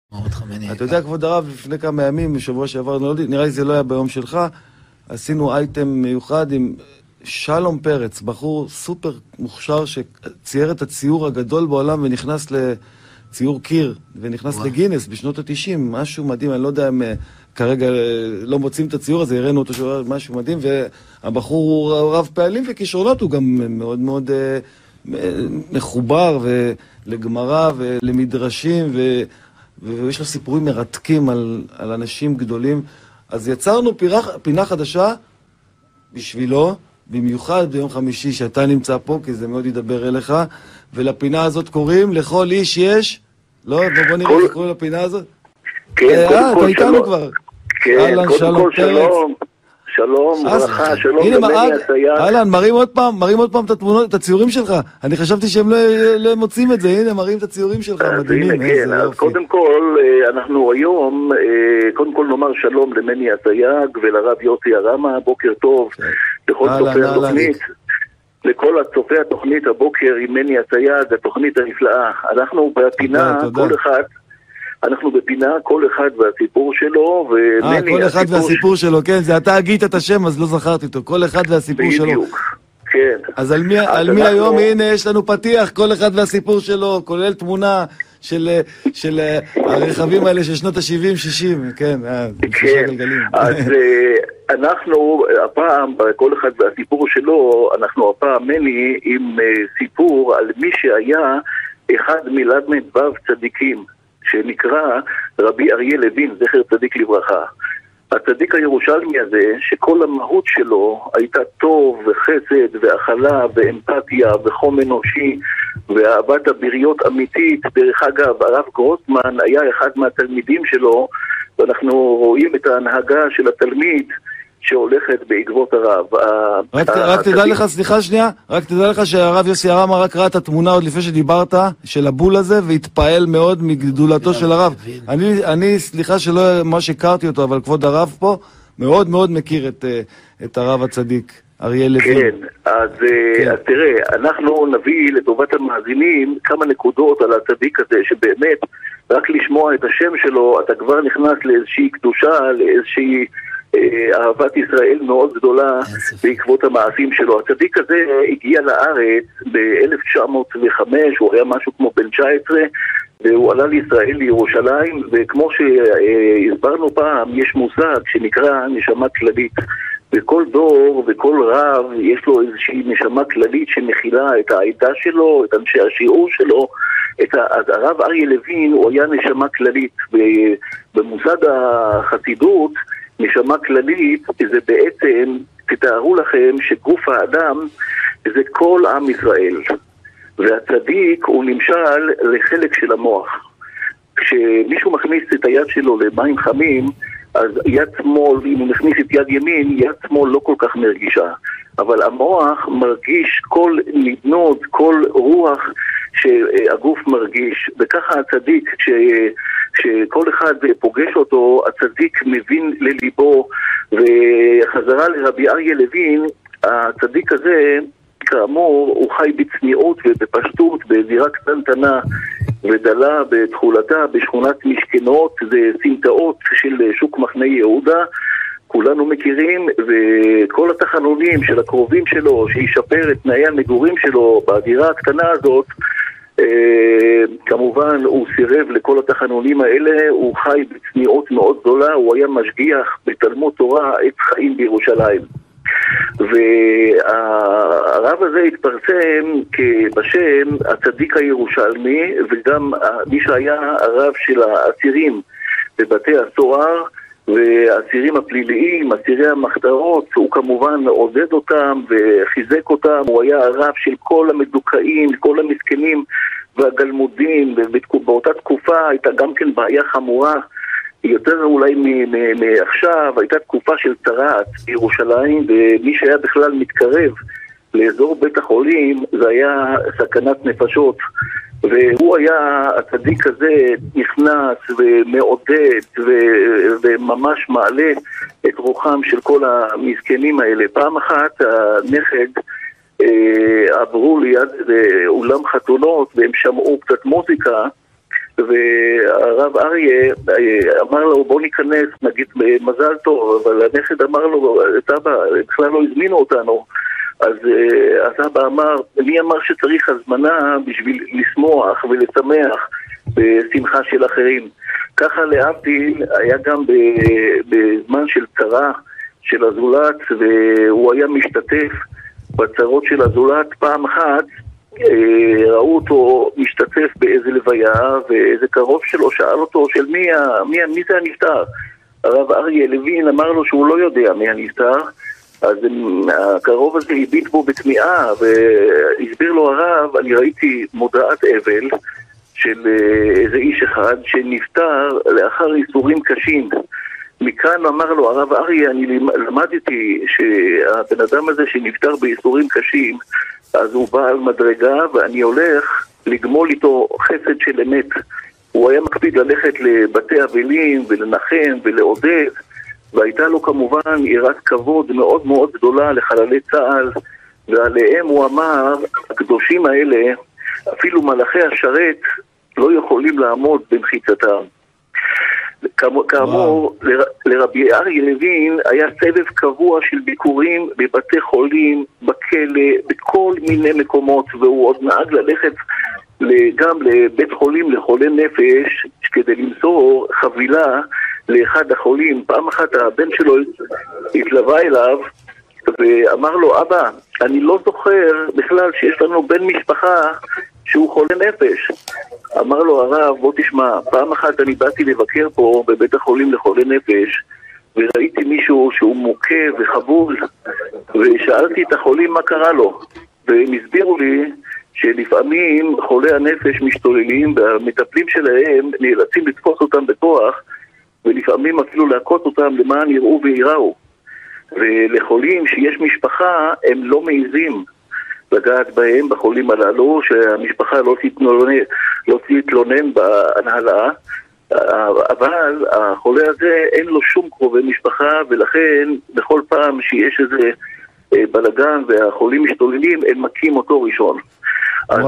אתה יודע, כבוד הרב, לפני כמה ימים, בשבוע שעבר, נראה לי זה לא היה ביום שלך, עשינו אייטם מיוחד עם שלום פרץ, בחור סופר מוכשר שצייר את הציור הגדול בעולם ונכנס לציור קיר, ונכנס לגינס בשנות ה-90, משהו מדהים, אני לא יודע אם כרגע לא מוצאים את הציור הזה, הראינו אותו שהוא משהו מדהים, והבחור הוא רב פעלים וכישרונות, הוא גם מאוד מאוד מחובר לגמרא ולמדרשים, ויש לו סיפורים מרתקים על אנשים גדולים. אז יצרנו פינה חדשה בשבילו, במיוחד ביום חמישי שאתה נמצא פה, כי זה מאוד ידבר אליך, ולפינה הזאת קוראים לכל איש יש, לא? בוא נראה איך קוראים לפינה הזאת. כן, אתה איתנו כבר. כן, קודם כל שלום. שלום, ברכה, שלום למני הצייר. אהלן, מראים עוד פעם את התמונות, את הציורים שלך. אני חשבתי שהם לא מוצאים את זה, הנה, מראים את הציורים שלך, מדהימים, איזה יופי. אז קודם כל, אנחנו היום, קודם כל נאמר שלום למני הצייר ולרב יוסי הרמה, בוקר טוב לכל צופי התוכנית. לכל צופי התוכנית הבוקר עם מני הצייר, התוכנית הנפלאה. אנחנו בפינה, אנחנו בפינה, כל אחד והסיפור שלו, כל אחד והסיפור שלו, כן, זה אתה הגית את השם, אז לא זכרתי אותו, כל אחד והסיפור שלו. בדיוק, כן. אז על מי היום, הנה, יש לנו פתיח, כל אחד והסיפור שלו, כולל תמונה של הרכבים האלה של שנות ה-70-60, כן, כן, אז אנחנו, הפעם, כל אחד והסיפור שלו, אנחנו הפעם מני עם סיפור על מי שהיה אחד מל"ו צדיקים, שנקרא רבי אריה לוין, זכר צדיק לברכה. הצדיק הירושלמי הזה, שכל המהות שלו הייתה טוב וחסד והכלה ואמפתיה וחום אנושי ואהבת הבריות אמיתית. דרך אגב, הרב גרוסמן היה אחד מהתלמידים שלו, ואנחנו רואים את ההנהגה של התלמיד שהולכת בעקבות הרב. רק תדע לך, סליחה שנייה, רק תדע לך שהרב יוסי הרמה רק ראה את התמונה עוד לפני שדיברת, של הבול הזה, והתפעל מאוד מגדולתו של הרב. אני, סליחה שלא ממש הכרתי אותו, אבל כבוד הרב פה מאוד מאוד מכיר את הרב הצדיק, אריה לוין. כן, אז תראה, אנחנו נביא לטובת המאזינים כמה נקודות על הצדיק הזה, שבאמת, רק לשמוע את השם שלו, אתה כבר נכנס לאיזושהי קדושה, לאיזושהי אהבת ישראל מאוד גדולה בעקבות המעשים שלו. הצדיק הזה הגיע לארץ ב-1905, הוא היה משהו כמו בן 19, והוא עלה לישראל, לירושלים, וכמו שהסברנו פעם, יש מושג שנקרא נשמה כללית. בכל דור וכל רב יש לו איזושהי נשמה כללית שמכילה את העדה שלו, את אנשי השיעור שלו. אז הרב אריה לוין הוא היה נשמה כללית. במושג החסידות, נשמה כללית זה בעצם, תתארו לכם שגוף האדם זה כל עם ישראל, והצדיק הוא נמשל לחלק של המוח. כשמישהו מכניס את היד שלו למים חמים, אז יד שמאל, אם הוא מכניס את יד ימין, יד שמאל לא כל כך מרגישה, אבל המוח מרגיש כל נדנוד, כל רוח שהגוף מרגיש. וככה הצדיק, שכל אחד פוגש אותו, הצדיק מבין לליבו. וחזרה לרבי אריה לוין, הצדיק הזה, כאמור, הוא חי בצניעות ובפשטות, בזירה קטנטנה ודלה בתחולתה, בשכונת משכנות, זה סמטאות של שוק מחנה יהודה, כולנו מכירים, וכל התחנונים של הקרובים שלו, שישפר את תנאי המגורים שלו בדירה הקטנה הזאת, כמובן הוא סירב לכל התחנונים האלה. הוא חי בצניעות מאוד גדולה, הוא היה משגיח בתלמוד תורה עץ חיים בירושלים, והרב הזה התפרסם בשם הצדיק הירושלמי, וגם מי שהיה הרב של האסירים בבתי הסוהר והאסירים הפליליים, אסירי המחתרות. הוא כמובן עודד אותם וחיזק אותם. הוא היה הרב של כל המדוכאים, כל המסכנים והגלמודים. באותה תקופה הייתה גם כן בעיה חמורה, יותר אולי מעכשיו. הייתה תקופה של צרעת בירושלים, ומי שהיה בכלל מתקרב לאזור בית החולים זה היה סכנת נפשות. והוא היה, הצדיק הזה נכנס ומעודד וממש מעלה את רוחם של כל המסכנים האלה. פעם אחת הנכד עברו ליד אולם חתונות והם שמעו קצת מוזיקה, והרב אריה אמר לו בוא ניכנס, נגיד מזל טוב, אבל הנכד אמר לו, אבא, בכלל לא הזמינו אותנו. אז אבא אמר, מי אמר שצריך הזמנה בשביל לשמוח ולשמח בשמחה של אחרים? ככה להבדיל היה גם בזמן של צרה של הזולת, והוא היה משתתף בצרות של הזולת. פעם אחת ראו אותו משתתף באיזה לוויה, ואיזה קרוב שלו שאל אותו של מי זה הנפטר? הרב אריה לוין אמר לו שהוא לא יודע מי הנפטר. אז הקרוב הזה הביט בו בתמיעה, והסביר לו הרב, אני ראיתי מודעת אבל של איזה איש אחד שנפטר לאחר איסורים קשים. מכאן אמר לו הרב אריה, אני למדתי שהבן אדם הזה שנפטר באיסורים קשים, אז הוא בא על מדרגה ואני הולך לגמול איתו חסד של אמת. הוא היה מקפיד ללכת לבתי אבלים ולנחם ולעודד, והייתה לו כמובן יראת כבוד מאוד מאוד גדולה לחללי צה"ל, ועליהם הוא אמר, הקדושים האלה, אפילו מלאכי השרת לא יכולים לעמוד במחיצתם. כאמור, לרבי אריה לוין היה סבב קבוע של ביקורים בבתי חולים, בכלא, בכל מיני מקומות, והוא עוד נהג ללכת גם לבית חולים לחולי נפש כדי למסור חבילה לאחד החולים. פעם אחת הבן שלו התלווה אליו ואמר לו, אבא, אני לא זוכר בכלל שיש לנו בן משפחה שהוא חולה נפש. אמר לו הרב, בוא תשמע, פעם אחת אני באתי לבקר פה בבית החולים לחולי נפש, וראיתי מישהו שהוא מוכה וחבול, ושאלתי את החולים מה קרה לו, והם הסבירו לי שלפעמים חולי הנפש משתוללים, והמטפלים שלהם נאלצים לתפוס אותם בכוח, ולפעמים אפילו להכות אותם למען יראו ויראו. ולחולים שיש משפחה הם לא מעיזים לגעת בהם, בחולים הללו, שהמשפחה לא תתלונן בהנהלה, אבל החולה הזה אין לו שום קרובי משפחה, ולכן בכל פעם שיש איזה בלגן והחולים משתוללים, הם מכים אותו ראשון. אז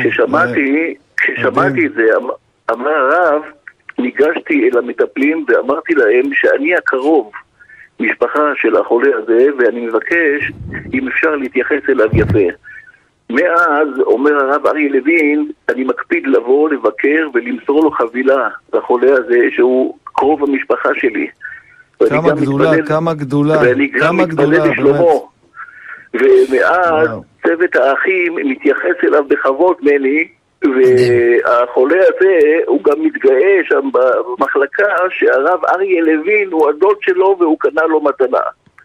כששמעתי את זה, אמר הרב, ניגשתי אל המטפלים ואמרתי להם שאני הקרוב משפחה של החולה הזה, ואני מבקש אם אפשר להתייחס אליו יפה. מאז, אומר הרב אריה לוין, אני מקפיד לבוא, לבקר ולמסור לו חבילה לחולה הזה שהוא קרוב המשפחה שלי. כמה גדולה, ואני גם מתפלל לשלומו. ומאז צוות האחים מתייחס אליו בכבוד מני, והחולה הזה הוא גם מתגאה שם במחלקה שהרב אריה לוין הוא הדוד שלו והוא קנה לו מתנה.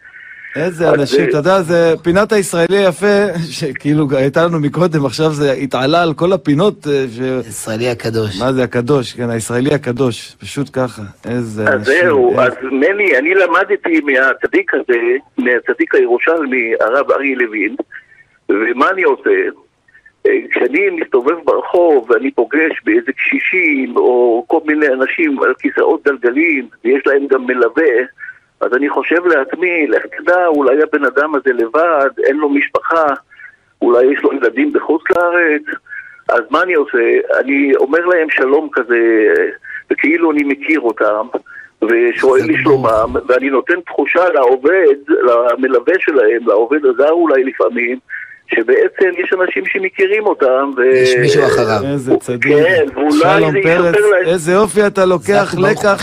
איזה אנשים, אתה יודע, זה פינת הישראלי היפה, שכאילו הייתה לנו מקודם, עכשיו זה התעלה על כל הפינות. הישראלי הקדוש. מה זה הקדוש? כן, הישראלי הקדוש, פשוט ככה. איזה אנשים. אז זהו, אז מני, אני למדתי מהצדיק הזה, מהצדיק הירושלמי, הרב אריה לוין, ומה אני עושה? כשאני מסתובב ברחוב ואני פוגש באיזה קשישים או כל מיני אנשים על כיסאות גלגלים ויש להם גם מלווה, אז אני חושב לעצמי, לך תדע, אולי הבן אדם הזה לבד, אין לו משפחה, אולי יש לו ילדים בחוץ לארץ. אז מה אני עושה? אני אומר להם שלום כזה, וכאילו אני מכיר אותם ושואל לשלומם, ואני נותן תחושה לעובד, למלווה שלהם, לעובד הזר אולי לפעמים, שבעצם יש אנשים שמכירים אותם, יש מישהו אחריו. איזה צדיק. כן, ואולי זה ישפר להם. איזה יופי אתה לוקח לקח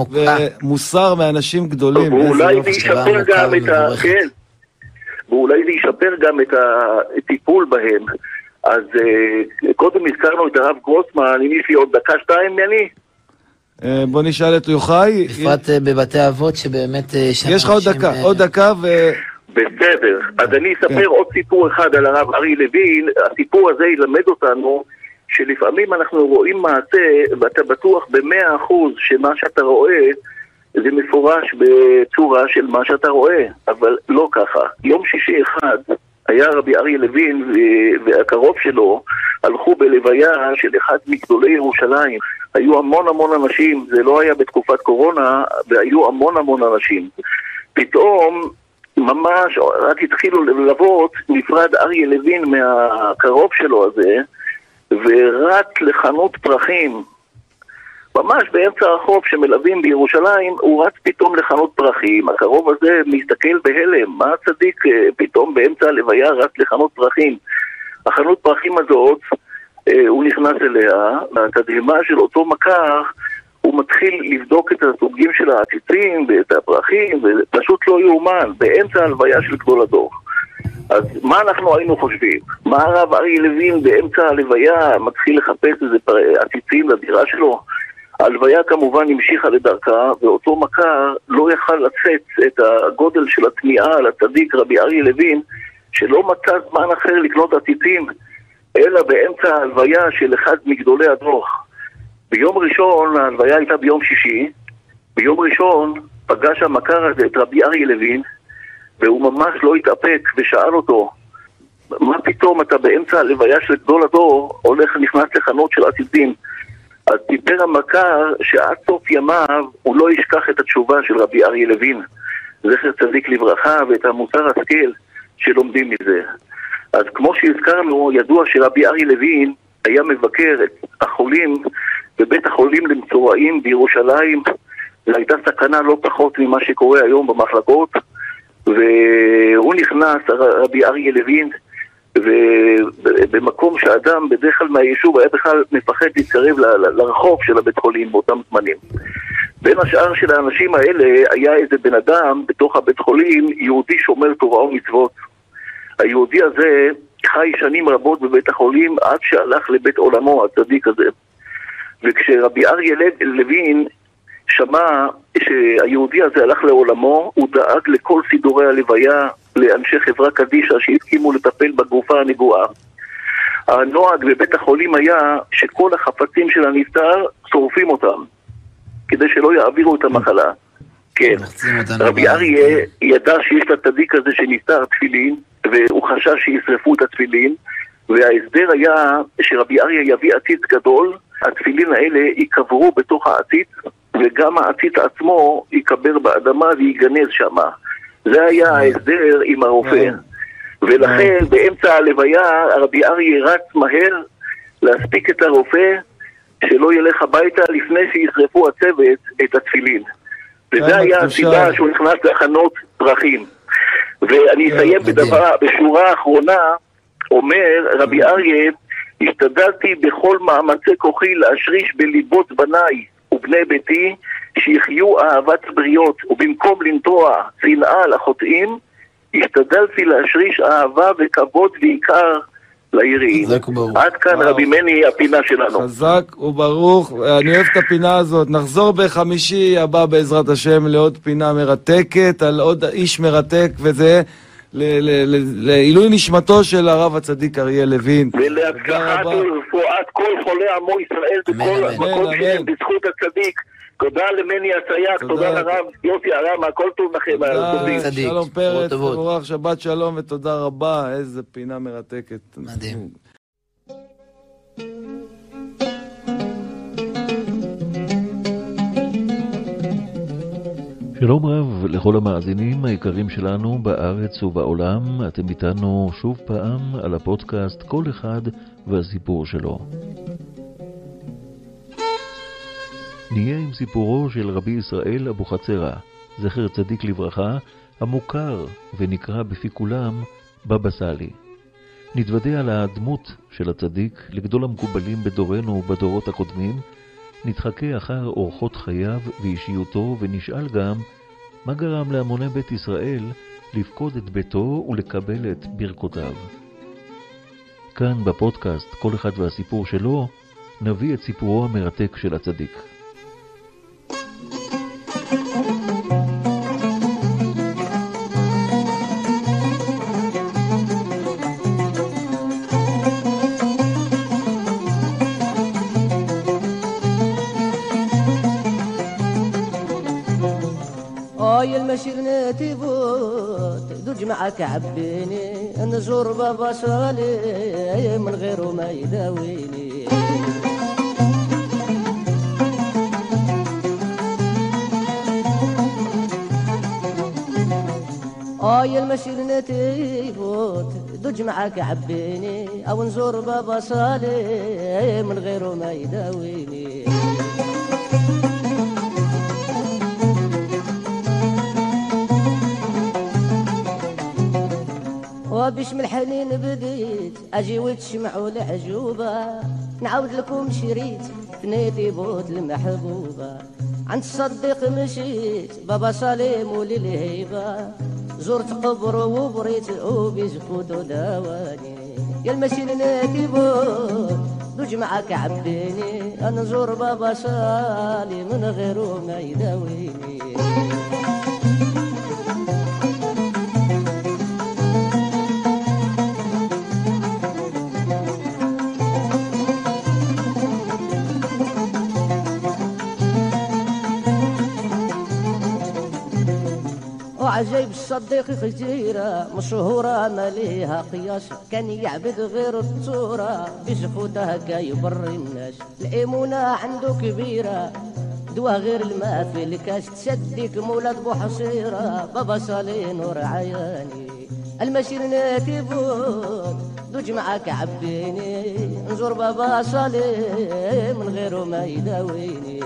ומוסר מאנשים גדולים. ואולי זה ישפר גם את כן. ואולי זה ישפר גם את הטיפול בהם. אז קודם הזכרנו את הרב גרוסמן, אם יש לי עוד דקה שתיים מני? בוא נשאל את יוחאי. בפרט בבתי אבות שבאמת יש לך עוד דקה בסדר, אז אני אספר עוד סיפור אחד על הרב אריה לוין. הסיפור הזה ילמד אותנו שלפעמים אנחנו רואים מעשה ואתה בטוח ב100% שמה שאתה רואה זה מפורש בצורה של מה שאתה רואה, אבל לא ככה. יום שישי אחד היה רבי אריה לוין והקרוב שלו הלכו בלוויה של אחד מגדולי ירושלים. היו המון אנשים, זה לא היה בתקופת קורונה, והיו המון אנשים. פתאום ממש, רק התחילו ללוות, נפרד אריה לוין מהקרוב שלו הזה, ורק לחנות פרחים ממש באמצע הרחוב שמלווים בירושלים, הוא רץ פתאום לחנות פרחים. הקרוב הזה מסתכל בהלם, מה הצדיק פתאום באמצע הלוויה רץ לחנות פרחים? החנות פרחים הזאת, הוא נכנס אליה, מהתדהמה של אותו מכר, הוא מתחיל לבדוק את הסוגים של העציצים ואת הפרחים, ופשוט לא יאומן, באמצע הלוויה של גדול הדור. אז מה אנחנו היינו חושבים? מה הרב אריה לוין באמצע הלוויה מתחיל לחפש איזה עציצים לדירה שלו? ההלוויה כמובן המשיכה לדרכה, ואותו מכר לא יכל לצאת את הגודל של התמיעה על הצדיק רבי אריה לוין, שלא מצא זמן אחר לקנות עציצים, אלא באמצע ההלוויה של אחד מגדולי הדור. ביום ראשון, ההלוויה הייתה ביום שישי, ביום ראשון פגש המכר הזה את רבי אריה לוין, והוא ממש לא התאפק ושאל אותו, מה פתאום אתה באמצע הלוויה של גדול הדור הולך נכנס לחנות של עציצים? אז סיפר המכר שעד סוף ימיו הוא לא ישכח את התשובה של רבי אריה לוין, זכר צדיק לברכה, ואת המוסר השכל שלומדים מזה. אז כמו שהזכרנו, ידוע שרבי אריה לוין היה מבקר את החולים בבית החולים למצורעים בירושלים. זו הייתה סכנה לא פחות ממה שקורה היום במחלקות, והוא נכנס, רבי אריה לוין, ובמקום שאדם בדרך כלל מהיישוב היה בכלל מפחד להתקרב לרחוב של הבית חולים באותם זמנים. בין השאר של האנשים האלה היה איזה בן אדם בתוך הבית חולים, יהודי שומר תורה ומצוות. היהודי הזה חי שנים רבות בבית החולים עד שהלך לבית עולמו, הצדיק הזה. וכשרבי אריה לוין שמע שהיהודי הזה הלך לעולמו, הוא דאג לכל סידורי הלוויה לאנשי חברה קדישה שהסכימו לטפל בגופה הנגועה. הנוהג בבית החולים היה שכל החפצים של הנפטר שורפים אותם, כדי שלא יעבירו את המחלה. כן, רבי אריה ידע שיש את הצדיק הזה שנפטר תפילין, והוא חשש שישרפו את התפילין, וההסדר היה שרבי אריה יביא עציץ גדול, התפילין האלה יקברו בתוך העציץ, וגם העציץ עצמו יקבר באדמה ויגנז שם. זה היה ההסדר עם הרופא. ולכן באמצע הלוויה רבי אריה רץ מהר להספיק את הרופא שלא ילך הביתה לפני שישרפו הצוות את התפילין. וזה היה הסיבה שהוא נכנס לחנות פרחים. ואני אסיים בשורה האחרונה, אומר רבי אריה, השתדלתי בכל מאמצי כוחי להשריש בליבות בניי ובני ביתי שיחיו אהבת הבריות, ובמקום לנטוע שנאה לחוטאים, השתדלתי להשריש אהבה וכבוד ועיקר ליראים. עד כאן רבי מני הפינה שלנו. חזק וברוך, אני אוהב את הפינה הזאת. נחזור בחמישי הבא בעזרת השם לעוד פינה מרתקת, על עוד איש מרתק, וזה לעילוי נשמתו של הרב הצדיק אריה לוין. ולהצלחת ורפואת כל חולי עמו ישראל בכל מקום שלהם בזכות הצדיק. תודה למני הצייק, תודה לרב יוסי הרם, הכל טוב לכם. תודה, שלום פרץ, תבורך, שבת שלום ותודה רבה, איזה פינה מרתקת. מדהים. שלום רב לכל המאזינים היקרים שלנו בארץ ובעולם, אתם איתנו שוב פעם על הפודקאסט כל אחד והסיפור שלו. נהיה עם סיפורו של רבי ישראל אבוחצירא, זכר צדיק לברכה, המוכר ונקרא בפי כולם בבא סאלי. נתוודע על הדמות של הצדיק לגדול המקובלים בדורנו ובדורות הקודמים, נתחכה אחר אורחות חייו ואישיותו ונשאל גם מה גרם להמוני בית ישראל לפקוד את ביתו ולקבל את ברכותיו. כאן בפודקאסט כל אחד והסיפור שלו נביא את סיפורו המרתק של הצדיק. المشيرنا تفوت دوج معك عبيني نزور بابا صالي من غيره ما يداويني يا المشيرنا تفوت دوج معك عبيني او نزور بابا صالي من غيره ما يداويني ربيش من الحنين بديت اجي وتشمعوا العجوبة نعاود لكم شريت فنيتي بوت المحبوبة عند الصديق مشيت بابا سليم وللهيبة زرت قبر وبريت وبيزفوت وداواني يا المسيرناتي بوت دوج معاك عبيني انا نزور بابا سالي من غيره ما يداويني عجيب الصديق خزيرة مشهورة ما ليها قياس كان يعبد غير الصورة بزفوته هكا يبر الناس الإيمونة عنده كبيرة دوا غير الماء في الكاس تسديك مولاد بوحصيرة بابا صالي نور عياني المسير ناتي بود دوج معاك عبيني نزور بابا صالي من غيره ما يداويني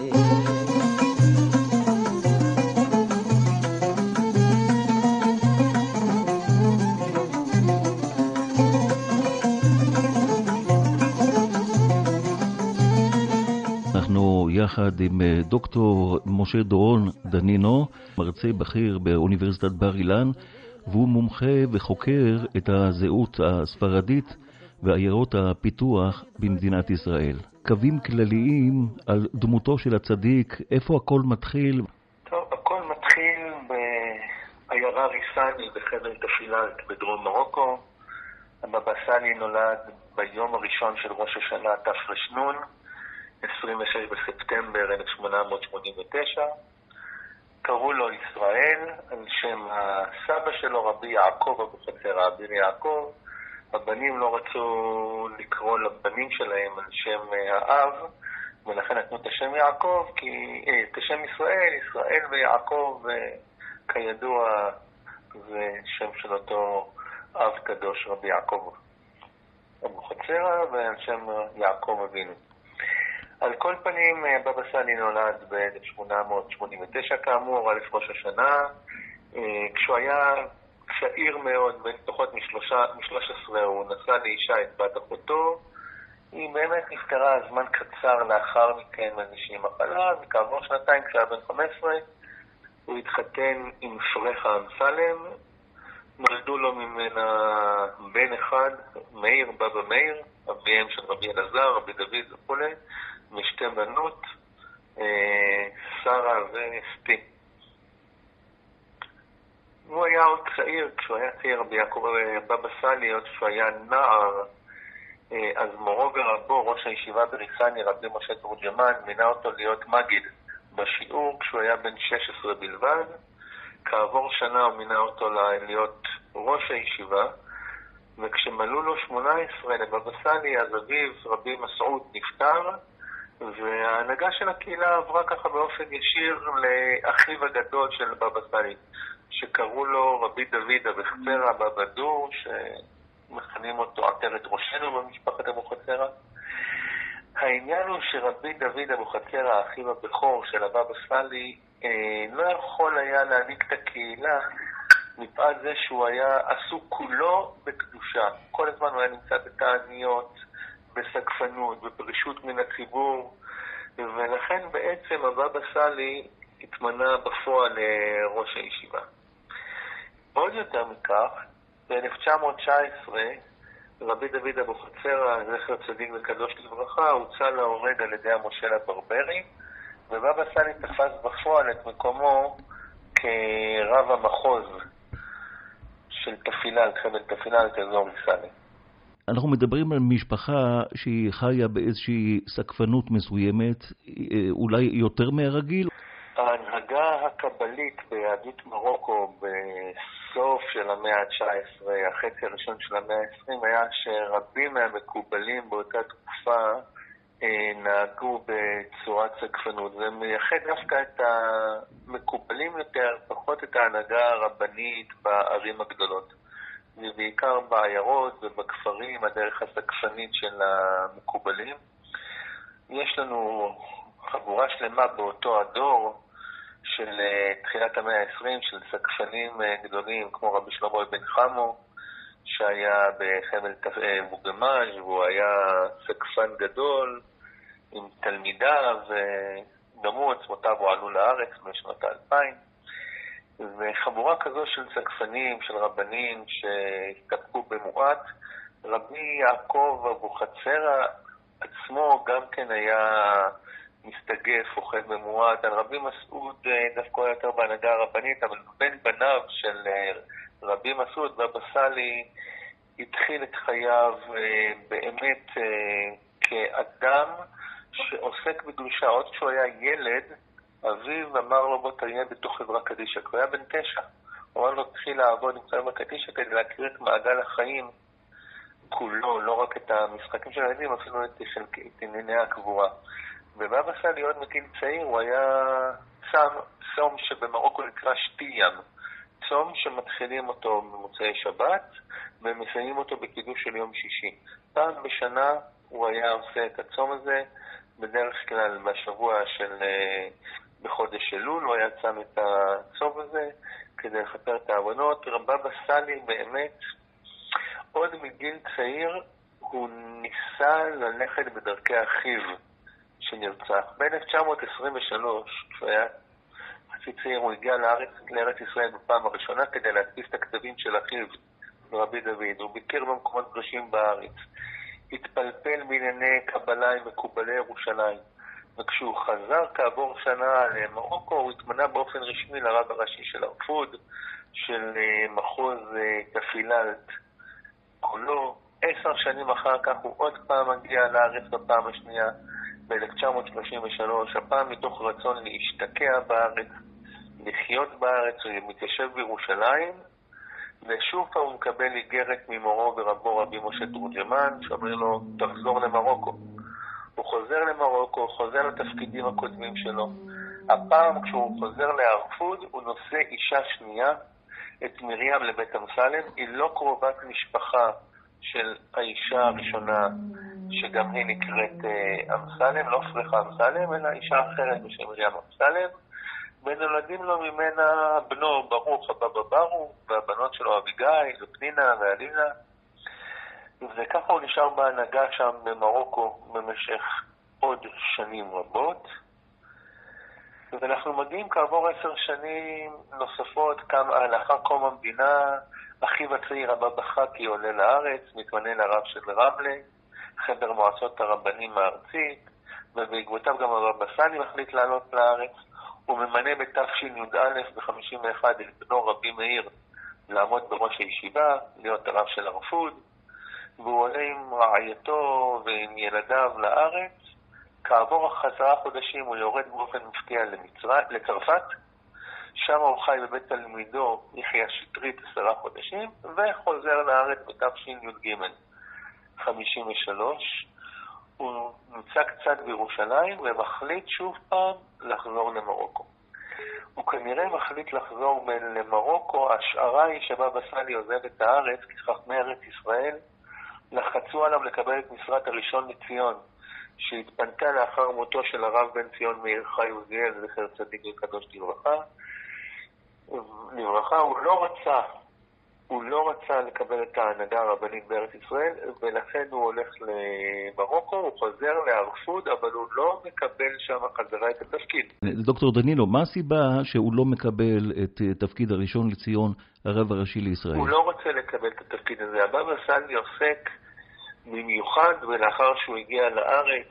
יחד עם דוקטור משה דורון דנינו, מרצה בכיר באוניברסיטת בר אילן, והוא מומחה וחוקר את הזהות הספרדית ועיירות הפיתוח במדינת ישראל. קווים כלליים על דמותו של הצדיק, איפה הכל מתחיל? טוב, הכל מתחיל בעיירה ריסני בחבל תפילת בדרום מרוקו. הבבא סאלי נולד ביום הראשון של ראש השנה תר"ן, 26 בספטמבר 1889. קראו לו ישראל על שם הסבא שלו, רבי יעקב אבוחצירא, אביר יעקב. הבנים לא רצו לקרוא לבנים שלהם על שם האב, ולכן נתנו את השם יעקב, את השם ישראל, ישראל ויעקב, כידוע זה שם של אותו אב קדוש, רבי יעקב אבוחצירא, ועל שם יעקב אבינו. על כל פנים, בבא סאלי נולד ב-1889 כאמור, א' ראש השנה, כשהוא היה צעיר מאוד, בין פחות מ-13, הוא נשא לאישה את בת אחותו. היא באמת נפטרה זמן קצר לאחר מכן מאיזושהי מחלה, וכעבור שנתיים כשהיה בן 15, הוא התחתן עם פרחה אמסלם. נולדו לו ממנה בן אחד, מאיר, בבא מאיר, אביהם של רבי אלעזר, רבי דוד וכו', משתי בנות, שרה וסטי. הוא היה עוד צעיר, כשהוא היה צעיר, רבי יעקב בבא סאלי, עוד כשהוא היה נער, אז מורו ורבו, ראש הישיבה בריסני, רבי משה תורג'מן, מינה אותו להיות מגיד בשיעור, כשהוא היה בן 16 בלבד. כעבור שנה הוא מינה אותו להיות ראש הישיבה, וכשמלאו לו 18 לבבא סאלי, אז אביו רבי מסעוד נפטר, וההנהגה של הקהילה עברה ככה באופן ישיר לאחיו הגדול של בבא סאלי, שקראו לו רבי דוד אבוחצירא בבא דור, שמכנים אותו עטרת ראשנו במשפחת אבוחצירא. העניין הוא שרבי דוד אבוחצירא, האחיו הבכור של הבבא סאלי, לא יכול היה להנהיג את הקהילה מפאת זה שהוא היה עסוק כולו בקדושה. כל הזמן הוא היה נמצא בתעניות, בסגפנות, בפרישות מן הציבור, ולכן בעצם הבבא סאלי התמנה בפועל לראש הישיבה. עוד יותר מכך, ב-1919 רבי דוד אבוחצירא, זכר צדיק וקדוש לברכה, הוצא להורג על ידי המושל הברברי, ובבא סאלי תפס בפועל את מקומו כרב המחוז של תפילת, חבל תפילת, אזור ריסני. אנחנו מדברים על משפחה שהיא חיה באיזושהי סקפנות מסוימת, אולי יותר מהרגיל? ההנהגה הקבלית ביהדות מרוקו בסוף של המאה ה-19, החצי הראשון של המאה ה-20, היה שרבים מהמקובלים באותה תקופה נהגו בצורת סקפנות. זה מייחד דווקא את המקובלים יותר, פחות את ההנהגה הרבנית בערים הגדולות. ובעיקר בעיירות ובכפרים, הדרך הסקפנית של המקובלים. יש לנו חבורה שלמה באותו הדור של תחילת המאה ה-20, של סקפנים גדולים כמו רבי שלמה בן חמו, שהיה בחבל בוגמאז' והוא היה סקפן גדול עם תלמידיו, וגם הוא עצמותיו הוא עלו לארץ בשנות ה-2000. וחבורה כזו של סקפנים, של רבנים שהסתפקו במועט, רבי יעקב אבוחצירא עצמו גם כן היה מסתגף, אוכל במועט. על רבי מסעוד דווקא היה יותר בהנהגה הרבנית, אבל בין בניו של רבי מסעוד, בבא סאלי, התחיל את חייו באמת כאדם שעוסק בקדושה. עוד כשהוא היה ילד, אביו אמר לו בוא תהיה בתוך חברה קדישא, כי הוא היה בן 9. הוא אמר לו תחיל לעבוד עם חברה קדישא כדי להכיר את מעגל החיים כולו, לא רק את המשחקים של הילדים, אפילו את ענייני הקבורה. ובבא סאלי עוד מגיל צעיר הוא היה צום שבמרוקו נקרא שתיים, צום שמתחילים אותו במוצאי שבת ומסיימים אותו בקידוש של יום שישי. פעם בשנה הוא היה עושה את הצום הזה, בדרך כלל בשבוע של בחודש אלול הוא היה צם את הצום הזה כדי לכפר את העוונות. בבא סאלי באמת עוד מגיל צעיר הוא ניסה ללכת בדרכי אחיו שנרצח. ב-1923, כשהוא היה חצי צעיר, הוא הגיע לארץ ישראל בפעם הראשונה כדי להדפיס את הכתבים של אחיו, רבי דוד. הוא ביקר במקומות קדושים בארץ, התפלפל בענייני קבלה עם מקובלי ירושלים, וכשהוא חזר כעבור שנה למרוקו, הוא התמנה באופן רשמי לרב הראשי של הרפוד, של מחוז תפילת כולו. 10 שנים אחר כך הוא עוד פעם מגיע לארץ בפעם השנייה, ב-1933, הפעם מתוך רצון להשתקע בארץ, לחיות בארץ, הוא מתיישב בירושלים, ושוב פעם הוא מקבל איגרת ממורו ורבו רבי משה תורג'מן, שאומר לו, תחזור למרוקו. הוא חוזר למרוקו, חוזר לתפקידים הקודמים שלו. הפעם כשהוא חוזר להרפוד, הוא נושא אישה שנייה, את מרים לבית אמסלם. היא לא קרובת משפחה של האישה הראשונה, שגם היא נקראת אמסלם, לא פרחה אמסלם, אלא אישה אחרת בשם מרים אמסלם. ונולדים לו ממנה בנו ברוך הבא ברוך, והבנות שלו אביגיל ופנינה ואלינה. וככה הוא נשאר בהנהגה שם במרוקו במשך עוד שנים רבות. ואנחנו מגיעים כעבור 10 שנים נוספות, לאחר קום המדינה, אחיו הצעיר הבבא חאקי עולה לארץ, מתמנה לרב של רמלה, חבר מועצות הרבנים הארצית, ובעקבותיו גם הבבא סאלי מחליט לעלות לארץ. הוא ממנה בתש"יא ב-51 את בנו רבי מאיר לעמוד בראש הישיבה, להיות הרב של הרפוד, והוא עולה עם רעייתו ועם ילדיו לארץ. כעבור 10 חודשים הוא יורד באופן מפתיע לצרפת, שם הוא חי בבית תלמידו יחיא שטרית 10 חודשים, וחוזר לארץ בתש"י 53. הוא נמצא קצת בירושלים ומחליט שוב פעם לחזור למרוקו. הוא כנראה מחליט לחזור למרוקו. השערה היא שבבא סאלי עוזב את הארץ כי חכמי ארץ ישראל לחצו עליו לקבל את משרת הראשון לציון, שהתפנתה לאחר מותו של הרב בן ציון מאיר חי עוזיאל, זכר צדיק וקדוש לברכה. הוא לא רצה לקבל את ההנהגה הרבנית בארץ ישראל, ולכן הוא הולך למרוקו, הוא חוזר להרפוד, אבל הוא לא מקבל שם חזרה את התפקיד. דוקטור דנילו, מה הסיבה שהוא לא מקבל את תפקיד הראשון לציון, הרב הראשי לישראל? הוא לא רוצה לקבל את התפקיד הזה. הבבא סאלי עוסק במיוחד, ולאחר שהוא הגיע לארץ,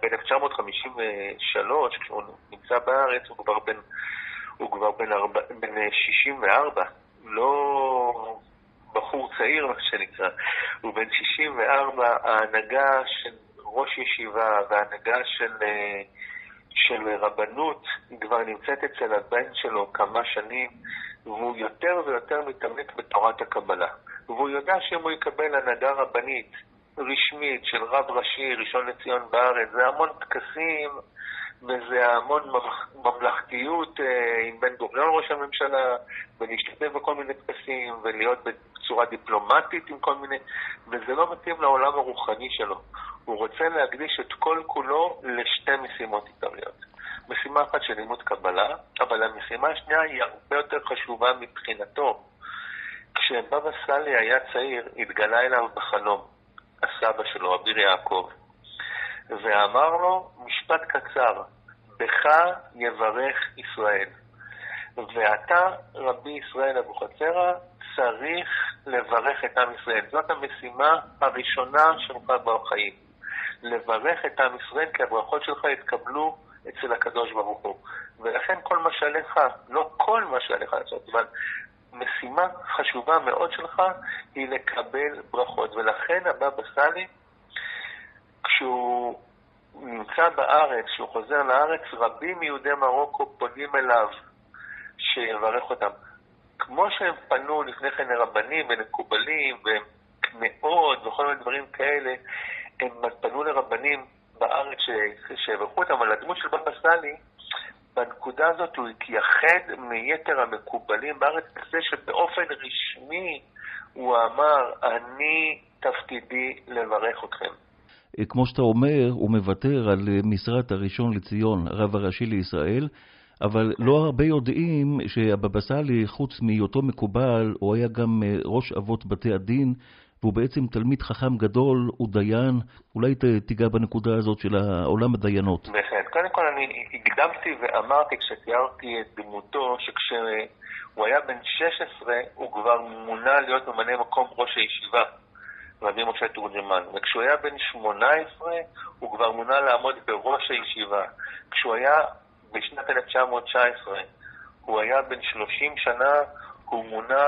ב-1953, כשהוא נמצא בארץ, הוא כבר בן 64, לא בחור צעיר, מה שנקרא. הוא בן 64, ההנהגה של ראש ישיבה וההנהגה של רבנות כבר נמצאת אצל הבן שלו כמה שנים, והוא יותר ויותר מתעמק בתורת הקבלה. והוא יודע שאם הוא יקבל הנהגה רבנית רשמית של רב ראשי ראשון לציון בארץ, זה המון טקסים וזה המון ממלכתיות עם בן גוריון ראש הממשלה, ולהשתתף בכל מיני טקסים ולהיות בצורה דיפלומטית עם כל מיני, וזה לא מתאים לעולם הרוחני שלו. הוא רוצה להקדיש את כל כולו לשתי משימות עיקריות. משימה אחת של לימוד קבלה, אבל המשימה השנייה היא הרבה יותר חשובה מבחינתו. כשבבא סאלי היה צעיר, התגלה אליו בחלום הסבא שלו, אביר יעקב, ואמר לו משפט קצר, בך יברך ישראל. ואתה, רבי ישראל אבוחצירא, צריך לברך את עם ישראל. זאת המשימה הראשונה שלך בחיים. לברך את עם ישראל, כי הברכות שלך יתקבלו אצל הקדוש ברוך הוא. ולכן כל מה שעליך, לא כל מה שעליך לעשות, אבל משימה חשובה מאוד שלך היא לקבל ברכות. ולכן הבבא סאלי, כשהוא נמצא בארץ, כשהוא חוזר לארץ, רבים מיהודי מרוקו פונים אליו שיברך אותם. כמו שהם פנו לפני כן לרבנים ולקובלים וכמאות וכל מיני דברים כאלה, הם פנו לרבנים בארץ שיברכו אותם. על הדמות של בבא סאלי, בנקודה הזאת הוא התייחד מיתר המקובלים בארץ, כזה שבאופן רשמי הוא אמר, אני תפקידי לברך אתכם. כמו שאתה אומר, הוא מוותר על משרת הראשון לציון, הרב הראשי לישראל, אבל לא הרבה יודעים שהבבא סאלי, חוץ מהיותו מקובל, הוא היה גם ראש אבות בתי הדין, והוא בעצם תלמיד חכם גדול, הוא דיין. אולי תיגע בנקודה הזאת של העולם הדיינות. בהחלט. קודם כל אני הקדמתי ואמרתי כשתיארתי את דמותו, שכשהוא היה בן 16, הוא כבר מונה להיות ממלא מקום ראש הישיבה, רבי משה תורג'מן. וכשהוא היה בן 18, הוא כבר מונה לעמוד בראש הישיבה. כשהוא היה בשנת 1919, הוא היה בן 30 שנה, הוא מונה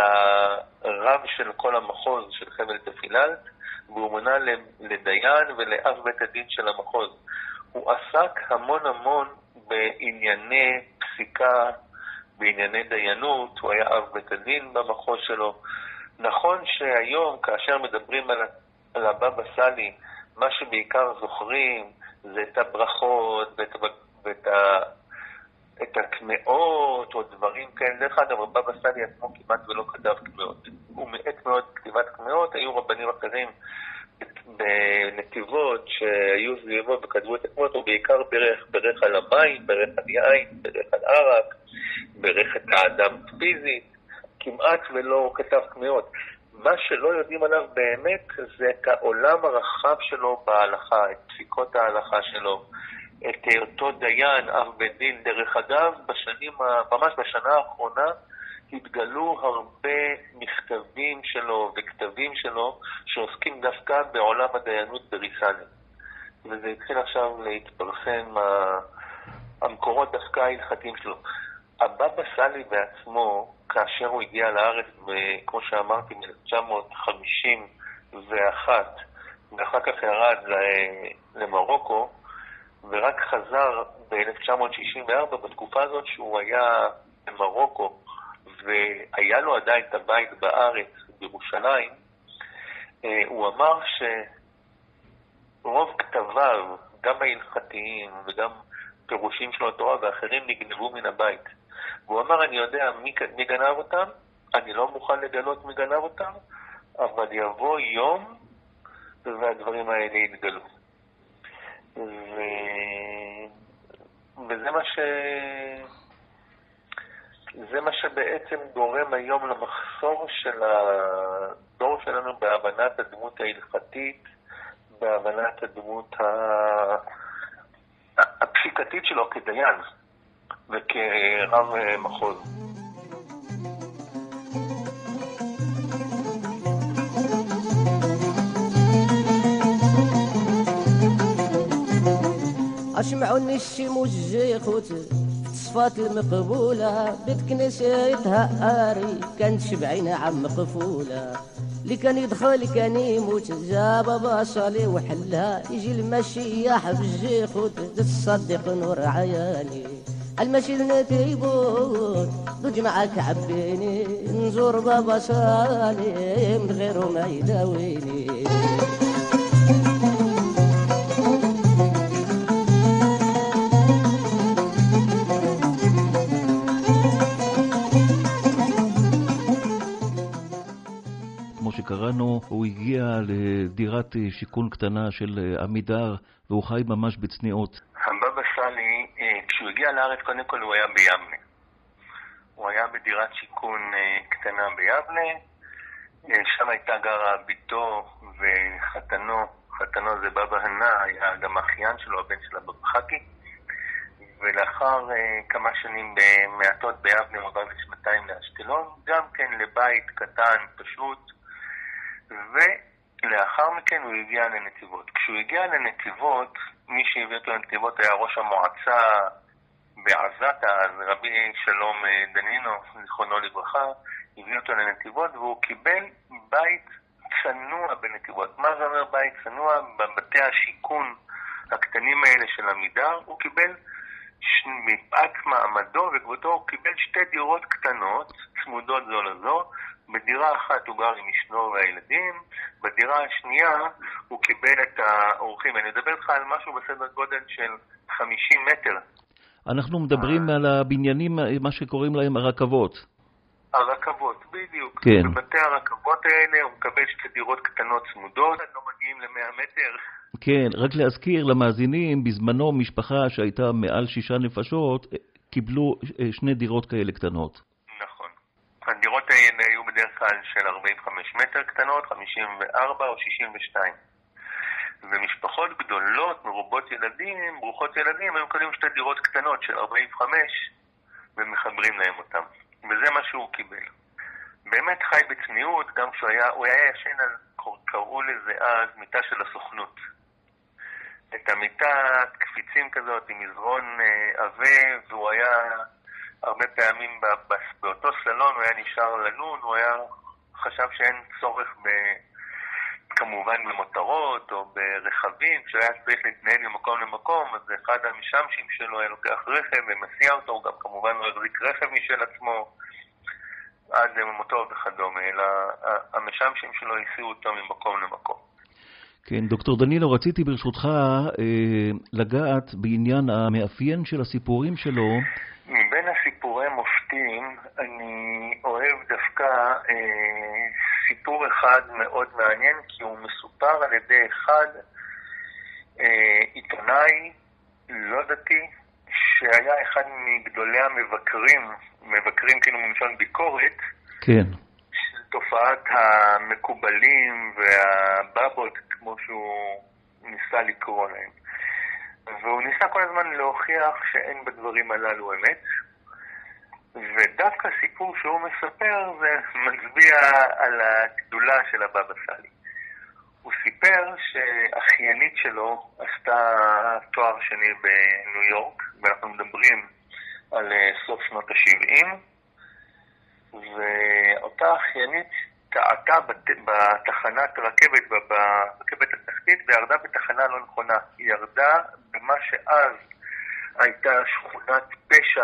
לרב של כל המחוז של חבל תפילאלת, והוא מונה לדיין ולאב בית הדין של המחוז. הוא עסק המון המון בענייני פסיקה, בענייני דיינות, הוא היה אב בית הדין במחוז שלו. נכון שהיום כאשר מדברים על הבבא סאלי, מה שבעיקר זוכרים זה את הברכות ואת הקמאות או דברים כאלה. דרך אגב, הבבא סאלי עצמו כמעט ולא כתב קמאות. הוא מעט מאוד כתיבת קמאות. היו רבנים אחרים בנתיבות שהיו סביבו וכתבו את הקמאות. הוא בעיקר ברך על המים, ברך על יין, ברך על ערק, ברך את האדם פיזית. כמעט ולא כתב קמאות. מה שלא יודעים עליו באמת זה את העולם הרחב שלו בהלכה, את פסיקות ההלכה שלו, את אותו דיין, אב בית דין. דרך אגב, ממש בשנה האחרונה, התגלו הרבה מכתבים שלו וכתבים שלו שעוסקים דווקא בעולם הדיינות בריסני. וזה התחיל עכשיו להתפרסם המקורות דווקא ההלכתיים שלו. הבבא סאלי בעצמו, כאשר הוא הגיע לארץ, כמו שאמרתי, מ-1951, ואחר כך ירד למרוקו, ורק חזר ב-1964, בתקופה הזאת שהוא היה במרוקו, והיה לו עדיין את הבית בארץ, בירושלים, הוא אמר שרוב כתביו, גם ההלכתיים וגם פירושים של התורה ואחרים, נגנבו מן הבית. והוא אמר, אני יודע מי גנב אותם, אני לא מוכן לגלות מי גנב אותם, אבל יבוא יום והדברים האלה יתגלו. וזה מה שבעצם גורם היום למחסור של הדור שלנו בהבנת הדמות ההלכתית, בהבנת הדמות הפסיקתית שלו כדיין וכרב מחוז. أسمعوني الشموج خوت صفات المقبولة بيت كنيستها آري كانت شبعينة عم مقفولة اللي كان يدخل كان يموت جا بابا صالي وحلها يجي المشيح بالجيخوت تصدق نور عياني المشي نتيبون ضج معك عبيني نزور بابا صالي من غيره ما يداويني שקראנו, הוא הגיע לדירת שיכון קטנה של עמידר, והוא חי ממש בצניעות. הבבא סאלי, כשהוא הגיע לארץ, קודם כל הוא היה בימנה. הוא היה בדירת שיכון קטנה ביבנה, שם הייתה גרה ביתו וחתנו, חתנו זה בבא הנה, היה גם האחיין שלו, הבן שלה בבחקי, ולאחר כמה שנים במעטות ביבנה הוא עבר לשנתיים לאשקלון, גם כן לבית קטן פשוט, ולאחר מכן הוא הגיע לנתיבות. כשהוא הגיע לנתיבות, מי שהביא אותו לנתיבות היה ראש המועצה בעזתה, אז רבי שלום דנינו, זיכרונו לברכה, הביא אותו לנתיבות, והוא קיבל בית צנוע בנתיבות. מה זה אומר בית צנוע? בבתי השיקון הקטנים האלה של עמידר, הוא קיבל מפאת מעמדו וכבודו, הוא קיבל 2 דירות קטנות, צמודות זו לזו. בדירה אחת הוא גר עם אשתו והילדים, בדירה השנייה הוא קיבל את האורחים. אני מדבר לך על משהו בסדר גודל של 50 מטר. אנחנו מדברים על הבניינים, מה שקוראים להם הרכבות. הרכבות, בדיוק. כן. בבתי הרכבות האלה הוא מקבל 2 דירות קטנות צמודות, לא מגיעים ל100 מטר. כן, רק להזכיר למאזינים, בזמנו משפחה שהייתה מעל 6 נפשות, קיבלו 2 דירות כאלה קטנות. נכון. הדירות האלה היו בדרך כלל של 45 מטר קטנות, 54 או 62. ומשפחות גדולות, מרובות ילדים, ברוכות ילדים, היו קונים 2 דירות קטנות של 45 ומחברים להם אותם. וזה מה שהוא קיבל. באמת חי בצניעות, גם הוא היה ישן על, קראו לזה אז, מיטה של הסוכנות. את המיטה קפיצים כזאת עם מזרון עבה, והוא היה הרבה פעמים באותו סלון, הוא היה נשאר לנון, הוא היה חשב שאין צורך כמובן במותרות או ברכבים, כשהיה צריך להתנהל ממקום למקום, אז אחד המשמשים שלו היה לוקח רכב ומסיע אותו, הוא גם כמובן לא החזיק רכב משל עצמו עד למותו וכדומה, אלא המשמשים שלו הסיעו אותו ממקום למקום. כן, דוקטור דנינו, רציתי ברשותך לגעת בעניין המאפיין של הסיפורים שלו. מבין הסיפורי מופתים, אני אוהב דווקא סיפור אחד מאוד מעניין, כי הוא מסופר על ידי אחד עיתונאי לא דתי, שהיה אחד מגדולי מבקרים כאילו ממשל ביקורת, כן. של תופעת המקובלים והבבות, כמו שהוא ניסה לקרוא להם. והוא ניסה כל הזמן להוכיח שאין בדברים הללו אמת, ודווקא סיפור שהוא מספר זה מצביע על הגדולה של הבבא סאלי. הוא סיפר שאחיינית שלו עשתה תואר שני בניו יורק, ואנחנו מדברים על סוף שנות ה-70, ואותה אחיינית טעתה בתחנת רכבת, ברכבת התחתית, וירדה בתחנה לא נכונה. היא ירדה במה שאז הייתה שכונת פשע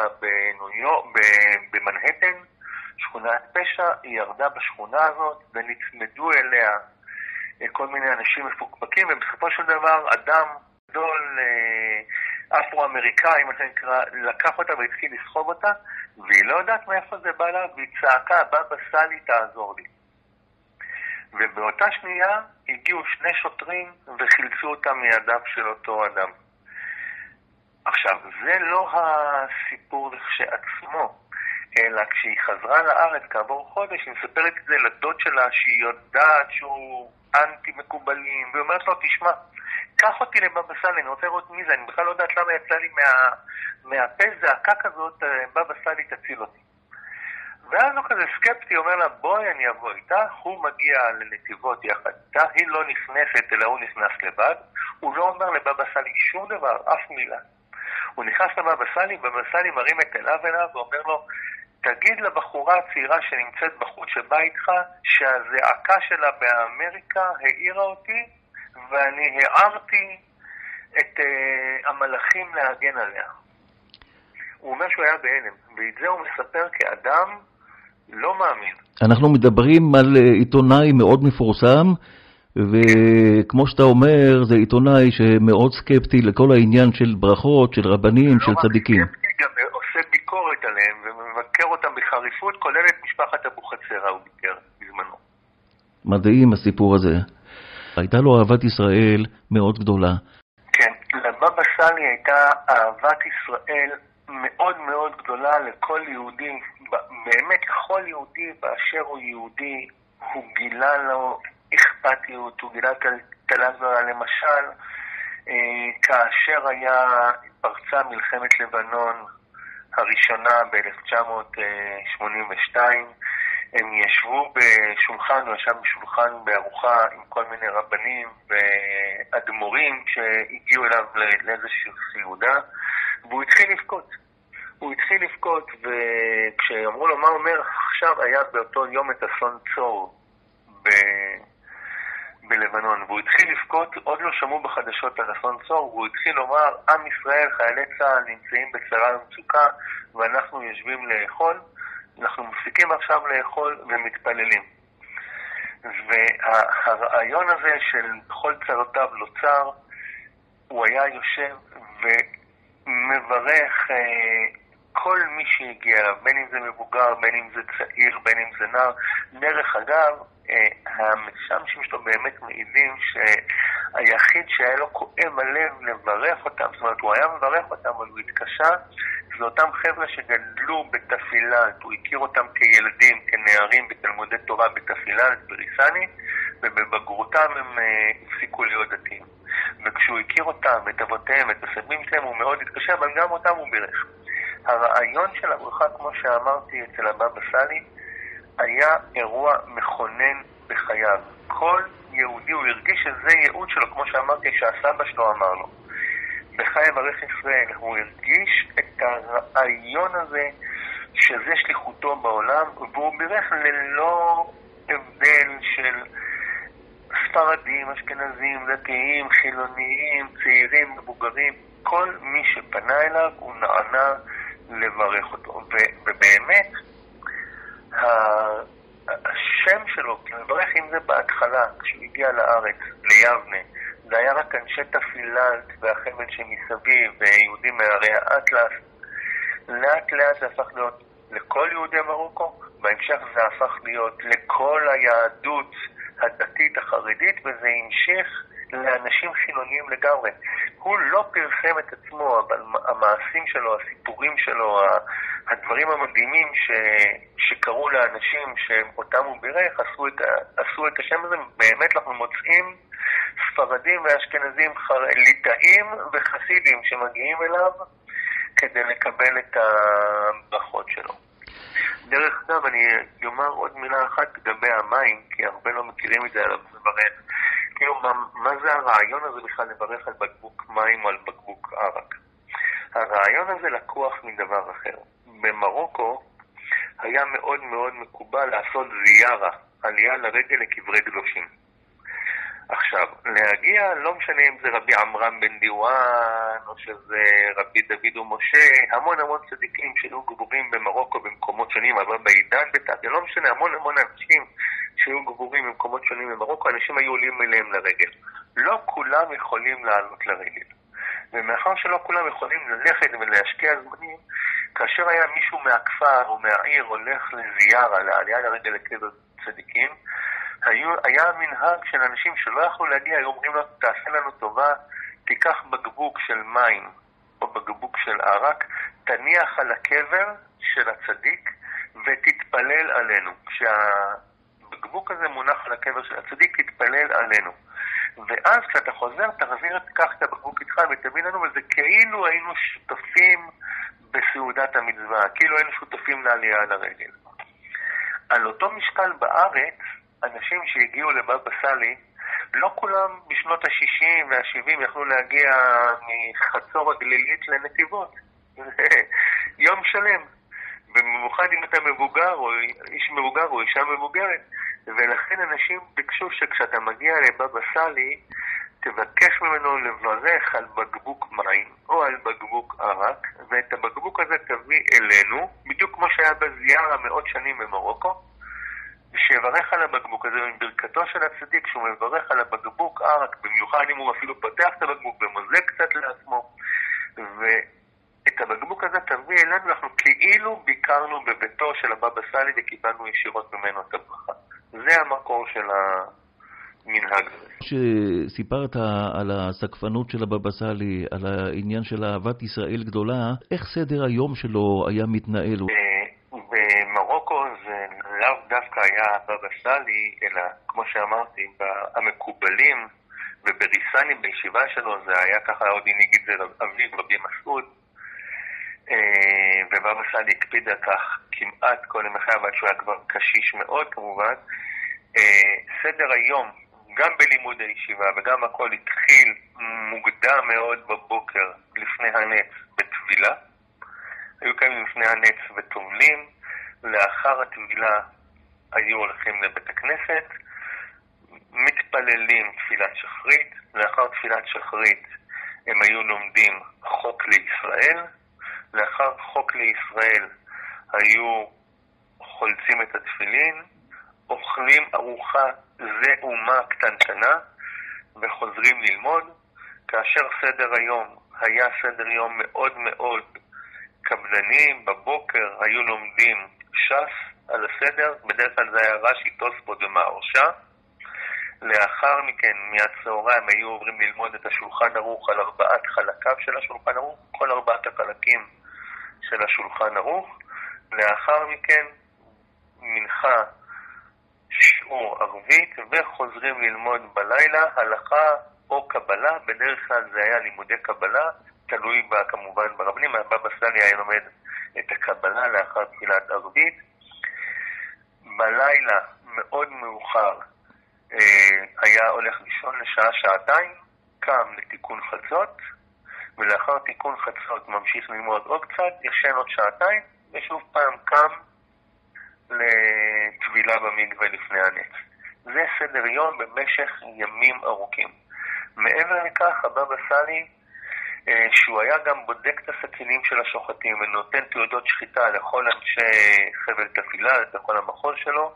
במנהטן, שכונת פשע, היא ירדה בשכונה הזאת ונצמדו אליה כל מיני אנשים מפוקפקים, ובסופו של דבר אדם גדול אפרו-אמריקאי, מה שנקרא, לקח אותה והתחיל לסחוב אותה, והיא לא יודעת מאיפה זה בא לה, והיא צעקה, בבא סאלי תעזור לי. ובאותה שנייה הגיעו 2 שוטרים וחילצו אותה מידיו של אותו אדם. עכשיו, זה לא הסיפור כשעצמו, אלא כשהיא חזרה לארץ כעבור חודש, היא מספרת את זה לדוד שלה שהיא יודעת שהוא אנטי מקובלים, והיא אומרת לו, תשמע, קח אותי לבבא סאלי, אני רוצה לראות מי זה, אני בכלל לא יודעת למה יצא לי מהפה זעקה כזאת, בבא סאלי תציל אותי. ואז הוא כזה סקפטי, אומר לה, בואי אני אבוא איתה, הוא מגיע לנתיבות יחד איתה, היא לא נכנסת, אלא הוא נכנס לבד, הוא לא אומר לבבא סאלי שום דבר, אף מילה. הוא נכנס לבבא סאלי, בבא סאלי מרים את אליו ואומר לו, תגיד לבחורה הצעירה שנמצאת בחוץ שבא איתך, שהזעקה שלה באמריקה העירה אותי, ואני הערתי את המלאכים להגן עליה. הוא אומר שהוא היה בהלם, ואת זה הוא מספר כאדם לא מאמין. אנחנו מדברים על עיתונאי מאוד מפורסם, וכמו שאתה אומר, זה עיתונאי שמאוד סקפטי לכל העניין של ברכות, של רבנים, של צדיקים. לא רק סקפטי, גם עושה ביקורת עליהם, ומבקר אותם בחריפות, כולל את משפחת אבוחצירא, הוא ביקר בזמנו. מדהים הסיפור הזה. הייתה לו אהבת ישראל מאוד גדולה. כן, לבבא סאלי הייתה אהבת ישראל מאוד מאוד גדולה לכל יהודי, באמת לכל יהודי באשר הוא יהודי, הוא גילה לו אכפתיות, הוא גילה תלגברה למשל, כאשר פרצה מלחמת לבנון הראשונה ב-1982, הם ישבו בשולחן, הוא ישב בשולחן בארוחה עם כל מיני רבנים ואדמו"רים שהגיעו אליו לאיזושהי סעודה, והוא התחיל לבכות. הוא התחיל לבכות, וכשאמרו לו מה אומר, עכשיו היה באותו יום את אסון צור בלבנון, והוא התחיל לבכות, עוד לא שמעו בחדשות על אסון צור, והוא התחיל לומר, עם ישראל, חיילי צה"ל נמצאים בצרה ומצוקה, ואנחנו יושבים לאכול, אנחנו מפסיקים עכשיו לאכול ומתפללים. והרעיון הזה של בכל צרותיו לא צר, הוא היה יושב ומברך כל מי שהגיע אליו, בין אם זה מבוגר, בין אם זה צעיר, בין אם זה נער. דרך אגב, המשמשים שלו באמת מעידים שהיחיד שהיה לו כואב הלב לברך אותם, זאת אומרת הוא היה מברך אותם, אבל הוא התקשה, זה אותם חבר'ה שגדלו בתפילת, הוא הכיר אותם כילדים, כנערים בתלמודי תורה בתפילת, בריסני, ובבגרותם הם הפסיקו להיות דתיים. וכשהוא הכיר אותם, את אבותיהם, את הסבים שלהם, הוא מאוד התקשה, אבל גם אותם הוא בירך. הרעיון של הברכה, כמו שאמרתי אצל הבבא סאלי, היה אירוע מכונן בחייו. כל יהודי הוא הרגיש שזה ייעוד שלו, כמו שאמרתי שהסבא שלו אמר לו. בחי יברך ישראל, הוא הרגיש את הרעיון הזה שזה שליחותו בעולם, והוא בירך ללא הבדל של ספרדים, אשכנזים, דתיים, חילוניים, צעירים, מבוגרים. כל מי שפנה אליו הוא נענה לברך אותו. ובאמת, השם שלו, מברך אם זה בהתחלה, כשהוא הגיע לארץ, ליבנה, זה היה רק אנשי תפילת והחבל שמסביב, ויהודים מהרי האטלס. לאט לאט זה הפך להיות לכל יהודי מרוקו, בהמשך זה הפך להיות לכל היהדות הדתית החרדית, וזה המשיך לאנשים חילוניים לגמרי. הוא לא פרסם את עצמו, אבל המעשים שלו, הסיפורים שלו, הדברים המדהימים שקרו לאנשים שאותם הוא בירך, עשו את השם הזה. באמת אנחנו מוצאים ספרדים ואשכנזים, ליטאים וחסידים שמגיעים אליו כדי לקבל את הברכות שלו. דרך אגב, אני אומר עוד מילה אחת לגבי המים, כי הרבה לא מכירים את זה עליו לברך. כאילו, מה זה הרעיון הזה בכלל לברך על בקבוק מים או על בקבוק ערק? הרעיון הזה לקוח מדבר אחר. במרוקו היה מאוד מאוד מקובל לעשות זיארה, עלייה לרגל לקברי קדושים. עכשיו, להגיע, לא משנה אם זה רבי עמרם בן דיואן, או שזה רבי דוד ומשה, המון המון צדיקים שהיו גבורים במרוקו במקומות שונים, אבל בעידן בתאגל, לא משנה, המון אנשים שהיו גבורים במקומות שונים במרוקו, אנשים היו עולים אליהם לרגל. לא כולם יכולים לעלות לרגל. ומאחר שלא כולם יכולים ללכת ולהשקיע זמנים, כאשר היה מישהו מהכפר או מהעיר הולך לזיארה, לעלייה לרגל לקבר צדיקים, היה מנהג של אנשים שלא יכלו להגיע, היו אומרים לו, תעשה לנו טובה, תיקח בקבוק של מים או בקבוק של ערק, תניח על הקבר של הצדיק ותתפלל עלינו. כשהבקבוק הזה מונח על הקבר של הצדיק, תתפלל עלינו. ואז כשאתה חוזר, תיקח את הבקבוק איתך ותביא לנו, וזה כאילו היינו שותפים בסעודת המצווה, כאילו היינו שותפים לעלייה לרגל. על אותו משקל בארץ, אנשים שהגיעו לבבא סאלי, לא כולם בשנות ה-60 וה-70 יכלו להגיע מחצור הגלילית לנתיבות. יום שלם. במיוחד אם אתה מבוגר, או איש מבוגר, או אישה מבוגרת. ולכן אנשים ביקשו שכשאתה מגיע לבבא סאלי, תבקש ממנו לברך על בקבוק מים, או על בקבוק ערק, ואת הבקבוק הזה תביא אלינו, בדיוק כמו שהיה בזיארה מאות שנים במרוקו, שיברך על הבקבוק הזה, עם ברכתו של הצדיק, שהוא מברך על הבקבוק ערק, במיוחד אם הוא אפילו פתח את הבקבוק ומוזג קצת לעצמו, ואת הבקבוק הזה תביא אלינו, אנחנו כאילו ביקרנו בביתו של הבבא סאלי וקיבלנו ישירות ממנו את הברכה. זה המקור של המנהג הזה. שסיפרת על הסקפנות של הבבא סאלי, על העניין של אהבת ישראל גדולה, איך סדר היום שלו היה מתנהל? במרוקו זה לאו דווקא היה הבבא סאלי, אלא כמו שאמרתי, המקובלים, ובריסני בישיבה שלו זה היה ככה, עוד הנהיג את זה אביו רבי מסעוד, ובבא סאלי הקפיד על כך כמעט כל ימי חייו, עד שהוא היה כבר קשיש מאוד כמובן. סדר היום, גם בלימוד הישיבה וגם הכל התחיל מוקדם מאוד בבוקר לפני הנץ בתפילה. היו קמים לפני הנץ וטובלים, לאחר התפילה היו הולכים לבית הכנסת, מתפללים תפילת שחרית, לאחר תפילת שחרית הם היו לומדים חוק לישראל, לאחר חוק לישראל היו חולצים את התפילין, אוכלים ארוחה זה אומה קטנטנה וחוזרים ללמוד, כאשר סדר היום היה סדר יום מאוד מאוד קבלני. בבוקר היו לומדים ש"ס על הסדר, בדרך כלל זה היה רש"י, תוספות ומהרש"א. לאחר מכן, מהצהריים היו עוברים ללמוד את השולחן ערוך על 4 חלקיו של השולחן ערוך, כל 4 החלקים של השולחן ערוך. לאחר מכן, מנחה, שיעור ערבית, וחוזרים ללמוד בלילה הלכה או קבלה. בדרך כלל זה היה לימודי קבלה, תלוי בה כמובן ברבנים. הבבא סאלי היה לומד את הקבלה לאחר תפילת ערבית. בלילה מאוד מאוחר היה הולך לישון לשעה-שעתיים, קם לתיקון חצות, ולאחר תיקון חצות ממשיך ללמוד עוד קצת, ישן עוד שעתיים, ושוב פעם קם לטבילה במקווה לפני הנץ. זה סדר יום במשך ימים ארוכים. מעבר לכך, הבבא סאלי, שהוא היה גם בודק את הסכינים של השוחטים ונותן תעודות שחיטה לכל אנשי חבל תפילה, לכל המחוז שלו,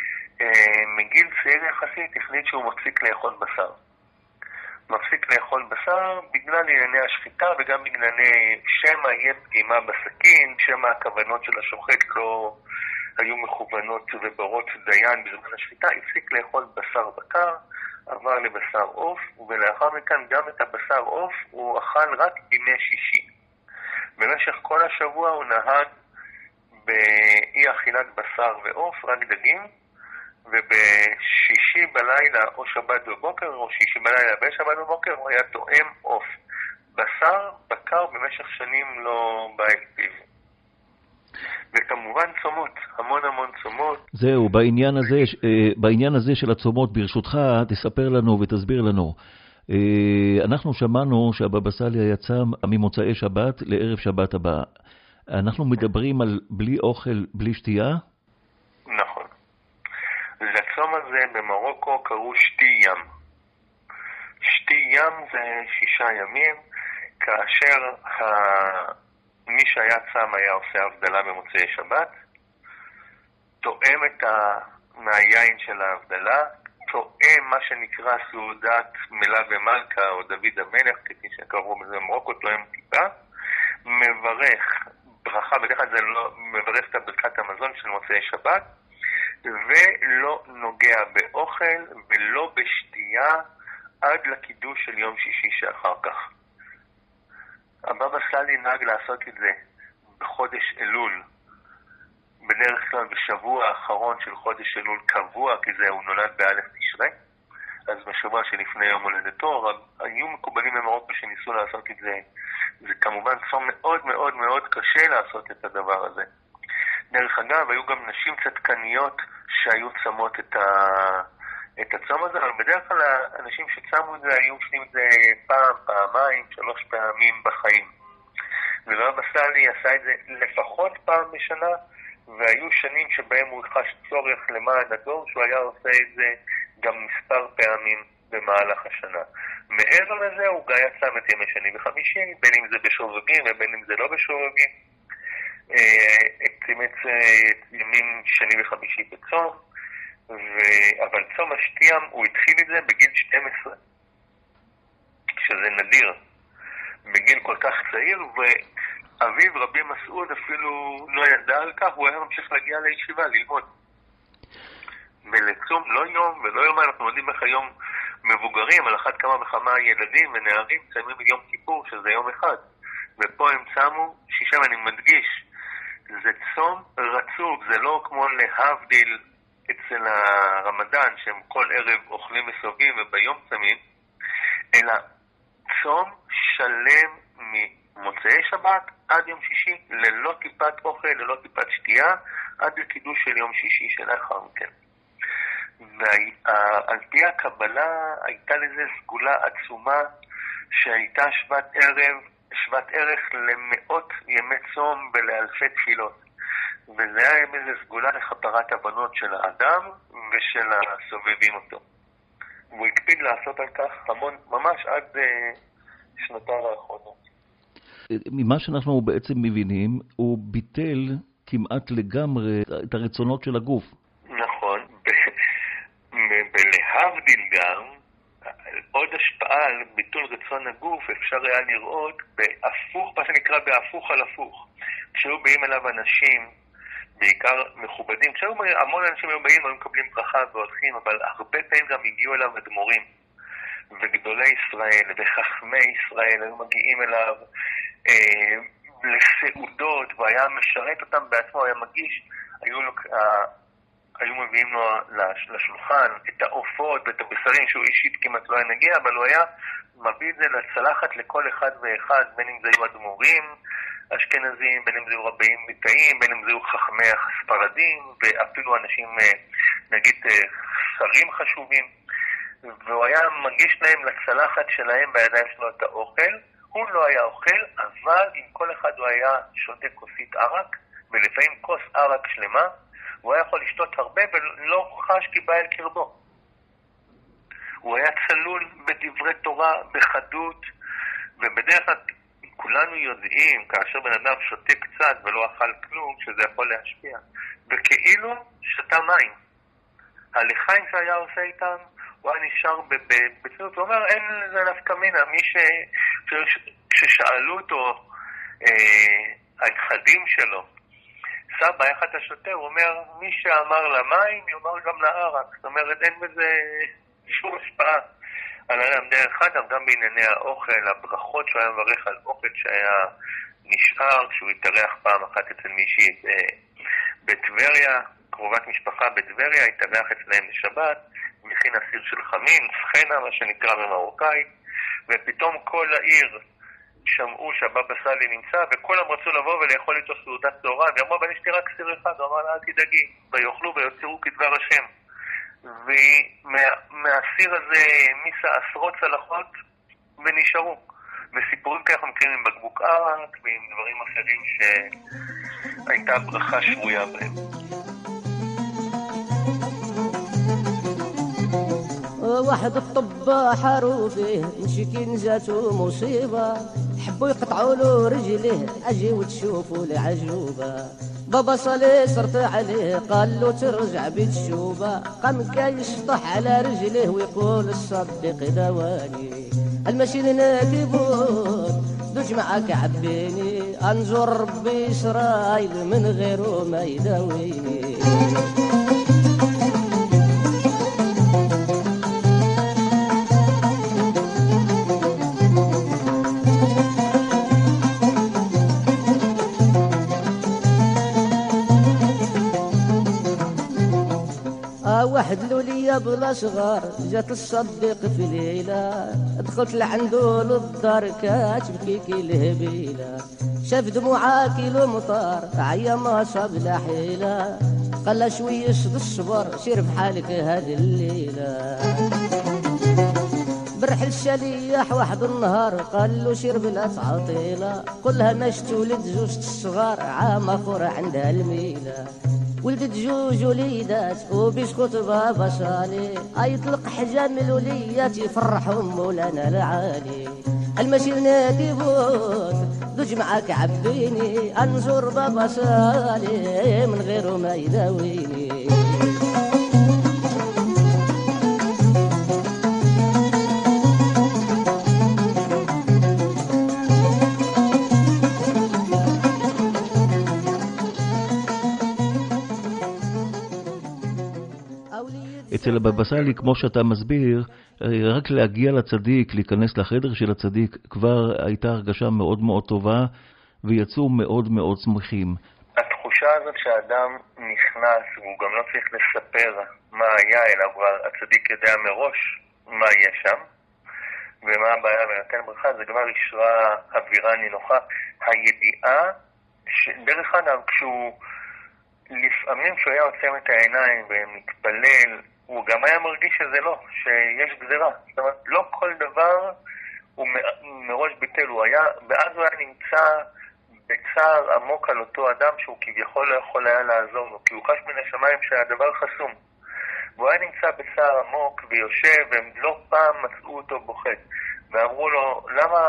מגיל צעיר יחסית החליט שהוא מפסיק לאכול בשר. מפסיק לאכול בשר בגלל ענייני השחיטה וגם בגלל שמא יהיה פגימה בסכין, שמא הכוונות של השוחט לא היו מכוונות וברות דיין בזמן השחיטה. הפסיק לאכול בשר בקר, עבר לבשר עוף, ולאחר מכן גם את הבשר עוף הוא אכל רק בימי שישי. במשך כל השבוע הוא נהג באי אכילת בשר ועוף, רק דגים, ובשישי בלילה או שבת בבוקר או שישי בלילה בשבת בבוקר הוא היה טועם עוף. בשר בקר במשך שנים לא בא אל פיו. וכמובן צומות, המון צומות. זהו, בעניין הזה של הצומות, ברשותך, תספר לנו ותסביר לנו. אנחנו שמענו שהבבא סאלי יצא ממוצאי שבת לערב שבת הבא. אנחנו מדברים על בלי אוכל, בלי שתייה? נכון. לצום הזה במרוקו קראו שתי ים. שתי ים זה 6 ימים, כאשר מי שהיה צם היה עושה הבדלה במוצאי שבת, תואם מהיין של ההבדלה, תואם מה שנקרא סעודת מלה ומלכה או דוד המלך, כפי שקראו בזה במרוקו, תואם טיפה, מברך ברכה, בדרך כלל זה לא מברך את ברכת המזון של מוצאי שבת, ולא נוגע באוכל ולא בשתייה עד לקידוש של יום שישי שאחר כך. הבבא סאלי נהג לעשות את זה בחודש אלול, בדרך כלל בשבוע האחרון של חודש אלול קבוע, כי זה הוא נולד באלף תשרי, אז בשבוע שלפני יום הולדתו. היו מקובלים במרוקו שניסו לעשות את זה. זה כמובן צום מאוד קשה לעשות את הדבר הזה. דרך אגב, היו גם נשים צדקניות שהיו צמות את הצום הזה, אבל בדרך כלל האנשים שצמו את זה היו עושים את זה פעם, פעמיים, 3 פעמים בחיים. והבבא סאלי עשה את זה לפחות פעם בשנה, והיו שנים שבהם הוא חש צורך למען הדור, שהוא היה עושה את זה גם מספר פעמים במהלך השנה. מעבר לזה הוא גם יצם את ימי שני וחמישי, בין אם זה בשובבים ובין אם זה לא בשובבים. הקצימץ ימים שני וחמישי בצום, אבל צום השתייה הוא התחיל את זה בגיל 12, שזה נדיר, בגיל כל כך צעיר, ואביו רבי מסעוד אפילו לא ידע על כך, הוא היה ממשיך להגיע לישיבה ללמוד. ולצום לא יום ולא יום, אנחנו יודעים איך היום מבוגרים, על אחת כמה וכמה ילדים ונערים צמים יום כיפור, שזה יום אחד. ופה הם צמו 6, אני מדגיש, זה צום רצוף, זה לא כמו להבדיל אצל הרמדאן, שהם כל ערב אוכלים וסובבים וביום צמים, אלא צום שלם ממוצאי שבת עד יום שישי, ללא טיפת אוכל, ללא טיפת שתייה, עד לקידוש של יום שישי שלאחר מכן. ועל פי הקבלה הייתה לזה סגולה עצומה, שהייתה שוות ערך למאות ימי צום ולאלפי תפילות. וזה היה איזו סגולה לכפרת הבנות של האדם ושל הסובבים אותו. והוא הקפיד לעשות על כך המון, ממש עד שנותיו האחרונות. ממה שאנחנו בעצם מבינים, הוא ביטל כמעט לגמרי את הרצונות של הגוף. נכון. בלהבדיל גם, עוד השפעה על ביטול רצון הגוף אפשר היה לראות בהפוך, מה שנקרא בהפוך על הפוך. כשהיו באים אליו אנשים, בעיקר מכובדים, המון אנשים היו באים, היו מקבלים ברכה והולכים, אבל הרבה פעמים גם הגיעו אליו אדמו"רים וגדולי ישראל וחכמי ישראל, היו מגיעים אליו לסעודות, והיה משרת אותם בעצמו, היה מגיש, היו מביאים לו לשולחן את העופות ואת הבשרים שהוא אישית כמעט לא היה נגיע, אבל הוא היה מביא את זה לצלחת לכל אחד ואחד, בין אם זה היו אדמו"רים אשכנזים, בין אם זה היו רבאים ליטאים, בין אם זה היו חכמי הספרדים, ואפילו אנשים, נגיד, שרים חשובים, והוא היה מגיש להם לצלחת שלהם בידיים שלו את האוכל. הוא לא היה אוכל, אבל עם כל אחד הוא היה שותה כוסית ערק, ולפעמים כוס ערק שלמה, הוא היה יכול לשתות הרבה ולא חש כי בא אל קרבו. הוא היה צלול בדברי תורה, בחדות, ובדרך כלל כולנו יודעים, כאשר בן אדם שותה קצת ולא אכל כלום, שזה יכול להשפיע. וכאילו שתה מים. הלחיים שהיה עושה איתם, הוא היה נשאר בצנות, הוא אומר, אין לזה נפקא מינה. כששאלו אותו הנכדים שלו, סבא, איך אתה שותה? הוא אומר, מי שאמר למים, יאמר גם לערק. זאת אומרת, אין בזה שום השפעה על האדם. דרך אגב, גם בענייני האוכל, הברכות שהוא היה מברך על אוכל שהיה נשאר, כשהוא התארח פעם אחת אצל מישהי בטבריה, קרובת משפחה בטבריה, התארח אצלהם לשבת, מכין אסיר של חמין, סחנה, מה שנקרא במרוקאית, ופתאום כל העיר שמעו שהבבא סאלי נמצא, וכולם רצו לבוא ולאכול איתו סעודת צהריים, ואמרו, אבל יש לי רק סיר אחד, הוא אמר לה, אל תדאגי, ויאכלו ויוצרו כדבר השם. ומהסיר הזה מיסה עשרות צלחות ונשארו. וסיפורים כך מכירים עם בקבוק ערק ועם דברים אחרים שהייתה ברכה שבויה בהם. واحد الطباح حروفه مشكين جاتو مصيبة حبوا يقطعوا له رجليه اجي وتشوفوا العجوبة بابا صلي صرت عليه قال له ترجع بالشوبة قام يشطح على رجليه ويقول الصدق دواني المشي لناكبون دوج معك عبيني انزور ربي اسرائيل من غيره ما يداويني واحد لولية بلا صغار جات الصديق في ليلة دخلت لعنده للدار كاتبكي كي الهبيلة شاف دموعها كيلومتر عيا ما صاب لا حيلة قال شوية شد الصبر سير بحالك هذه الليلة برحل الشليح واحد النهار قال له سير بلا تعطيلة قلها ماش تولد زوجة الصغار عام اخر عندها الميلة ولدت جوج وليدات وبيسكوت بابا صالي يطلق حجام الوليات يفرحهم مولانا العالي المشي نادي بوت دوج معاك عبيني انزور بابا صالي من غيره ما يداويني أولي אצל הבבא סאלי, כמו שאתה מסביר, רק להגיע לצדיק, להיכנס לחדר של הצדיק, כבר הייתה הרגשה מאוד מאוד טובה, ויצאו מאוד מאוד שמחים. התחושה הזאת שהאדם נכנס, והוא גם לא צריך לספר מה היה, אלא כבר הצדיק יודע מראש מה יהיה שם, ומה הבעיה ונתן ברכה, זה כבר ישרה אווירה נינוחה. הידיעה, דרך אגב, לפעמים כשהוא היה עוצם את העיניים ומתפלל, הוא גם היה מרגיש שזה לא, שיש גזירה. זאת אומרת, לא כל דבר הוא מראש ביטל, ואז הוא היה נמצא בצער עמוק על אותו אדם שהוא כביכול לא יכול היה לעזור לו, כי הוא חש מן השמיים שהדבר חסום. והוא היה נמצא בצער עמוק ויושב, והם לא פעם מצאו אותו בוכה. ואמרו לו,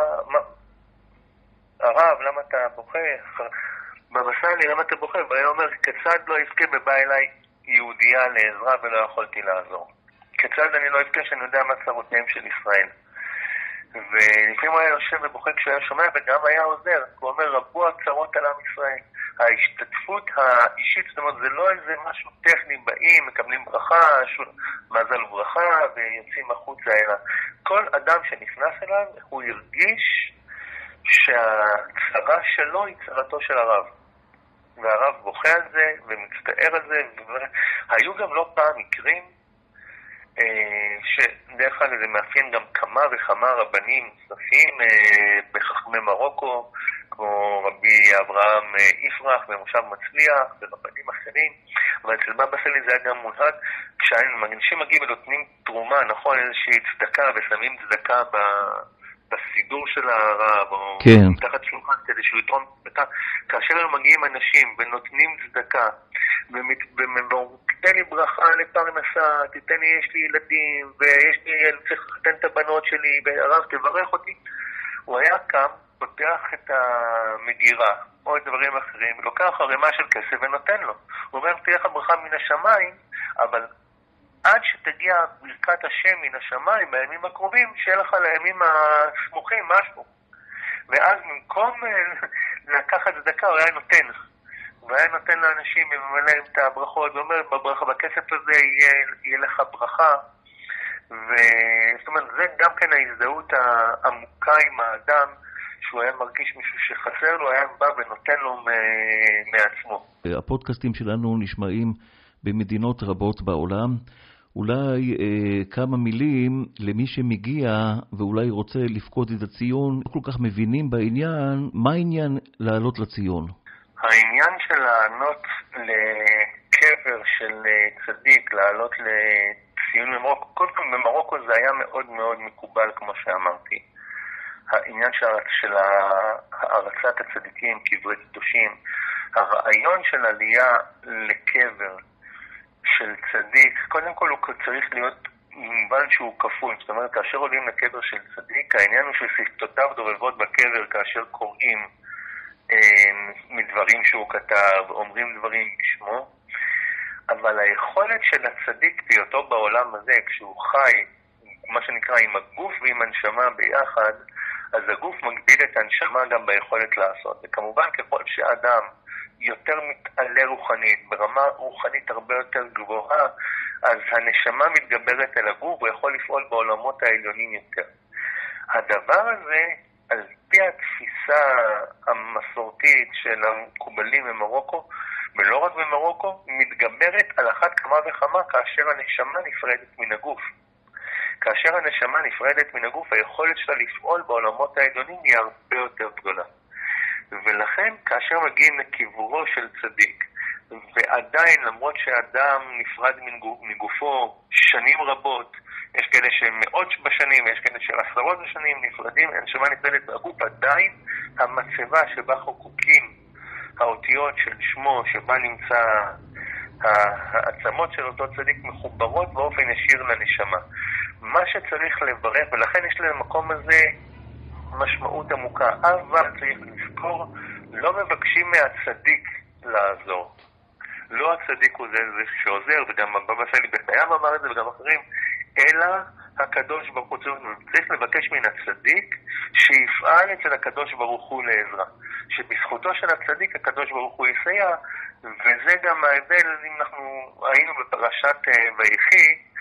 הרב, למה אתה בוכה? בבא סאלי, למה אתה בוכה? והיה אומר, כיצד לא יזכה ובא אליי יהודייה לעזרה ולא יכולתי לעזור? כיצד אני לא יזכה שאני יודע מה צרותיהם של ישראל? ולפעמים הוא היה יושב ובוכה כשהוא היה שומע, וגם היה עוזר. הוא אומר, רבו הצרות על עם ישראל. ההשתתפות האישית, זאת אומרת, זה לא איזה משהו טכני, באים, מקבלים ברכה, מזל ברכה, ויוצאים החוצה, אלא כל אדם שנכנס אליו, הוא ירגיש שהצרה שלו היא צרתו של הרב. והרב בוכה על זה, ומצטער על זה, היו גם לא פעם מקרים, שדרך כלל זה מאפיין גם כמה וכמה רבנים נוספים בחכמי מרוקו, כמו רבי אברהם יפרח במושב מצליח ורבנים אחרים, אבל אצל בבא סאלי זה היה גם מונהג, כשאנשים מגיעים ונותנים תרומה, נכון, איזושהי צדקה, ושמים צדקה בסידור של הרב, או מתחת שולחן כדי שהוא יתרום צדקה, כאשר הם מגיעים אנשים ונותנים צדקה, תתן לי ברכה לפרנסה, תתן לי, יש לי ילדים, ויש לי, אני צריך לתן את הבנות שלי, והרב תברך אותי. הוא היה קם, פותח את המגירה, או את דברים אחרים, ולוקח ערימה של כסף ונותן לו. הוא אומר, תהיה לך ברכה מן השמיים, אבל עד שתגיע ברכת השם מן השמיים, בימים הקרובים, שיהיה לך לימים הסמוכים, משהו. ואז במקום לקחת צדקה, הוא היה נותן. והיה נותן לאנשים, וממלא להם את הברכות, ואומר, בכסף הזה יהיה לך ברכה. זאת אומרת, זה גם כן ההזדהות העמוקה עם האדם, שהוא היה מרגיש מישהו שחסר לו, היה בא ונותן לו מעצמו. הפודקאסטים שלנו נשמעים במדינות רבות בעולם. אולי כמה מילים למי שמגיע ואולי רוצה לפקוד את הציון, לא כל כך מבינים בעניין, מה העניין לעלות לציון? העניין של לעלות לקבר של צדיק, לעלות לציון ממרוקו, קודם כל במרוקו זה היה מאוד מאוד מקובל כמו שאמרתי. העניין של הערצת הצדיקים, קברי קדושים, הרעיון של עלייה לקבר של צדיק, קודם כל הוא צריך להיות מובן שהוא כפול. זאת אומרת, כאשר עולים לקבר של צדיק, העניין הוא ששפתותיו דובבות בקבר כאשר קוראים מדברים שהוא כתב, אומרים דברים בשמו, אבל היכולת של הצדיק בהיותו בעולם הזה, כשהוא חי, מה שנקרא, עם הגוף ועם הנשמה ביחד, אז הגוף מגביל את הנשמה גם ביכולת לעשות. וכמובן, ככל שאדם יותר מתעלה רוחנית, ברמה רוחנית הרבה יותר גבוהה, אז הנשמה מתגברת אל הגוף, הוא יכול לפעול בעולמות העליונים יותר. הדבר הזה, על פי התפיסה המסורתית של המקובלים במרוקו, ולא רק במרוקו, מתגברת על אחת כמה וכמה כאשר הנשמה נפרדת מן הגוף. כאשר הנשמה נפרדת מן הגוף, היכולת שלה לפעול בעולמות העליונים היא הרבה יותר גדולה. ולכן, כאשר מגיעים לקברו של צדיק, ועדיין, למרות שאדם נפרד מגופו שנים רבות, יש כאלה שמאות בשנים, יש כאלה של עשרות בשנים נפרדים, הנשמה נפרדת מהגוף, עדיין המצבה שבה חוקוקים האותיות של שמו, שבה נמצא העצמות של אותו צדיק מחוברות באופן ישיר לנשמה. מה שצריך לברך, ולכן יש למקום הזה משמעות עמוקה, אבל צריך לזכור, לא מבקשים מהצדיק לעזור. לא הצדיק הוא זה שעוזר, וגם בבא סאלי בחייו אמר את זה וגם אחרים, אלא הקדוש ברוך הוא. צריך לבקש מן הצדיק שיפעל אצל הקדוש ברוך הוא לעזרה. שבזכותו של הצדיק הקדוש ברוך הוא יסייע, וזה גם ההבדל, אם אנחנו היינו בפרשת ויחי,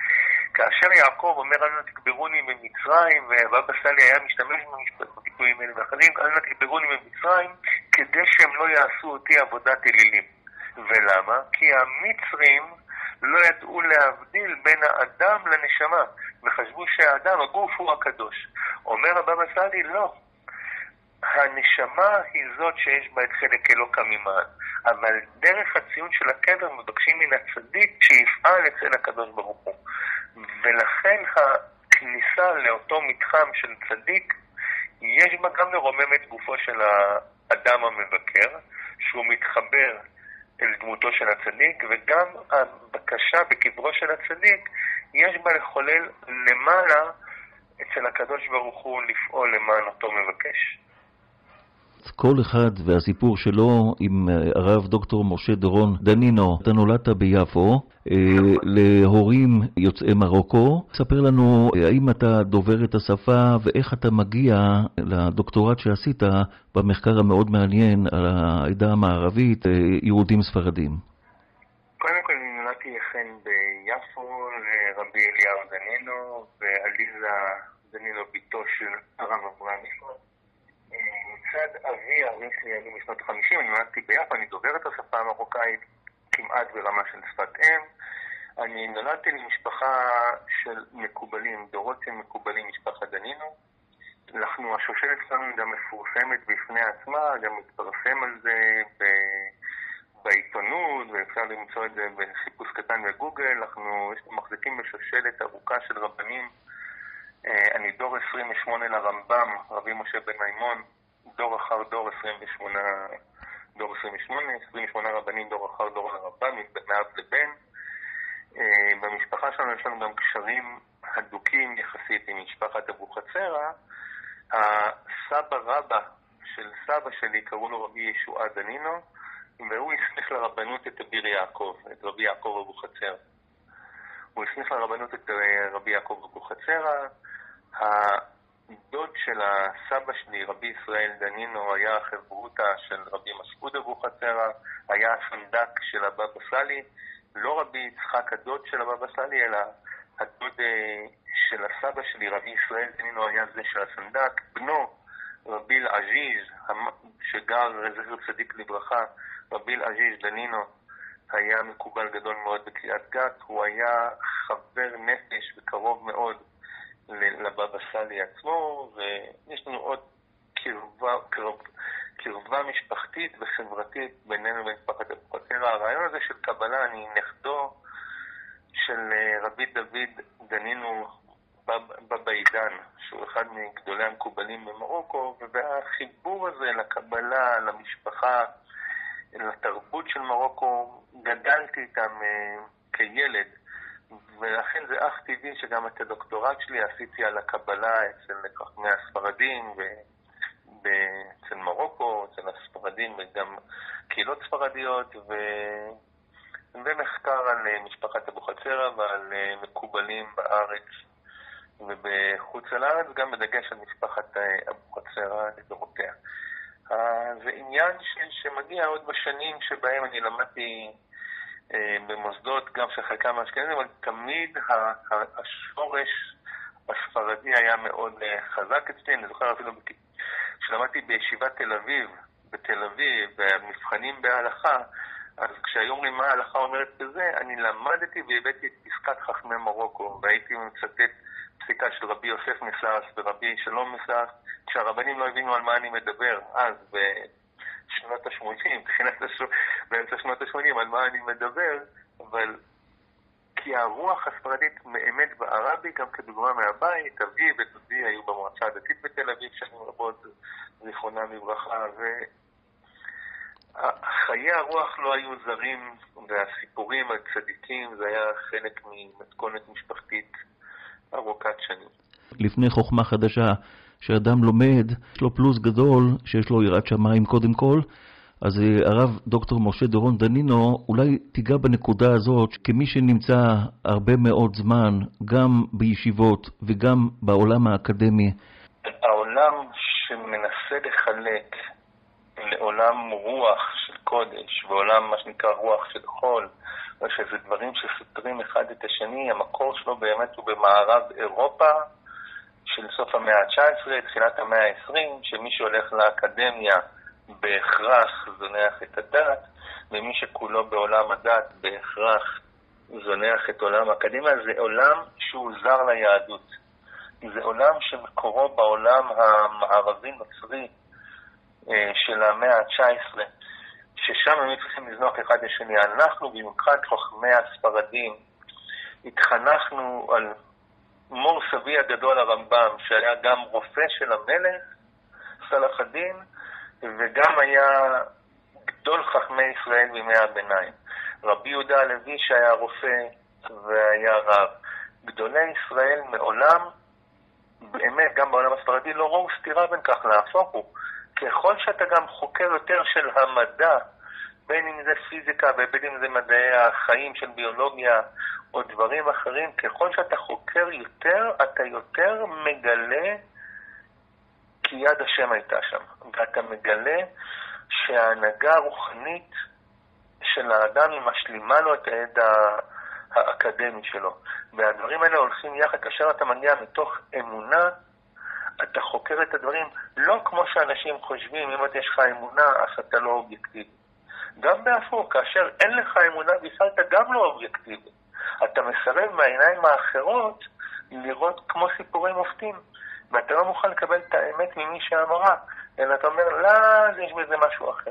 כאשר יעקב אומר אל נא תקברוני ממצרים, ובבא סאלי היה משתמש בביטויים האלה ואחרים, אל נא תקברוני ממצרים, כדי שהם לא יעשו אותי עבודת אלילים. ולמה? כי המצרים לא ידעו להבדיל בין האדם לנשמה, וחשבו שהאדם, הגוף הוא הקדוש. אומר הבבא סאלי, לא. הנשמה היא זאת שיש בה את חלק אלוקא ממעל, אבל דרך הציון של הקבר מבקשים מן הצדיק שיפעל אצל הקדוש ברוך הוא. ולכן הכניסה לאותו מתחם של צדיק, יש בה גם לרומם את גופו של האדם המבקר, שהוא מתחבר אל דמותו של הצדיק, וגם הבקשה בקברו של הצדיק, יש בה לחולל למעלה אצל הקדוש ברוך הוא לפעול למען אותו מבקש. כל אחד והסיפור שלו עם הרב דוקטור משה דורון דנינו. אתה נולדת ביפו, להורים יוצאי מרוקו. ספר לנו האם אתה דובר את השפה ואיך אתה מגיע לדוקטורט שעשית במחקר המאוד מעניין על העדה המערבית, יהודים ספרדים. קודם כל אני נולדתי אכן ביפו, רבי אליהו דנינו ועליזה דנינו ביתו של הרב אברהם ישמעאל. מצד אבי, ההורים שלי עלו משנות ה-50, אני נולדתי ביפו, אני דובר את השפה המרוקאית כמעט ברמה של שפת אם. אני נולדתי למשפחה של מקובלים, דורות של מקובלים, משפחת דנינו. השושלת שלנו גם מפורסמת בפני עצמה, גם מתפרסם על זה בעיתונות, ואפשר למצוא את זה בחיפוש קטן בגוגל. אנחנו מחזיקים בשושלת ארוכה של רבנים. אני דור 28 לרמב"ם, רבי משה בן מימון, דור אחר דור 28 רבנים דור אחר דור לרמב"ם, מאב לבן. במשפחה שלנו יש לנו גם קשרים הדוקים יחסית עם משפחת אבוחצירא. הסבא רבא של סבא שלי קראו לו רבי ישוע דנינו, והוא הסמיך לרבנות את אביר יעקב, את רבי יעקב אבוחצירא. הוא הסמיך לרבנות את רבי יעקב אבוחצירא. הדוד של הסבא שלי, רבי ישראל דנינו, היה חברותא של רבי מסעוד אבוחצירא, היה הסנדק של הבבא סאלי, לא רבי יצחק הדוד של הבבא סאלי, אלא הדוד של הסבא שלי, רבי ישראל דנינו, היה זה של הסנדק. בנו, רבי אל-עזיז, שגר זכר צדיק לברכה, רבי אל-עזיז דנינו, היה מקובל גדול מאוד בקריאת גת. הוא היה חבר נפש וקרוב מאוד לבבא סאלי עצמו, ויש לנו עוד קרבה משפחתית וחברתית בינינו ובין משפחת אבוחצירא. הרעיון הזה של קבלה, אני נכדו של רבי דוד דנינו בביידן, שהוא אחד מגדולי המקובלים במרוקו, והחיבור הזה לקבלה, למשפחה, לתרבות של מרוקו, גדלתי איתם כילד, ולכן זה אך טבעי שגם את הדוקטורט שלי עשיתי על הקבלה אצל חכמי הספרדים אצל מרוקו, אצל הספרדים וגם קהילות ספרדיות, ומחקר על משפחת אבוחצירא ועל מקובלים בארץ ובחוץ לארץ, גם בדגש על משפחת אבוחצירא לדורותיה. זה עניין שמגיע עוד בשנים שבהם אני למדתי במוסדות, גם של חלקם האשכנזים, אבל תמיד השורש הספרדי היה מאוד חזק אצלי. אני זוכר אפילו כשלמדתי בישיבת בתל אביב, והמבחנים בהלכה, אז כשהיום לי מה ההלכה אומרת בזה, אני למדתי והבאתי את פסקת חכמי מרוקו, והייתי מצטט פסיקה של רבי יוסף מסעס ורבי שלום מסעס, כשהרבנים לא הבינו על מה אני מדבר, אז בשנות ה-80, באמצע שנות ה-80, על מה אני מדבר, אבל כי הרוח הספרדית באמת בערה בי, גם כדוגמה מהבית. אבי ודודי היו במועצה הדתית בתל אביב שנים רבות, זיכרונם לברכה, וחיי הרוח לא היו זרים, והסיפורים על צדיקים זה היה חלק ממתכונת משפחתית ארוכת שנים. לפני חוכמה חדשה שאדם לומד, יש לו פלוס גדול שיש לו יראת שמיים קודם כל. אז הרב דוקטור משה דורון דנינו, אולי תיגע בנקודה הזאת, כמי שנמצא הרבה מאוד זמן, גם בישיבות וגם בעולם האקדמי. העולם שמנסה לחלק לעולם רוח של קודש, ועולם מה שנקרא רוח של חול, או שזה דברים שסותרים אחד את השני. המקור שלו באמת הוא במערב אירופה של סוף המאה ה-19, תחילת המאה ה-20, שמי שהולך לאקדמיה בהכרח זונח את הדת, ומי שכולו בעולם הדת בהכרח זונח את עולם האקדמיה. זה עולם שהוא זר ליהדות. זה עולם שמקורו בעולם המערבי נוצרי של המאה ה-19, ששם הם צריכים לזנוח אחד לשני. אנחנו, במיוחד חכמי הספרדים, התחנכנו על מור סבי הגדול הרמב"ם, שהיה גם רופא של המלך סלאח א-דין, וגם היה גדול חכמי ישראל בימי הביניים. רבי יהודה הלוי שהיה רופא והיה רב. גדולי ישראל מעולם, באמת גם בעולם הספרדי, לא ראו סתירה בין כך, להפוך הוא. ככל שאתה גם חוקר יותר של המדע, בין אם זה פיזיקה ובין אם זה מדעי החיים של ביולוגיה או דברים אחרים, ככל שאתה חוקר יותר, אתה יותר מגלה כי יד השם הייתה שם. ואתה מגלה שההנהגה הרוחנית של האדם היא משלימה לו את הידע האקדמי שלו. והדברים האלה הולכים יחד. כאשר אתה מגיע מתוך אמונה, אתה חוקר את הדברים לא כמו שאנשים חושבים, אם יש לך אמונה אז אתה לא אובייקטיבי. גם בהפוך, כאשר אין לך אמונה בכלל אתה גם לא אובייקטיבי. אתה מסרב מהעיניים האחרות לראות כמו סיפורים מופתים, ואתה לא מוכן לקבל את האמת ממי שאמרה, אלא אתה אומר, לא, יש בזה משהו אחר.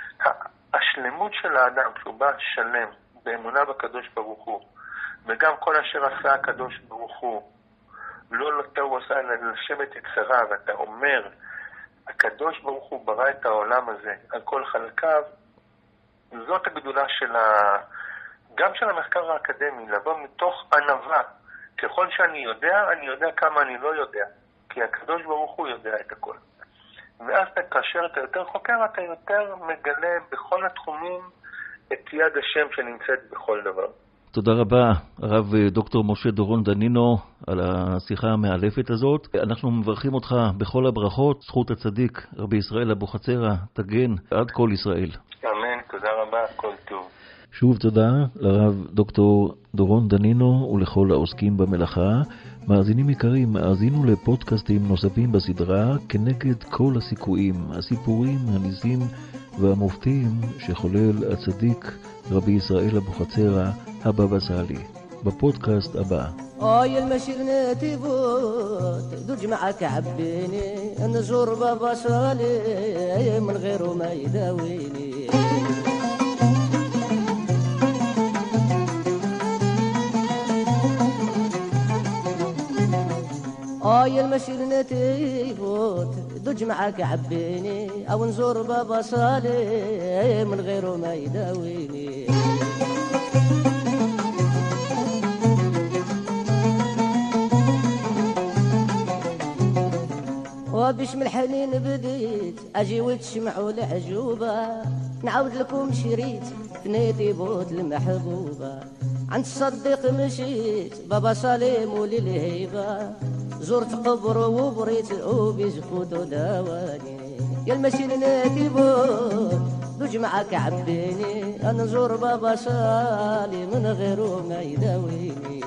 השלמות של האדם, שהוא בא שלם באמונה בקדוש ברוך הוא, וגם כל אשר עשה הקדוש ברוך הוא, לא לטה הוא עשה לשבת יצרה, ואתה אומר, הקדוש ברוך הוא ברא את העולם הזה על כל חלקיו, זאת הגדולה של גם של המחקר האקדמי, לבוא מתוך ענווה. ככל שאני יודע, אני יודע כמה אני לא יודע, כי הקדוש ברוך הוא יודע את הכל. ואז כאשר אתה יותר חוקר, אתה יותר מגלה בכל התחומים את יד השם שנמצאת בכל דבר. תודה רבה, הרב דוקטור משה דורון דנינו, על השיחה המאלפת הזאת. אנחנו מברכים אותך בכל הברכות. זכות הצדיק רבי ישראל אבוחצירא תגן עד כל ישראל. אמן, תודה רבה, כל טוב. שוב תודה לרב דוקטור דורון דנינו ולכל העוסקים במלאכה. מאזינים יקרים, האזינו לפודקאסטים נוספים בסדרה כנגד כל הסיכויים, הסיפורים, הניסים והמופתים שחולל הצדיק רבי ישראל אבוחצירא הבבא סאלי. בפודקאסט הבא. يا المشير تيفوت دوج معك عبيني نزور بابا صالي من غيره ما يداويني يا المشير تيفوت دوج معك عبيني او نزور بابا صالي من غيره ما يداويني وبشم الحنين بديت اجي وتشمعوا العجوبه نعاود لكم شريت ثنيتي بوت المحبوبه عند الصديق مشيت بابا سليم وللهيبه زرت قبر وبريت وبزفوت وداواني يا المشي ناتي بوت دوج معك عبيني انا نزور بابا سالي من غيره ما يداويني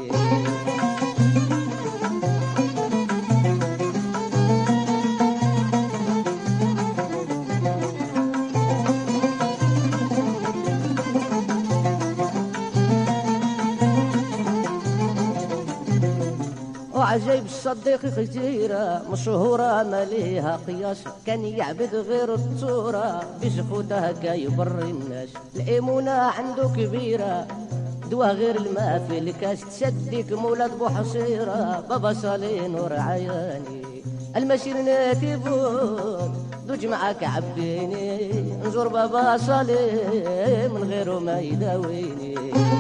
عجيب الصديق خزيرة مشهورة ماليها قياس كان يعبد غير الصورة بزخوته هكا يبر الناس الإيمونة عنده كبيرة دوا غير الماء في الكاس تسديك مولد بوحصيرة بابا صالين ورعياني المشير ناتي بوت دوج معك عبيني نزور بابا صالين من غيره ما يداويني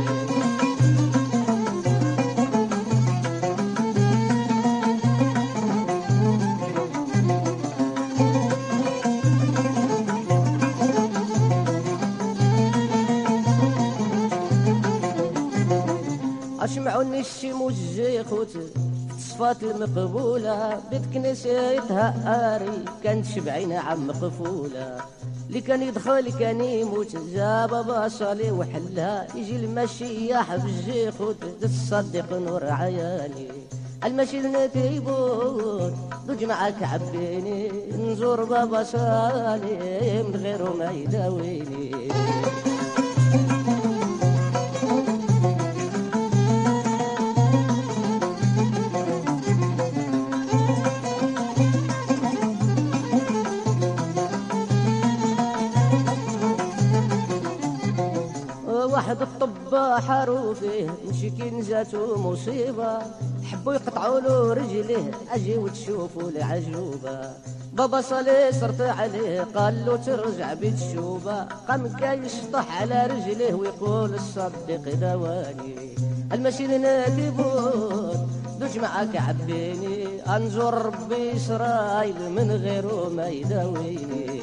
اسمعوني الشيم والزيخوت صفات المقبولة بيت كنيستها آري كانت شبعينة عم مقفولة اللي كان يدخل كان يموت، جا بابا صالي وحلها، يجي المشيح بالجي خود تصدق نور عياني. المشي نتيبوت دوج معاك عبيني، نزور بابا صالي من غيره ما يداويني. واحد الطباح حروفيه مشي كي نجاتو مصيبة، حبوا يقطعوا له رجليه، اجي وتشوفوا لي عجوبة. بابا صالي صرت عليه قال له ترجع بيت الشوبة، قام كيشطح على رجليه ويقول الصديق دواني. المشي نادبوت دوج معاك عبيني، انزور ربي اسرائيل من غيره ما يداويني.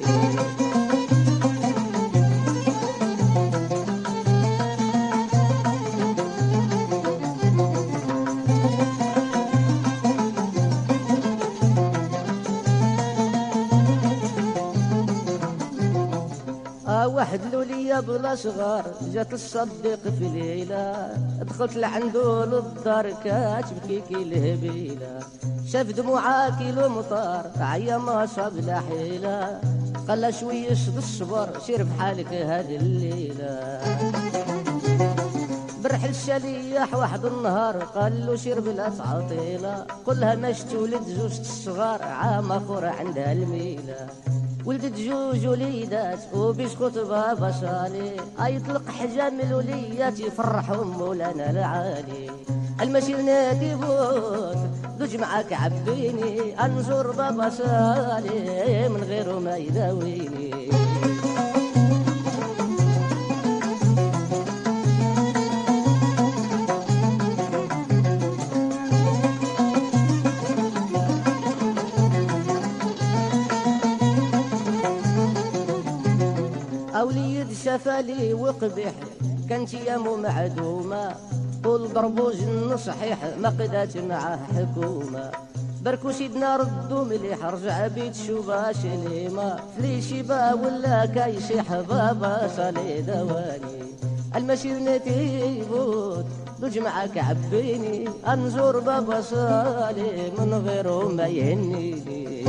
واحد لولية بلا صغار جات الصديق في ليلة، دخلت لعندو للدار كاتبكي كي الهبيلة، شاف دموعها كيلومتر عيا ما صاب لا حيلة، قال شوية شد الصبر سير بحالك هذه الليلة. برح الشليح واحد النهار قال له سير بلا تعطيلة، قلها ماش تولد زوجة الصغار عام اخر عندها الميلة. ولدت جوج وليدات وبيسكت بابا صالي، يطلق حجام الوليات يفرحهم مولانا العالي. المشي نادي بوت دوج معاك عبيني، انزور بابا صالي من غيره ما يداويني. وليد شفالي وقبح كانت يامو معدومة، طول ضربوج صحيح ما قدات معاه حكومة. بركو سيدنا ردو مليح رجع بيت شوبا شليمة، فلي شيبا ولا كايشيح بابا صالي دواني. المشي نتيبوت دوج معاك عبيني، انزور بابا صالي من غيره ما يهنيني.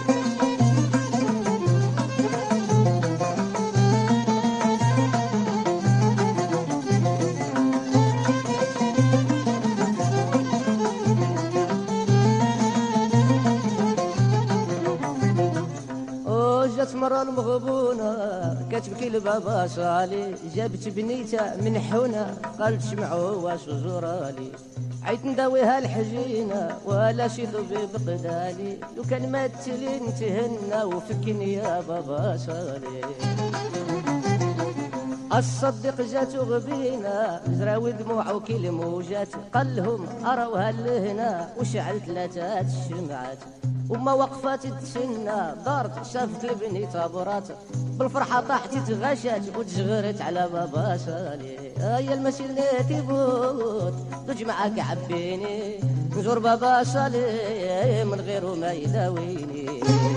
مرة المغبونة كتبكي لبابا صالي، جابت بنيتها من حونة قالت شمعوا واش زورالي. عيت نداويها الحجينة ولا شي ذوبي بقدالي، لو كان ماتلين تهنى وفكني يا بابا صالي. الصديق جاتو غبينة زراوي دموعو كي الموجات، قال لهم اراوها لهنا وشعل 3 الشمعات. وما وقفات تسنى دارت شافت البني تابرات، بالفرحة طاحت تغشات وتشغرت على بابا صالي. يا المشي اللي تبوت دوج معاك عبيني، نزور بابا صالي من غيره ما يداويني.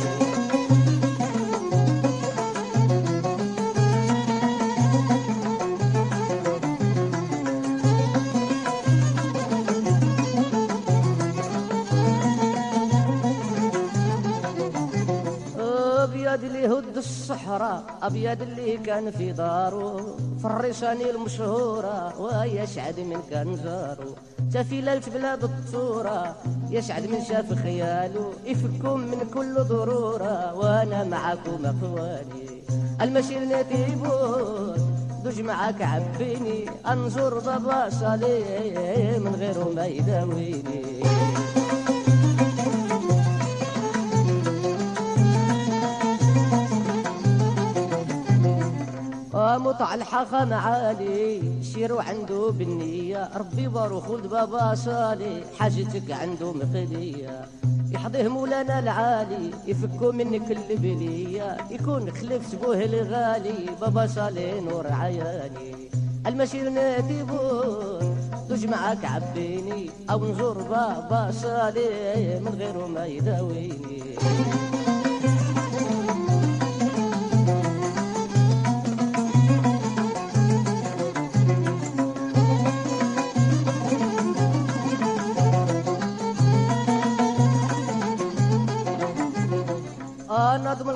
أبيض اللي هد الصحراء، أبيض اللي كان في دارو، في الريشاني المشهورة ويشعد من كان زارو. شافي ليلة بلاد الطورة يشعد من شاف خياله، يفكم من كل ضرورة وأنا معاكم أخواني. المشي نتيبوت دوج معاك عبيني، أنزور بابا صالي من غيره ما يداويني. مطع الحقا معالي شيرو عنده بالنية، ربي بارو خلد بابا صالي حاجتك عنده مقدية. يحضيه مولانا العالي يفكو منك البلية، يكون خلفت بوه الغالي بابا صالي نور عياني. المشير نادبون دوج معاك عبيني، او نزور بابا صالي من غيره ما يداويني.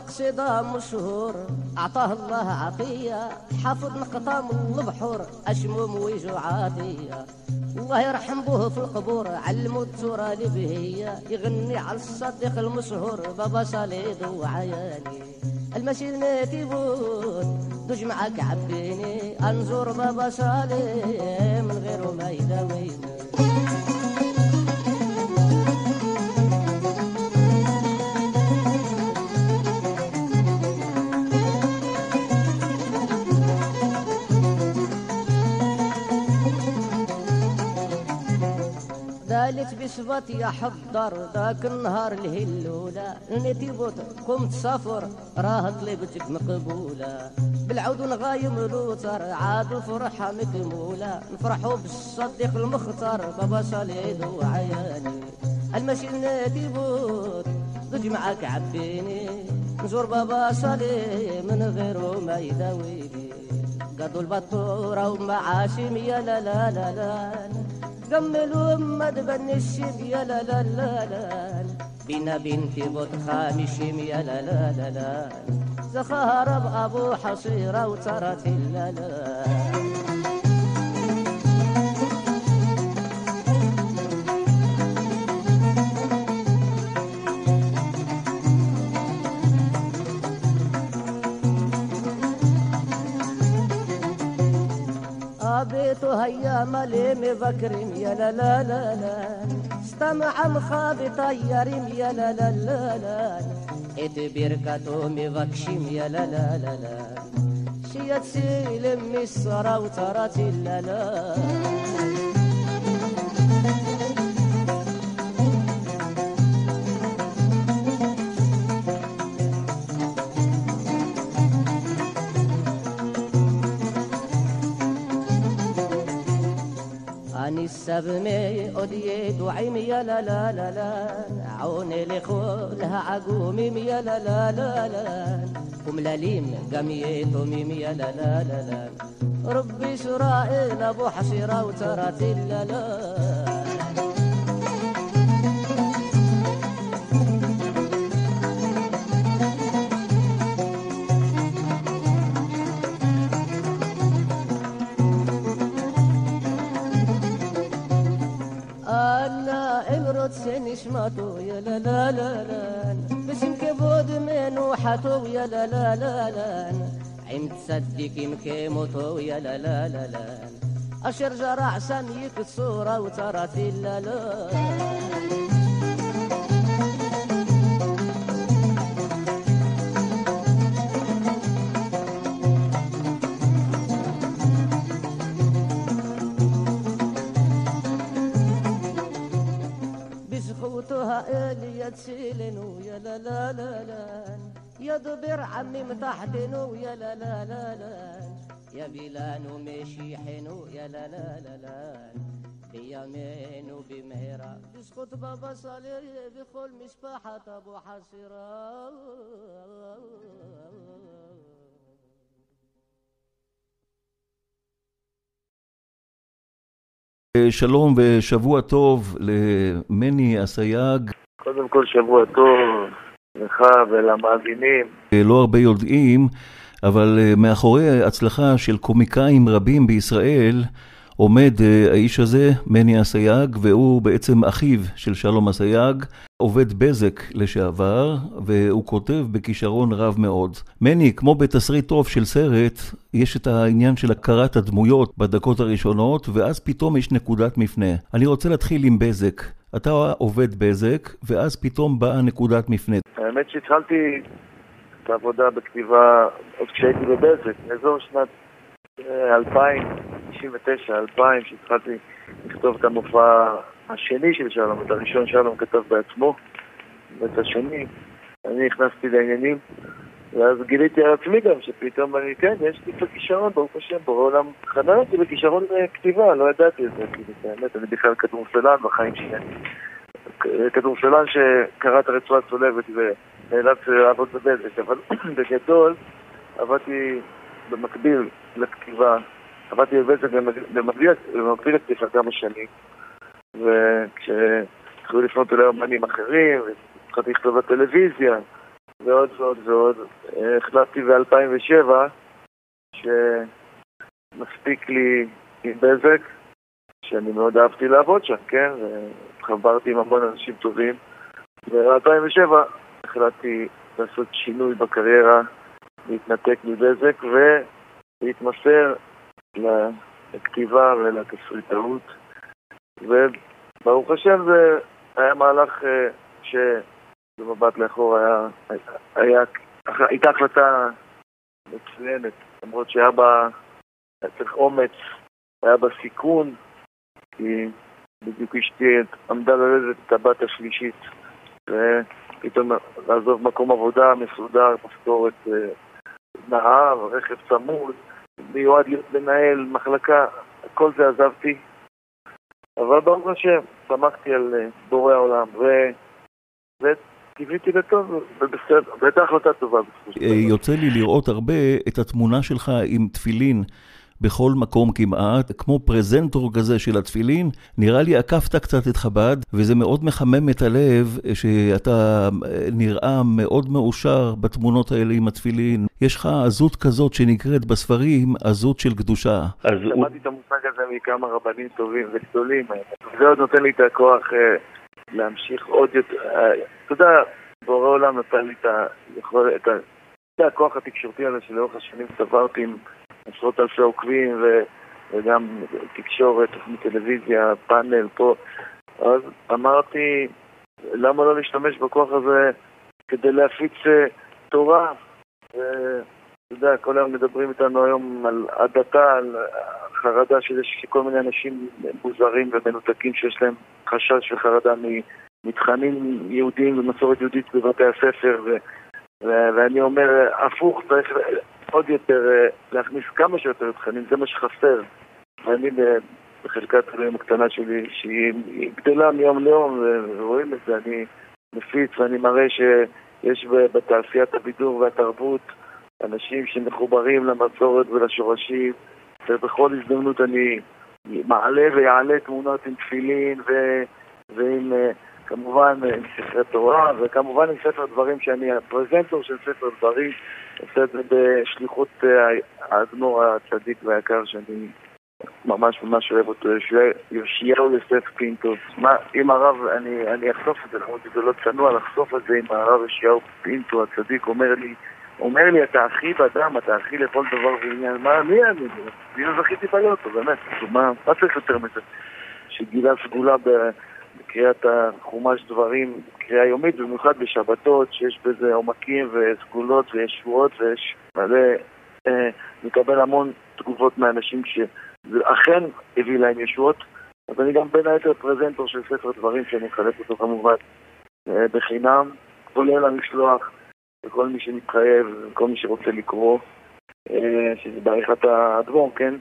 صدا مشهور أعطاه الله عطية حافظ نقطة من البحور أشموم وجعاتية الله يرحم به في القبور علموا التورا لبهية يغني على الصديق المشهور بابا صليد وعياني المشي ناتي بود دوج معاك عبيني أنزور بابا صالح من غيره ما يداويني دالت بصفتي يا حضر ذاك النهار الهلولة نتي بوت قمت سافر راه طلبتك مقبولة بالعود نغايم لوتر عاد فرحة مكمولة نفرحوا بالصديق المختار بابا صليد وعياني المشي نتي بوت ضج معاك عبيني نزور بابا صليد من غيره ما يداويني قادوا البطورة ومعاشم يا لا لا لا لا كملوا ما تبني الشيب يا لا لا لا لا بينا بنتي بوت خامشيم يا لا لا لا لا زخارب ابو حصيرة وترت لا لا بيته هيا مليم بكرم يا لا لا لا لا استمع مخابي طيرم يا لا لا لا لا اتبير كاتومي بكشم يا لا لا لا لا شيات سيلم الصرا وتراتي لا لا السبمي أودي دعيم يا لا لا لا لا عوني لخولها عقوميم يا لا لا لا لا وملاليم قميتهم يا لا لا لا لا ربي سرائيل أبو حصيرة وتراتي لا لا نشماتو يا لا لا لا لا باسم كبود من وحاتو يا لا لا لا لا عم تصدق مكيموتو يا لا لا لا لا أشر جرع سميك الصورة وتراتي لا لا إلي تسيلنو يا لا لا لا لا يا دبر عمي متحتنو يا لا لا لا لا يا بيلانو ماشي حنو يا لا لا لا لا بيامينو بمهرة بسقط بابا صالح بخل مصباحة أبو حصيرة שלום ושבוע טוב למני אסייג. קודם כל שבוע טוב לך ולמאזינים. לא הרבה יודעים, אבל מאחורי הצלחה של קומיקאים רבים בישראל עומד האיש הזה, מני אסייג, והוא בעצם אחיו של שלום אסייג, עובד בזק לשעבר, והוא כותב בכישרון רב מאוד. מני, כמו בתסריט טוב של סרט, יש את העניין של הכרת הדמויות בדקות הראשונות, ואז פתאום יש נקודת מפנה. אני רוצה להתחיל עם בזק. אתה עובד בזק, ואז פתאום באה נקודת מפנה. האמת שהתחלתי את העבודה בכתיבה עוד כשהייתי בבזק, באזור שנת 2099, 2000, שהתחלתי לכתוב את המופע השני של שלום. את הראשון שלום כתב בעצמו, ואת השני אני נכנסתי לעניינים, ואז גיליתי על עצמי גם שפתאום אני, כן, יש לי בכישרון, ברוך השם, בעולם חננתי בכישרון כתיבה, לא ידעתי את זה, באמת, אני בכלל כדורסלן בחיים שלי. כדורסלן שקרא את הרצועה הצולבת ונאלץ לעבוד בבזק, אבל בגדול עבדתי במקביל לכתיבה, עבדתי בבזק במקביל לכתיבה כמה שנים, וכשהתחילו לפנות אליי אומנים אחרים, התחלתי לכתוב בטלוויזיה, ועוד ועוד ועוד. החלטתי ב-2007 שמספיק לי עם בזק, שאני מאוד אהבתי לעבוד שם, כן? וחברתי עם המון אנשים טובים. ב-2007 החלטתי לעשות שינוי בקריירה, להתנתק מבזק ולהתמסר לכתיבה ולתסריטאות. וברוך השם זה היה מהלך שבמבט לאחור הייתה החלטה מצוינת, למרות שהיה בה צריך אומץ, היה בה סיכון, כי בדיוק אשתי עמדה ללדת את הבת השלישית, ופתאום לעזוב מקום עבודה מסודר, משכורת נהר, רכב צמוד, מיועד להיות מנהל מחלקה, כל זה עזבתי. אבל ברוך השם, שמחתי על בורא העולם, וקיוויתי לטוב, ובסדר, והייתה החלטה טובה. יוצא לי לראות הרבה את התמונה שלך עם תפילין בכל מקום כמעט, כמו פרזנטור כזה של התפילין. נראה לי עקפת קצת את חב"ד, וזה מאוד מחמם את הלב שאתה נראה מאוד מאושר בתמונות האלה עם התפילין. יש לך עזות כזאת שנקראת בספרים עזות של קדושה. למדתי את המושג הזה מכמה רבנים טובים וגדולים. זה עוד נותן לי את הכוח להמשיך עוד יותר. אתה יודע, בורא עולם נתן לי את הכוח התקשורתי הזה שלאורך השנים צברתי עם עשרות אלפי עוקבים וגם תקשורת, תוכנית טלוויזיה, פאנל פה. אז אמרתי, למה לא להשתמש בכוח הזה כדי להפיץ תורה? ואתה יודע, כל היום מדברים איתנו היום על הדתה, על חרדה שיש כל מיני אנשים מוזרים ומנותקים שיש להם חשש וחרדה מתכנים יהודיים ומסורת יהודית בבתי הספר, ואני אומר, הפוך, צריך עוד יותר להכניס כמה שיותר תכנים, זה מה שחסר. ואני בחלקת אלוהים הקטנה שלי, שהיא גדלה מיום ליום, ורואים את זה, אני מפיץ ואני מראה שיש בתעשיית הבידור והתרבות אנשים שמחוברים למסורת ולשורשים, ובכל הזדמנות אני מעלה ויעלה תמונות עם תפילין ועם כמובן עם ספרי תורה, וכמובן עם ספר דברים שאני הפרזנטור של ספר דברים, עושה את זה בשליחות האדמו"ר הצדיק והיקר שאני ממש ממש אוהב אותו, יאשיהו יוסף פינטו. אם הרב, אני אחשוף את זה, למרות שזה לא צנוע לחשוף את זה, אם הרב יאשיהו פינטו הצדיק אומר לי, אתה הכי באדם, אתה הכי לכל דבר ועניין, מי אני? אני לא זכיתי בעיות, באמת, מה צריך יותר מזה? שגילה סגולה בקריאת החומש דברים, קריאה יומית, במיוחד בשבתות, שיש בזה עומקים וסגולות ויש שבועות ויש מלא, מקבל המון תגובות מאנשים שאכן הביא להם ישועות. אז אני גם בין היתר פרזנטור של ספר דברים שאני מחלק אותו כמובן בחינם, כולל המשלוח וכל מי שמתחייב, כל מי שרוצה לקרוא, שזה בעריכת האדמו"ר, כן?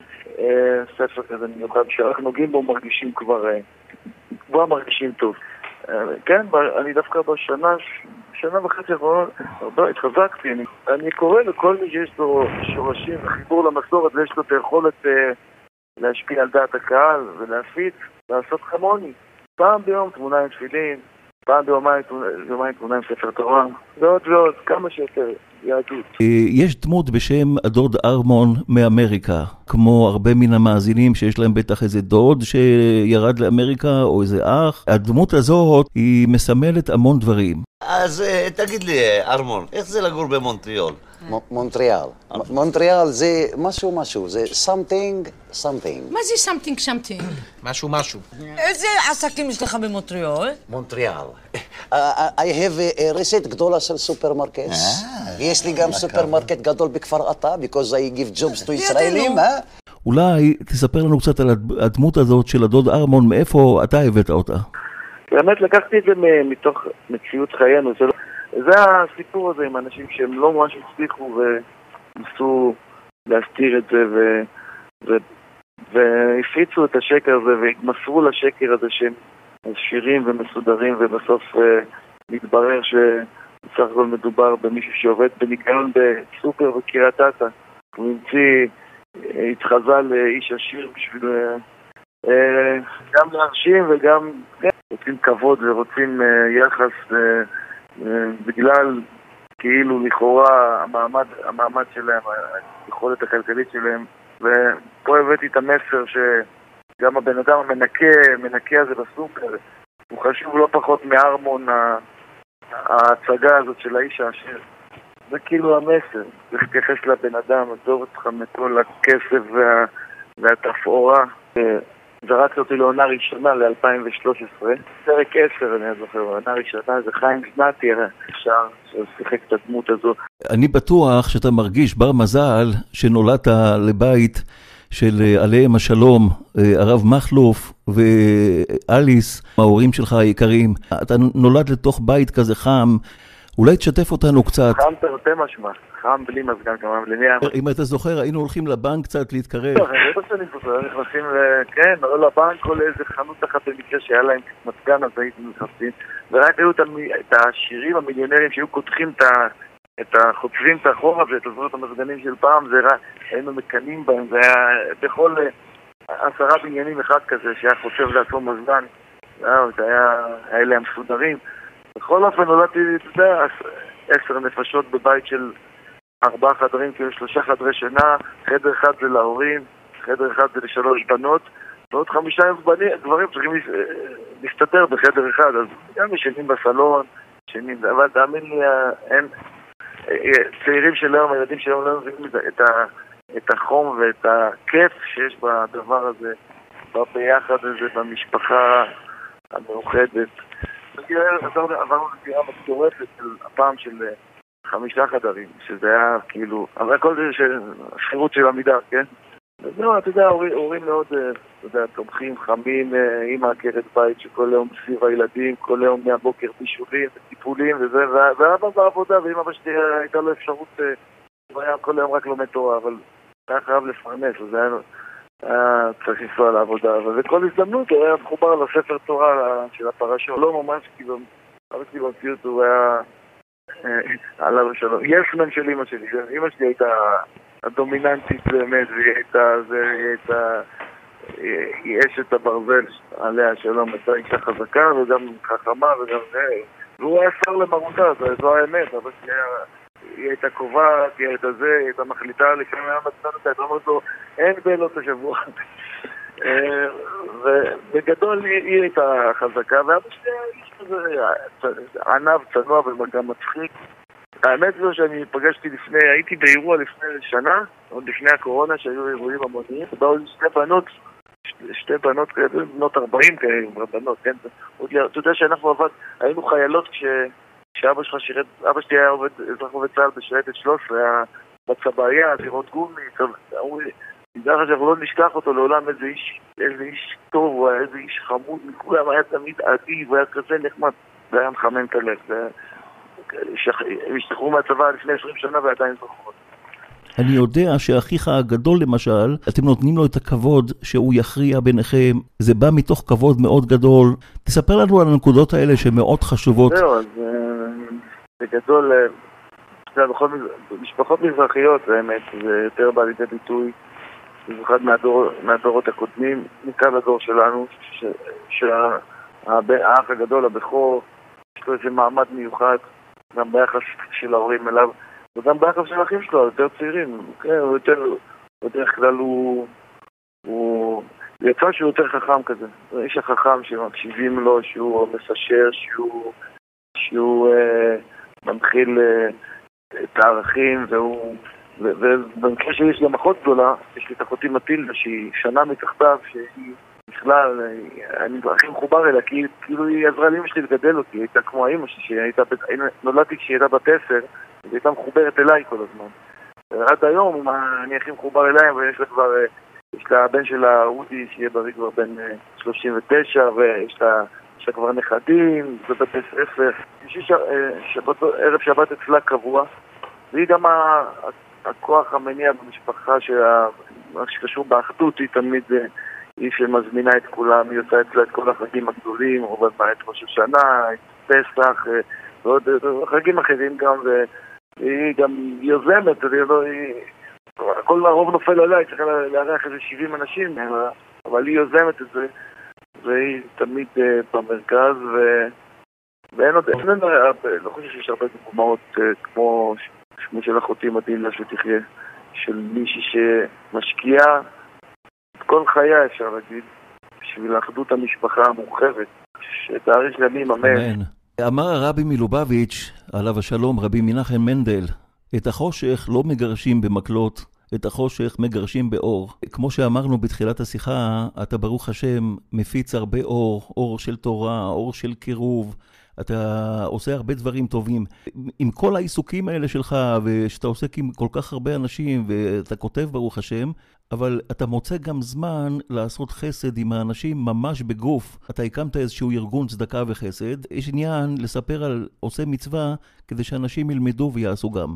ספר כזה מיוחד שרק נוגעים בו מרגישים כבר מרגישים טוב. כן, אני דווקא שנה וחצי האחרונה הרבה התחזקתי. אני קורא לכל מי שיש לו שורשים וחיבור למסורת ויש לו את היכולת להשפיע על דעת הקהל ולהפיץ, לעשות כמוני. פעם ביום תמונה עם תפילין, פעם ביומיים תמונה עם ספר תורה, ועוד ועוד, כמה שיותר יהדות. יש דמות בשם הדוד ארמון מאמריקה, כמו הרבה מן המאזינים שיש להם בטח איזה דוד שירד לאמריקה או איזה אח. הדמות הזאת היא מסמלת המון דברים. אז תגיד לי, ארמון, איך זה לגור במונטריאול? מונטריאל. מונטריאל זה משהו, זה something. מה זה something? משהו. איזה עסקים יש לך במונטריאול? מונטריאל. I have a רשת גדולה של סופרמרקט. יש לי גם סופרמרקט גדול בכפר עטה, because I give jobs to ישראלים. אולי תספר לנו קצת על הדמות הזאת של הדוד ארמון, מאיפה אתה הבאת אותה? באמת לקחתי את זה מתוך מציאות חיינו. זה הסיפור הזה עם אנשים שהם לא ממש הצליחו וניסו להסתיר את זה והפיצו את השקר הזה והתמסרו לשקר הזה שהם עשירים ומסודרים, ובסוף מתברר שבסך הכל מדובר במישהו שעובד בניקיון בסופר בקריית אתא. הוא התחזה לאיש עשיר בשביל גם להרשים וגם רוצים כבוד ורוצים יחס בגלל כאילו לכאורה המעמד שלהם, היכולת הכלכלית שלהם, ופה הבאתי את המסר שגם הבן אדם המנקה הזה בסופר, הוא חשוב לא פחות מארמון ההצגה הזאת של האיש העשיר. זה כאילו המסר, צריך להתייחס לבן אדם, עזוב אותך מכל הכסף והתפאורה. זרקתי אותי לעונה ראשונה ל-2013, פרק 10 אני זוכר, עונה ראשונה זה חיים זנתי, אפשר ששיחק את הדמות הזו. אני בטוח שאתה מרגיש בר מזל שנולדת לבית של עליהם השלום, הרב מחלוף ואליס, ההורים שלך היקרים. אתה נולד לתוך בית כזה חם, אולי תשתף אותנו קצת. חם תרתי משמע, חם בלי מזגן כמובן, בלי נייר. אם אתה זוכר, היינו הולכים לבנק קצת להתקרב. לא, אני לא שאני זוכר, נכנסים, כן, או לבנק או לאיזה חנות אחת במקרה שהיה להם מזגן, אז הייתם נכנסים, ורק היו את השירים המיליונרים שהיו קודחים חוצבים את החורף ואת עזרות המזגנים של פעם, זה היינו מקנים בהם, זה היה בכל 10 בניינים אחד כזה שהיה חוצב לעצמו מזגן, זה היה אלה המסודרים. בכל אופן נולדתי, אתה יודע, 10 נפשות בבית של 4 חדרים, כאילו 3 חדרי שינה, חדר אחד זה להורים, חדר אחד זה ל3 בנות, ועוד 5 גברים צריכים להסתדר בחדר אחד, אז גם ישנים בסלון, ישנים, אבל תאמין לי, הם צעירים של היום, הילדים של היום לא מבינים את החום ואת הכיף שיש בדבר הזה, ביחד הזה, במשפחה המאוחדת. עברנו לדירה מטורפת של הפעם של 5 חדרים, שזה היה כאילו, אבל הכל זה השכירות של עמידר, כן? וזהו, אתה יודע, הורים מאוד, אתה יודע, תומכים, חמים, אמא עקרת בית שכל יום סביב הילדים, כל יום מהבוקר בישולים וטיפולים וזה, ואבא בעבודה, ואם אבא שלי הייתה לו אפשרות, הוא היה כל היום רק לומד תורה, אבל היה חייב לפרנס, אז היה צריך לנסוע לעבודה, ובכל הזדמנות הוא היה מחובר לספר תורה של הפרשות. לא ממש, כאילו, אבא שלי במציאות הוא היה עליו שלום. יסמן של אמא שלי, אמא שלי הייתה הדומיננטית באמת, והיא הייתה אשת הברזל עליה שלום, הייתה אישה חזקה וגם חכמה וגם זה, והוא היה שר למרותה, זו האמת, אבל היא הייתה קובעת, היא הייתה זה, היא הייתה מחליטה, לפעמים היה מצטנת, הייתה אומרת לו, אין בעלות השבוע. ובגדול היא הייתה חזקה, ואבא שלי היה איש כזה ענב, צנוע וגם מצחיק. האמת זו שאני פגשתי הייתי באירוע לפני שנה, עוד לפני הקורונה, שהיו אירועים המוניים, באו שתי בנות כאלה, בנות 40 כאלה, בנות, כן? אתה יודע שאנחנו היינו חיילות כשאבא שלך שירת, אבא שלי היה אזרח עובד צה"ל בשייטת 13, היה בצבאיה, זירות גומי, נדע לך שאנחנו לא נשכח אותו לעולם, איזה איש טוב, הוא היה איזה איש חמוד, מכולם היה תמיד עדיף, הוא היה כזה נחמד, זה היה מחמם את הלב, הם השתחררו מהצבא לפני 20 שנה ועדיין זוכרות. אני יודע שאחיך הגדול למשל, אתם נותנים לו את הכבוד שהוא יכריע ביניכם, זה בא מתוך כבוד מאוד גדול. תספר לנו על הנקודות האלה שמאוד חשובות. זהו, אז בגדול, בכל משפחות מזרחיות, באמת, זה יותר בא לידי ביטוי, במיוחד מהדורות הקודמים, מכאן הדור שלנו, שהאח הגדול, הבכור, יש לו איזה מעמד מיוחד, גם ביחס של ההורים אליו, וגם ביחס של האחים שלו, יותר צעירים, כן, הוא בדרך כלל הוא יצא שהוא יותר חכם כזה, איש החכם שמקשיבים לו, שהוא מסשר, שהוא מנחיל את הערכים, ובמקרה שיש גם אחות גדולה, יש לי את אחותי מטילדה שהיא שנה מתחתיו, שהיא בכלל, אני הכי מחובר אליה, כי כאילו היא עזרה לאמא שלי לגדל אותי, היא הייתה כמו האמא שלי, נולדתי כשהיא הייתה בת 10, היא הייתה מחוברת אליי כל הזמן. עד היום אני הכי מחובר אליי, ויש לה כבר, יש לה הבן שלה אודי, שיהיה בריא כבר בן 39, ויש לה כבר נכדים, בבתי ספר, יש ערב שבת אצלה קבוע, והיא גם הכוח המניע במשפחה, מה שקשור באחדות, היא תמיד היא שמזמינה את כולם, היא עושה אצלה את כל החגים הגדולים, רוב הזמן את ראש השנה, את פסח, ועוד חגים אחרים גם, והיא גם יוזמת, הכל הרוב נופל עליה, היא צריכה לארח איזה 70 אנשים, אבל היא יוזמת את זה, והיא תמיד במרכז, ואין עוד, לא חושב שיש הרבה דוגמאות כמו של אחותי מדהימה שתחיה, של מישהי שמשקיעה את כל חייה, אפשר להגיד, בשביל האחדות המשפחה המורחבת, שתאריך ימים אמן. אמר הרבי מלובביץ', עליו השלום, רבי מנחם מנדל, את החושך לא מגרשים במקלות, את החושך מגרשים באור. כמו שאמרנו בתחילת השיחה, אתה ברוך השם מפיץ הרבה אור, אור של תורה, אור של קירוב, אתה עושה הרבה דברים טובים. עם כל העיסוקים האלה שלך, ושאתה עוסק עם כל כך הרבה אנשים, ואתה כותב ברוך השם, אבל אתה מוצא גם זמן לעשות חסד עם האנשים ממש בגוף. אתה הקמת איזשהו ארגון צדקה וחסד. יש עניין לספר על עושה מצווה, כדי שאנשים ילמדו ויעשו גם.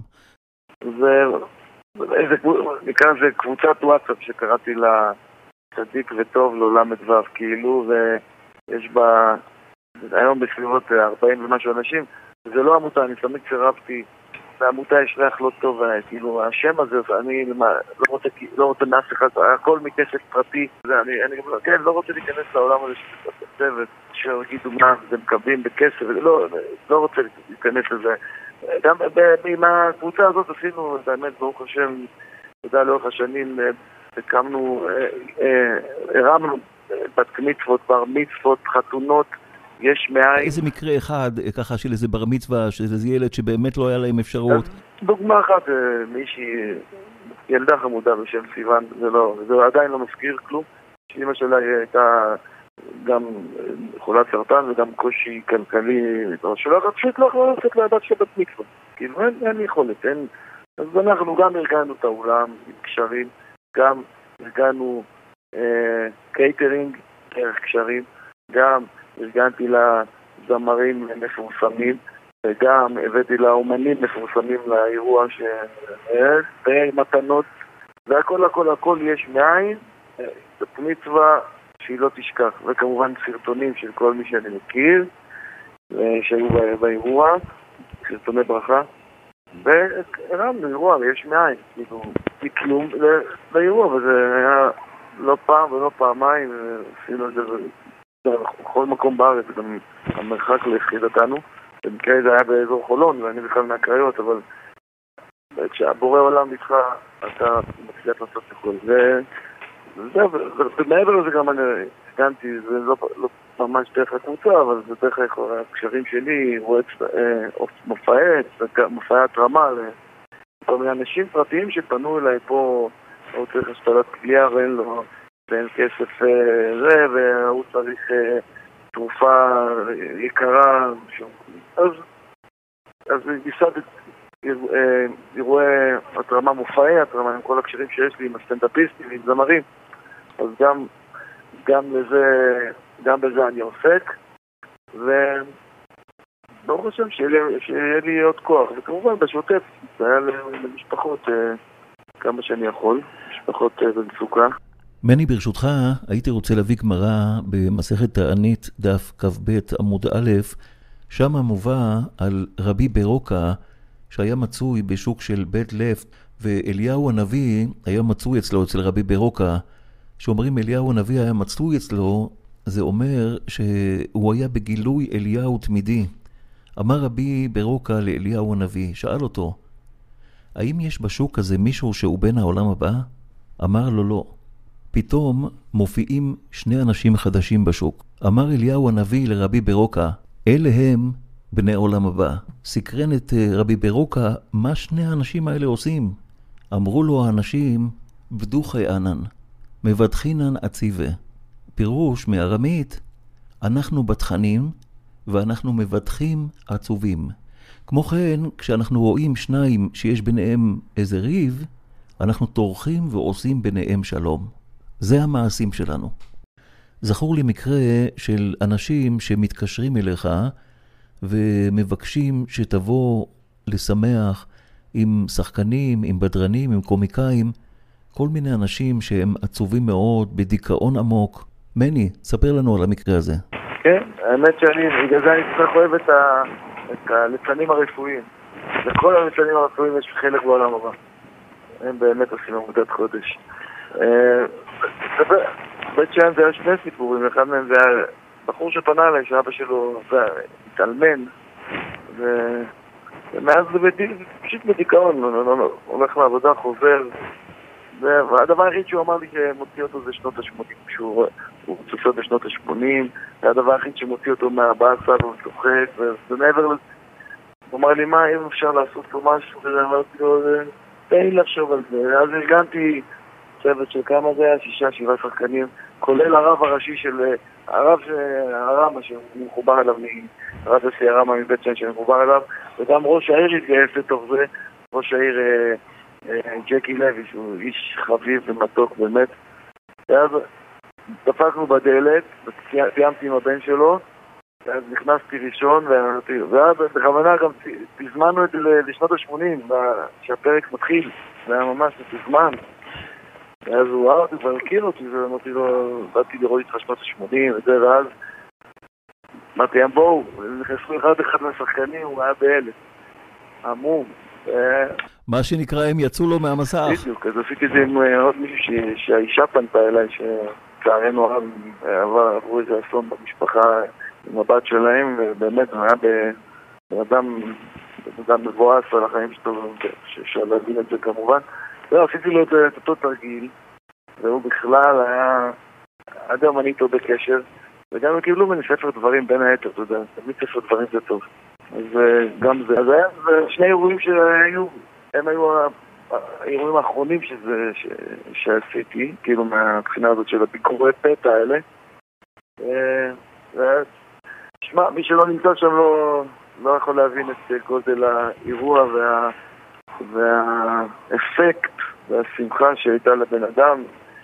נקרא זה קבוצת וואטסאפ שקראתי לה צדיק וטוב לעולם מדבר, כאילו, ויש בה היום בסביבות 40 ומשהו אנשים. זה לא עמותה, אני תמיד צירפתי, בעמותה יש ריח לא טוב, כאילו השם הזה, אני לא רוצה מאף אחד, הכל מכסף פרטי, אני לא רוצה להיכנס לעולם הזה של הצוות, שיגידו מה זה מקבלים בכסף, לא רוצה להיכנס לזה. גם עם הקבוצה הזאת עשינו, באמת, ברוך השם, תודה לאורך השנים, הקמנו, הרמנו בת מצוות, בר מצוות, חתונות, יש מאין. איזה מקרה אחד, ככה של איזה בר מצווה, של איזה ילד שבאמת לא היה להם אפשרות? דוגמה אחת, מישהי, ילדה חמודה בשם סיוון, זה עדיין לא מזכיר כלום, שאמא שלה הייתה גם חולת סרטן וגם קושי כלכלי, שלא פשוט לא יכולה לצאת לבת של בת מצווה, כאילו אין יכולת, אין. אז אנחנו גם ארגנו את האולם עם קשרים, גם ארגנו קייטרינג דרך קשרים, גם ארגנתי לזמרים מפורסמים, וגם הבאתי לאומנים מפורסמים לאירוע ומתנות, והכל הכל הכל יש מאין, בת מצווה שהיא לא תשכח, וכמובן סרטונים של כל מי שאני מכיר שהיו באירוע, סרטוני ברכה, והרמנו אירוע, יש מאין, כאילו, מכלום לאירוע, וזה היה לא פעם ולא פעמיים, עשינו את זה בכל מקום בארץ, גם המרחק ליחידתנו, במקרה זה היה באזור חולון, ואני בכלל מהקריות, אבל כשהבורא עולם איתך, אתה מצליח לעשות הכל. ומעבר לזה גם אני הגנתי, זה לא ממש דרך הקבוצה, אבל זה דרך הקשרים שלי, מופעי התרמה לכל מיני אנשים פרטיים שפנו אליי פה, הוא צריך השתלת כליה ואין כסף זה, והוא צריך תרופה יקרה, אז ניסדת אירועי התרמה, מופעי התרמה, עם כל הקשרים שיש לי עם הסטנדאפיסטים, עם זמרים, אז גם בזה אני עוסק, וברוך השם שיהיה לי עוד כוח, וכמובן בשוטף, זה היה למשפחות כמה שאני יכול, משפחות במצוקה. מני, ברשותך, הייתי רוצה להביא גמרא במסכת תענית דף כ"ב עמוד א', שם מובא על רבי ברוקה שהיה מצוי בשוק של בית לפט, ואליהו הנביא היה מצוי אצלו, אצל רבי ברוקה. שאומרים אליהו הנביא היה מצוי אצלו, זה אומר שהוא היה בגילוי אליהו תמידי. אמר רבי ברוקה לאליהו הנביא, שאל אותו, האם יש בשוק הזה מישהו שהוא בן העולם הבא? אמר לו לא. פתאום מופיעים שני אנשים חדשים בשוק. אמר אליהו הנביא לרבי ברוקה, אלה הם בני העולם הבא. סקרן את רבי ברוקה, מה שני האנשים האלה עושים? אמרו לו האנשים, בדוחי ענן, מבטחינן עציבה. פירוש מארמית, אנחנו בטחנים ואנחנו מבטחים עצובים. כמו כן, כשאנחנו רואים שניים שיש ביניהם איזה ריב, אנחנו תורכים ועושים ביניהם שלום. זה המעשים שלנו. זכור לי מקרה של אנשים שמתקשרים אליך ומבקשים שתבוא לשמח עם שחקנים, עם בדרנים, עם קומיקאים, כל מיני אנשים שהם עצובים מאוד, בדיכאון עמוק. מני, ספר לנו על המקרה הזה. כן, האמת שאני, בגלל זה אני צריך אוהב את הליצנים הרפואיים. לכל הליצנים הרפואיים יש חלק בעולם הבא. הם באמת עושים עבודת חודש. בית שאן זה היה שני סיפורים, אחד מהם זה היה בחור שפנה אליי, שאבא שלו מתאלמן, ומאז זה פשוט בדיכאון, הולך לעבודה, חוזר, והדבר היחיד שהוא אמר לי שמוציא אותו זה שנות ה-80, שהוא צופה בשנות ה-80, זה הדבר היחיד שמוציא אותו מהבאסה והוא צוחק, ומעבר לזה, הוא אמר לי, מה, אם אפשר לעשות פה משהו, ואמרתי לו, תן לי לחשוב על זה. אז ארגנתי צוות של כמה זה היה, 6-7 שחקנים, כולל הרב הראשי של, הרב הרמה שמחובר אליו, הרב יוסי הרמה מבית שן שמחובר אליו, וגם ראש העיר התגייס לתוך זה, ראש העיר ג'קי לוי, שהוא איש חביב ומתוק באמת. ואז דפקנו בדלת, סיימתי עם הבן שלו, אז נכנסתי ראשון, ואז בכוונה גם תזמנו את זה לשנות ה-80, שהפרק מתחיל, זה היה ממש תזמן. ואז הוא ראה אותי כבר הכיר אותי, ואמרתי לו, באתי לראות איתך שנות ה-80 וזה, ואז אמרתי להם, בואו, נכנסו אחד מהשחקנים, הוא היה בהלם. עמום. מה שנקרא, הם יצאו לו מהמסך. בדיוק, אז עשיתי את זה עם עוד מישהו שהאישה פנתה אליי, שצערנו הרב עברו איזה אסון במשפחה עם הבת שלהם, ובאמת הוא היה בן אדם מבואס על החיים שלו, שאפשר להבין את זה כמובן. עשיתי לו את אותו תרגיל, והוא בכלל היה, עד היום אני איתו בקשר, וגם הם קיבלו ממני ספר דברים בין היתר, אתה יודע, תמיד ספר דברים זה טוב. אז גם זה. אז היה שני אירועים שהיו, הם היו האירועים האחרונים שעשיתי, כאילו מהבחינה הזאת של הביקורי פתע האלה. שמע, מי שלא נמצא שם לא יכול להבין את גודל האירוע והאפקט והשמחה שהייתה לבן אדם.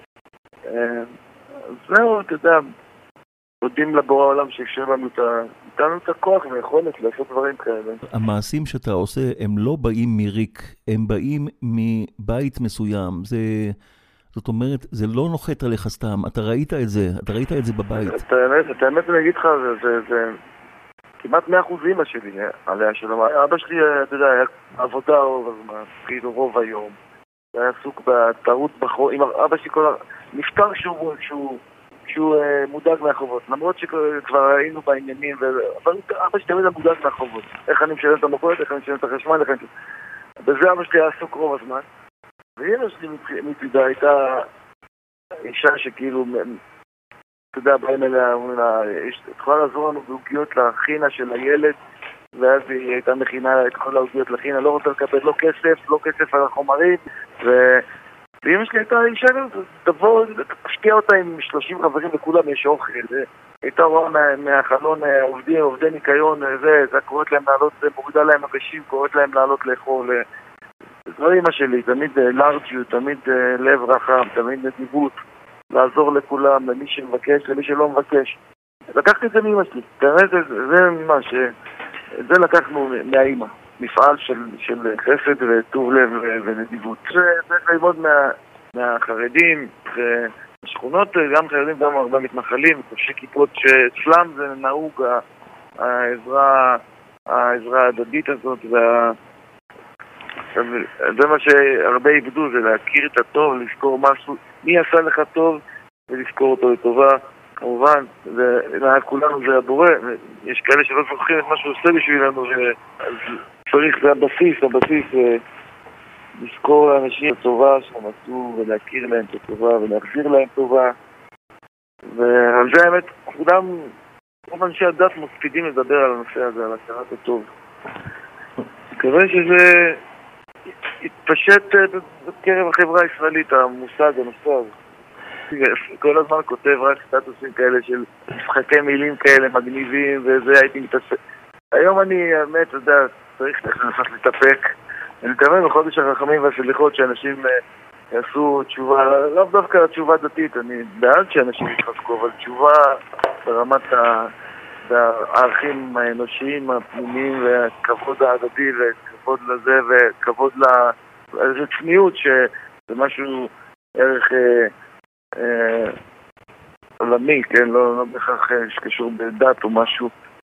זהו, אתה יודע, יודעים לבורא העולם שאפשר לנו את הכוח ויכולת לעשות דברים כאלה. המעשים שאתה עושה הם לא באים מריק, הם באים מבית מסוים. זאת אומרת, זה לא נוחת עליך סתם, אתה ראית את זה בבית. את האמת אני אגיד לך, זה כמעט 100% אמא שלי עליה שלום. אבא שלי, אתה יודע, היה עבודה רוב הזמן, כאילו רוב היום. היה עסוק בטעות בחור, אבא שלי נפטר כשהוא מודאג מהחובות, למרות שכבר היינו בעניינים, אבל אבא שלי תמיד מודאג מהחובות. איך אני משלם את המכולת, איך אני משלם את החשמל, בזה אבא שלי היה עסוק רוב הזמן. ואמא שלי מצידה הייתה אישה שכאילו, אתה יודע, באים אליה, תוכל לעזור לנו בעוגיות לחינה של הילד, ואז היא הייתה מכינה את כל העוגיות לחינה, לא רוצה לקבל לא כסף על החומרים, ואמא שלי הייתה אישה, תבוא, תשקיע אותה עם 30 חברים לכולם יש אוכל, הייתה רואה מהחלון עובדי ניקיון, זה קוראת להם לעלות, מורידה להם מגשים, קוראת להם לעלות לאכול, זו אמא שלי, תמיד לארג'יות, תמיד לב רחם, תמיד נדיבות, לעזור לכולם, למי שמבקש, למי שלא מבקש. לקחתי את זה מאמא שלי, זה ממש, זה לקחנו מהאמא, מפעל של חסד וטוב לב ונדיבות. זה צריך ללמוד מהחרדים, בשכונות, גם חרדים, גם הרבה מתנחלים, חושי כיפות שאצלם זה נהוג, העזרה ההדדית הזאת, זה מה שהרבה איבדו, זה להכיר את הטוב, לזכור משהו, מי עשה לך טוב ולזכור אותו לטובה. כמובן, כולנו זה הבורא, יש כאלה שלא זוכרים את מה שהוא עושה בשבילנו, אז צריך, זה הבסיס, לזכור לאנשים את הטובה שהם עשו ולהכיר להם את הטובה ולהחזיר להם טובה. ועל זה האמת, כולם, רוב אנשי הדת מספידים לדבר על הנושא הזה, על הכרת הטוב. מקווה שזה התפשט בקרב החברה הישראלית, המושג, הנושא הזה. כל הזמן כותב רק סטטוסים כאלה של משחקי מילים כאלה מגניבים וזה, הייתי מתעסק. היום אני, האמת, אתה יודע, צריך לנסות להתאפק. אני מקווה בחודש הרחמים והסליחות שאנשים יעשו תשובה, לא דווקא תשובה דתית, אני בעד שאנשים יתחזקו, אבל תשובה ברמת הערכים האנושיים, הפנימיים והכבוד ההדדי וכבוד לזה וכבוד לצניעות, שזה משהו ערך עולמי, כן? לא בכך שקשור בדת או משהו,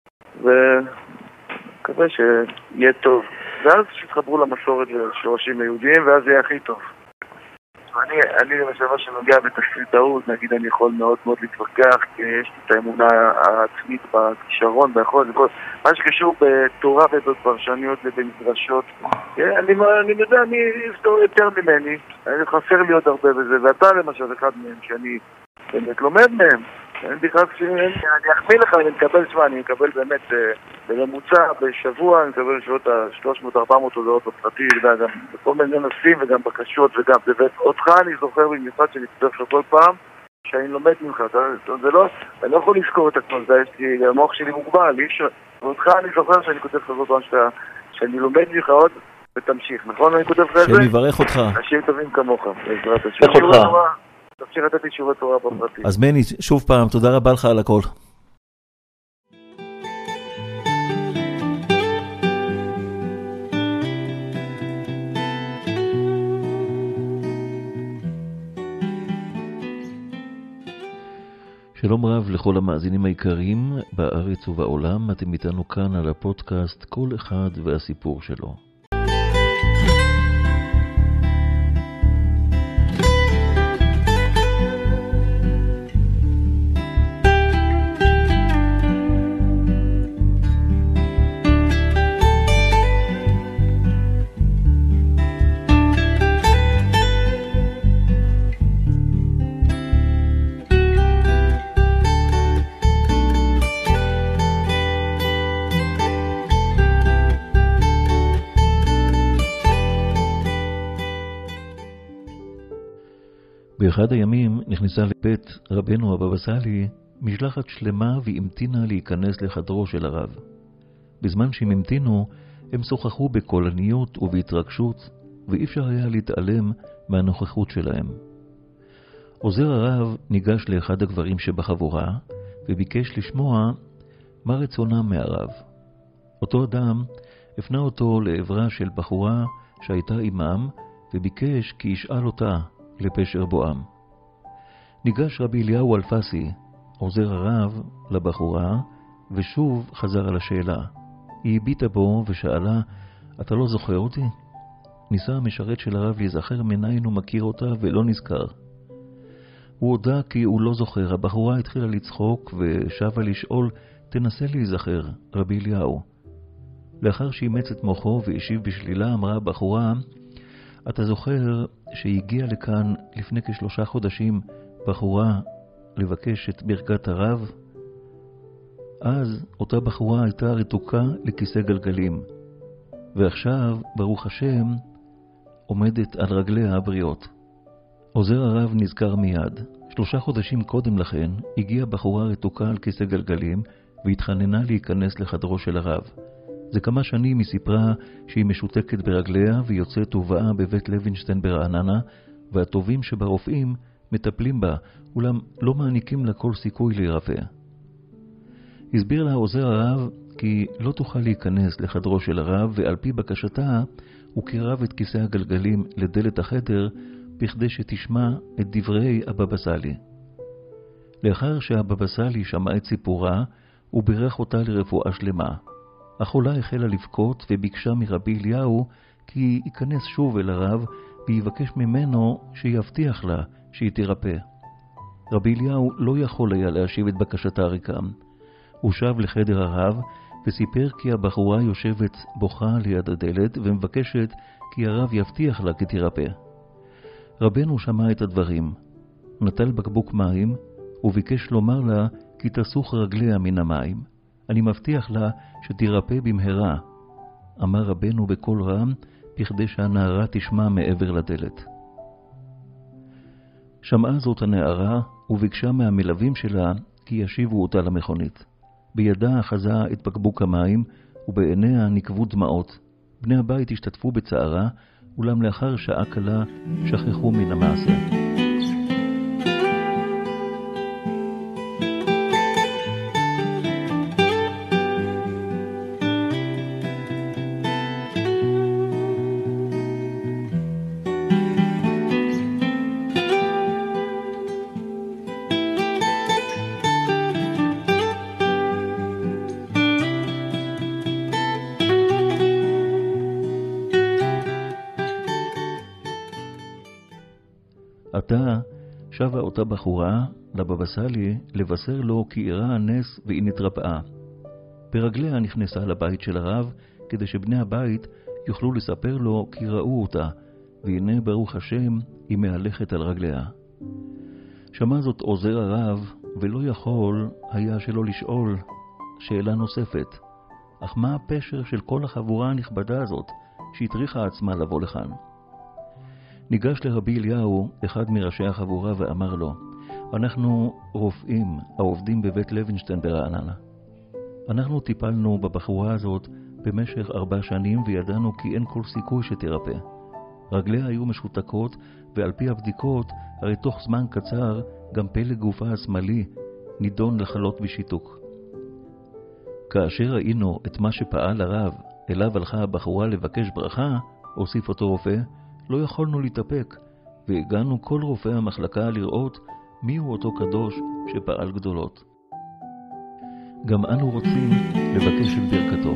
ומקווה שיהיה טוב. ואז שיתחברו למסורת ולשורשים היהודיים, ואז יהיה הכי טוב. אני למשל מה שנוגע בתסריטאות, נגיד אני יכול מאוד מאוד להתווכח, כי יש לי את האמונה העצמית בכישרון, ביכולת, מה שקשור בתורה ובפרשניות ובמדרשות, אני יודע, אני אסתור יותר ממני, חסר לי עוד הרבה בזה, ואתה למשל אחד מהם, שאני באמת לומד מהם, אני אחמיא לך, אני מקבל באמת בממוצע, בשבוע, אני מקבל שעות ה-300-400 הודעות בפרטי, גם בכל מיני נושאים וגם בקשות וגם אותך אני זוכר במיוחד שאני כותב לך כל פעם שאני לומד ממך, זה לא, אני לא יכול לזכור את הכל, המוח שלי מוגבל, ואותך אני זוכר שאני כותב לך כל פעם שאני לומד ממך עוד ותמשיך, נכון? אני כותב לך את זה? שאני מברך אותך. אנשים טובים כמוך, בעזרת השם. תמשיך לתת לי שיעורי תורה בפרטי. אז מני, שוב פעם, תודה רבה לך על הכל. שלום רב לכל המאזינים העיקריים בארץ ובעולם, אתם איתנו כאן על הפודקאסט כל אחד והסיפור שלו. באחד הימים נכנסה לבית רבנו הבבא סאלי משלחת שלמה והמתינה להיכנס לחדרו של הרב. בזמן שהם המתינו, הם שוחחו בקולניות ובהתרגשות, ואי אפשר היה להתעלם מהנוכחות שלהם. עוזר הרב ניגש לאחד הגברים שבחבורה, וביקש לשמוע מה רצונם מהרב. אותו אדם הפנה אותו לעברה של בחורה שהייתה עמם, וביקש כי ישאל אותה לפשר בואם. ניגש רבי אליהו אלפסי, עוזר הרב, לבחורה, ושוב חזר על השאלה. היא הביטה בו ושאלה, אתה לא זוכר אותי? ניסה המשרת של הרב להיזכר מניין הוא מכיר אותה ולא נזכר. הוא הודע כי הוא לא זוכר. הבחורה התחילה לצחוק ושבה לשאול, תנסה להיזכר, רבי אליהו. לאחר שאימץ את מוחו והשיב בשלילה, אמרה הבחורה, אתה זוכר שהגיעה לכאן לפני כ3 חודשים בחורה לבקש את ברכת הרב? אז אותה בחורה הייתה רתוקה לכיסא גלגלים, ועכשיו, ברוך השם, עומדת על רגליה הבריאות. עוזר הרב נזכר מיד. 3 חודשים קודם לכן הגיעה בחורה רתוקה על כיסא גלגלים והתחננה להיכנס לחדרו של הרב. זה כמה שנים היא סיפרה שהיא משותקת ברגליה ויוצאת ובאה בבית לוינשטיין ברעננה, והטובים שברופאים מטפלים בה, אולם לא מעניקים לה כל סיכוי להירפא. הסביר לה עוזר הרב כי לא תוכל להיכנס לחדרו של הרב, ועל פי בקשתה הוא קירב את כיסא הגלגלים לדלת החדר בכדי שתשמע את דברי הבבא סאלי. לאחר שהבבא סאלי שמע את סיפורה, הוא בירך אותה לרפואה שלמה. החולה החלה לבכות וביקשה מרבי אליהו כי ייכנס שוב אל הרב ויבקש ממנו שיבטיח לה שהיא תירפא. רבי אליהו לא יכול היה להשיב את בקשתה ריקם. הוא שב לחדר הרב וסיפר כי הבחורה יושבת בוכה ליד הדלת ומבקשת כי הרב יבטיח לה כי תירפא. רבנו שמע את הדברים, נטל בקבוק מים וביקש לומר לה כי תסוך רגליה מן המים. אני מבטיח לה שתירפא במהרה, אמר רבנו בקול רם, בכדי שהנערה תשמע מעבר לדלת. שמעה זאת הנערה וביקשה מהמלווים שלה כי ישיבו אותה למכונית. בידה אחזה את בקבוק המים ובעיניה נקבו דמעות. בני הבית השתתפו בצערה, אולם לאחר שעה קלה שכחו מן המעשה. עתה שבה אותה בחורה לבבא סאלי לבשר לו כי אירע הנס והיא נתרפאה. ברגליה נכנסה לבית של הרב כדי שבני הבית יוכלו לספר לו כי ראו אותה, והנה ברוך השם היא מהלכת על רגליה. שמע זאת עוזר הרב ולא יכול היה שלא לשאול שאלה נוספת. אך מה הפשר של כל החבורה הנכבדה הזאת שהטריחה עצמה לבוא לכאן? ניגש לרבי אליהו, אחד מראשי החבורה, ואמר לו, אנחנו רופאים העובדים בבית לוינשטיין ברעננה. אנחנו טיפלנו בבחורה הזאת במשך 4 שנים וידענו כי אין כל סיכוי שתרפא. רגליה היו משותקות, ועל פי הבדיקות הרי תוך זמן קצר גם פלג גופה השמאלי נידון לחלות בשיתוק. כאשר ראינו את מה שפעל הרב, אליו הלכה הבחורה לבקש ברכה, הוסיף אותו רופא, לא יכולנו להתאפק, והגענו כל רופאי המחלקה לראות מיהו אותו קדוש שפעל גדולות. גם אנו רוצים לבקש את ברכתו.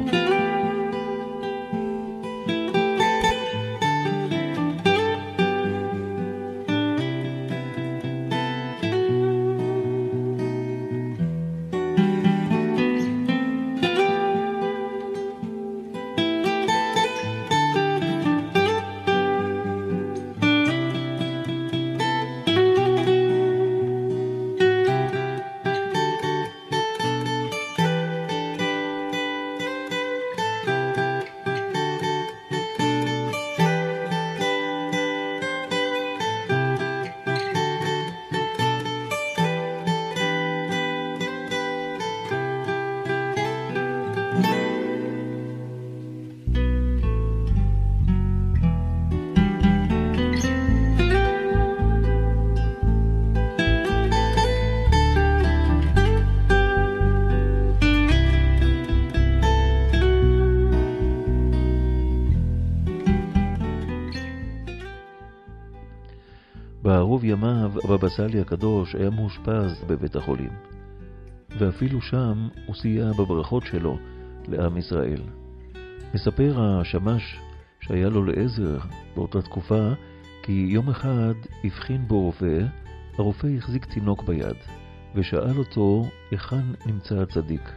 בערוב ימיו הבבא סאלי הקדוש היה מאושפז בבית החולים, ואפילו שם הוא סייע בברכות שלו לעם ישראל. מספר השמש שהיה לו לעזר באותה תקופה כי יום אחד הבחין בו רופא, הרופא החזיק תינוק ביד ושאל אותו היכן נמצא הצדיק.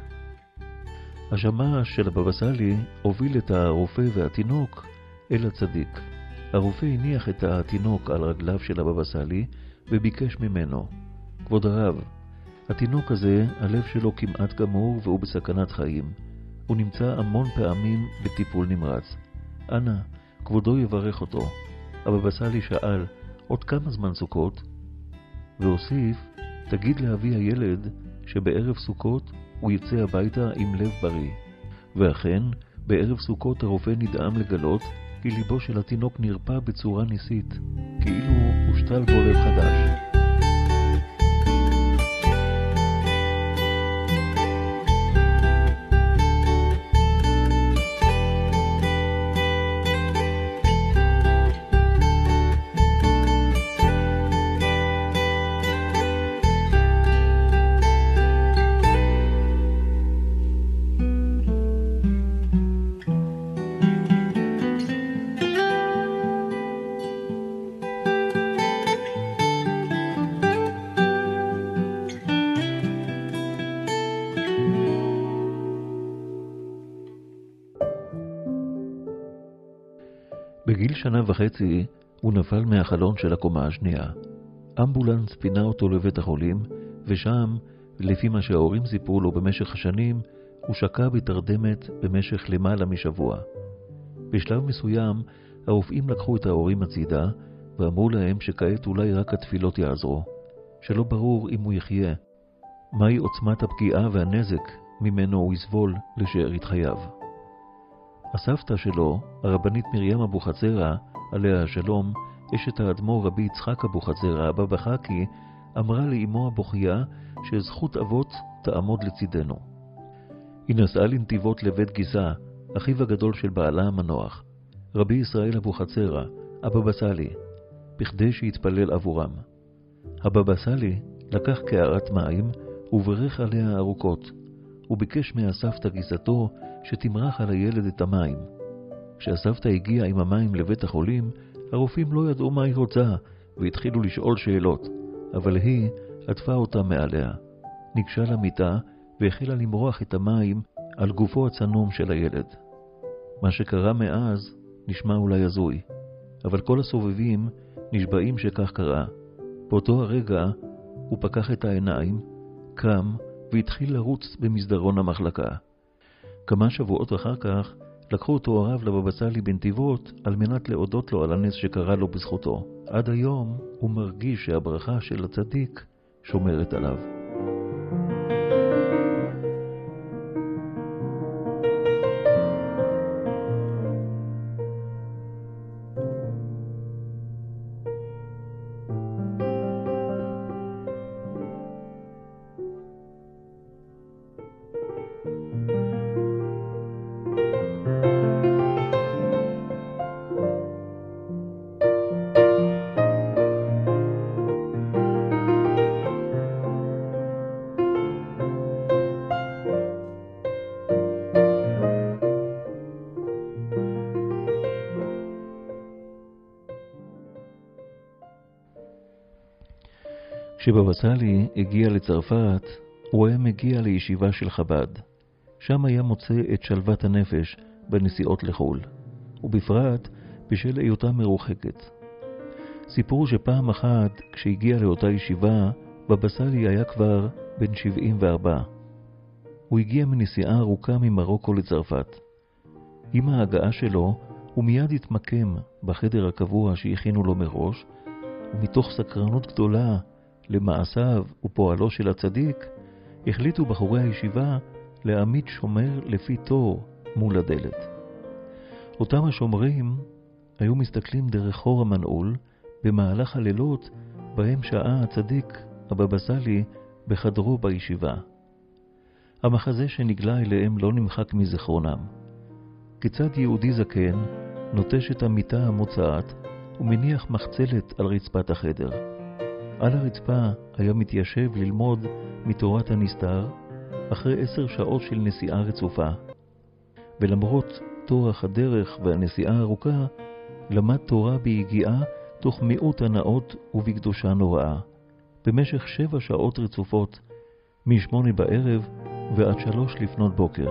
השמש של הבבא סאלי הוביל את הרופא והתינוק אל הצדיק. הרופא הניח את התינוק על רגליו של הבבא סאלי וביקש ממנו, כבוד הרב, התינוק הזה, הלב שלו כמעט גמור והוא בסכנת חיים. הוא נמצא המון פעמים בטיפול נמרץ. אנא, כבודו יברך אותו. הבבא סאלי שאל, עוד כמה זמן סוכות? והוסיף, תגיד לאבי הילד שבערב סוכות הוא יצא הביתה עם לב בריא. ואכן, בערב סוכות הרופא נדהם לגלות כי ליבו של התינוק נרפא בצורה ניסית, כאילו הושתל בו לב חדש. בגיל 1.5 הוא נפל מהחלון של הקומה השנייה. אמבולנס פינה אותו לבית החולים, ושם, לפי מה שההורים סיפרו לו במשך השנים, הוא שקע בתרדמת במשך למעלה משבוע. בשלב מסוים, הרופאים לקחו את ההורים הצידה, ואמרו להם שכעת אולי רק התפילות יעזרו, שלא ברור אם הוא יחיה. מהי עוצמת הפגיעה והנזק ממנו הוא יסבול לשארית חייו. הסבתא שלו, הרבנית מרים אבוחצירא, עליה השלום, אשת האדמו"ר רבי יצחק אבוחצירא, הבבא חכי, אמרה לאמו הבוכייה שזכות אבות תעמוד לצידנו. היא נסעה לנתיבות לבית גיסה, אחיו הגדול של בעלה המנוח, רבי ישראל אבוחצירא, הבבא סאלי, בכדי שיתפלל עבורם. הבבא סאלי לקח קערת מים וברך עליה ארוכות. הוא ביקש מהסבתא גיסתו שתמרח על הילד את המים. כשהסבתא הגיעה עם המים לבית החולים, הרופאים לא ידעו מה היא רוצה, והתחילו לשאול שאלות, אבל היא עטפה אותה מעליה. ניגשה למיטה והחלה למרוח את המים על גופו הצנום של הילד. מה שקרה מאז נשמע אולי הזוי, אבל כל הסובבים נשבעים שכך קרה. באותו הרגע הוא פקח את העיניים, קם והתחיל לרוץ במסדרון המחלקה. כמה שבועות אחר כך לקחו אותו הרב לבבא סאלי בנתיבות על מנת להודות לו על הנס שקרה לו בזכותו. עד היום הוא מרגיש שהברכה של הצדיק שומרת עליו. כשבבא סאלי הגיע לצרפת, הוא היה מגיע לישיבה של חב"ד. שם היה מוצא את שלוות הנפש בנסיעות לחו"ל, ובפרט בשל היותה מרוחקת. סיפור שפעם אחת, כשהגיע לאותה ישיבה, בבא סאלי היה כבר בן 74. הוא הגיע מנסיעה ארוכה ממרוקו לצרפת. עם ההגעה שלו, הוא מיד התמקם בחדר הקבוע שהכינו לו מראש, ומתוך סקרנות גדולה למעשיו ופועלו של הצדיק, החליטו בחורי הישיבה להעמיד שומר לפי תור מול הדלת. אותם השומרים היו מסתכלים דרך חור המנעול במהלך הלילות בהם שעה הצדיק הבבא סאלי בחדרו בישיבה. המחזה שנגלה אליהם לא נמחק מזיכרונם. כיצד יהודי זקן נוטש את המיטה המוצעת ומניח מחצלת על רצפת החדר. על הרצפה היה מתיישב ללמוד מתורת הנסתר אחרי 10 שעות של נסיעה רצופה. ולמרות תורך הדרך והנסיעה הארוכה, למד תורה ביגיעה תוך מיעוט הנאות ובקדושה נוראה, במשך 7 שעות רצופות, מ8 בערב ועד 3 לפנות בוקר.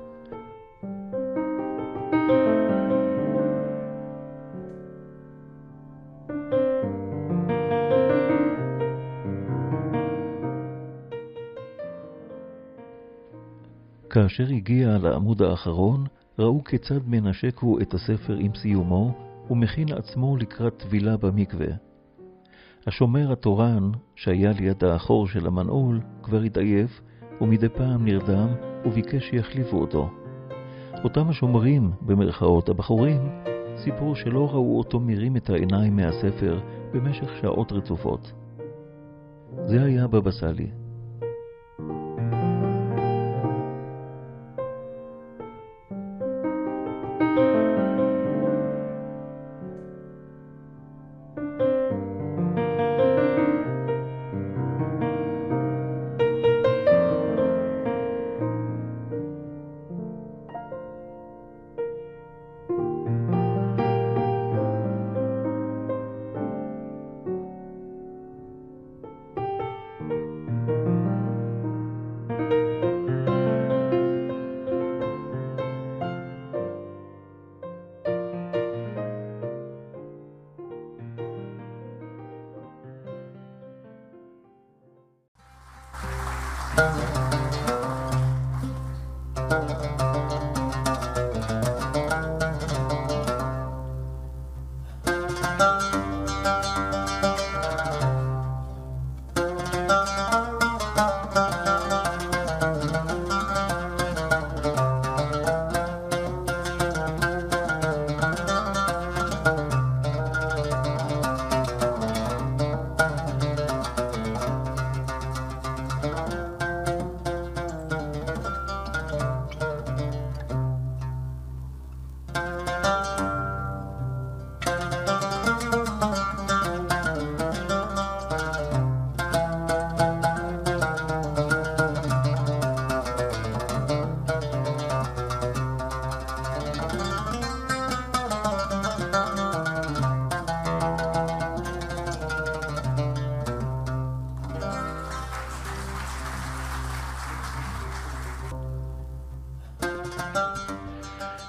כאשר הגיע לעמוד האחרון, ראו כיצד מנשקו את הספר עם סיומו ומכין עצמו לקראת טבילה במקווה. השומר התורן, שהיה ליד האחור של המנעול, כבר התעייף ומדי פעם נרדם וביקש שיחליפו אותו. אותם השומרים, במרכאות הבחורים, סיפרו שלא ראו אותו מרים את העיניים מהספר במשך שעות רצופות. זה היה בבא סאלי.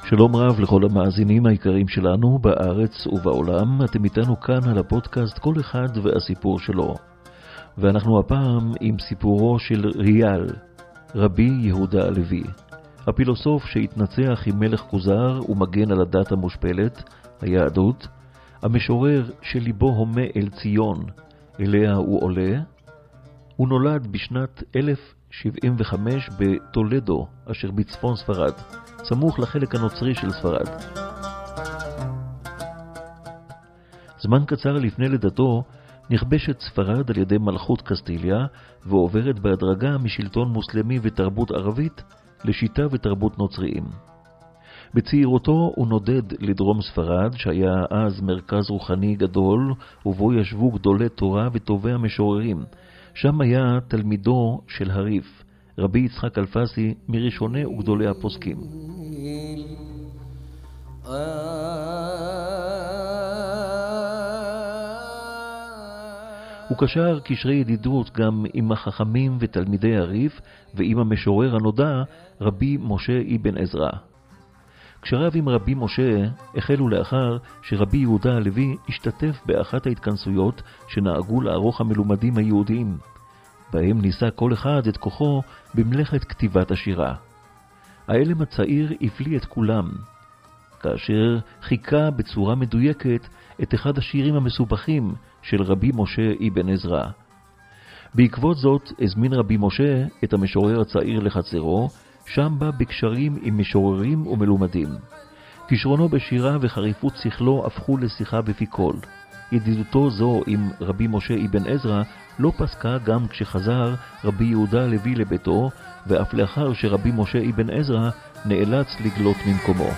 שלום רב לכל המאזינים העיקריים שלנו בארץ ובעולם. אתם איתנו כאן על הפודקאסט כל אחד והסיפור שלו. ואנחנו הפעם עם סיפורו של ריאל, רבי יהודה הלוי, הפילוסוף שהתנצח עם מלך כוזר ומגן על הדת המושפלת, היהדות, המשורר שליבו הומה אל ציון, אליה הוא עולה. הוא נולד בשנת 1075 בטולדו, אשר בצפון ספרד, סמוך לחלק הנוצרי של ספרד. זמן קצר לפני לידתו נכבשת ספרד על ידי מלכות קסטיליה ועוברת בהדרגה משלטון מוסלמי ותרבות ערבית לשיטה ותרבות נוצריים. בצעירותו הוא נודד לדרום ספרד, שהיה אז מרכז רוחני גדול ובו ישבו גדולי תורה וטובי המשוררים. שם היה תלמידו של הריף, רבי יצחק אלפסי, מראשוני וגדולי הפוסקים. הוא קשר קשרי ידידות גם עם החכמים ותלמידי הריף ועם המשורר הנודע רבי משה אבן עזרא. קשריו עם רבי משה החלו לאחר שרבי יהודה הלוי השתתף באחת ההתכנסויות שנהגו לערוך המלומדים היהודיים, בהם ניסה כל אחד את כוחו במלאכת כתיבת השירה. העלם הצעיר הפליא את כולם, כאשר חיכה בצורה מדויקת את אחד השירים המסובכים של רבי משה אבן עזרא. בעקבות זאת הזמין רבי משה את המשורר הצעיר לחצרו, שם בא בקשרים עם משוררים ומלומדים. כישרונו בשירה וחריפות שכלו הפכו לשיחה בפי כל. ידידותו זו עם רבי משה אבן עזרא לא פסקה גם כשחזר רבי יהודה הלוי לביתו, ואף לאחר שרבי משה אבן עזרא נאלץ לגלות ממקומו.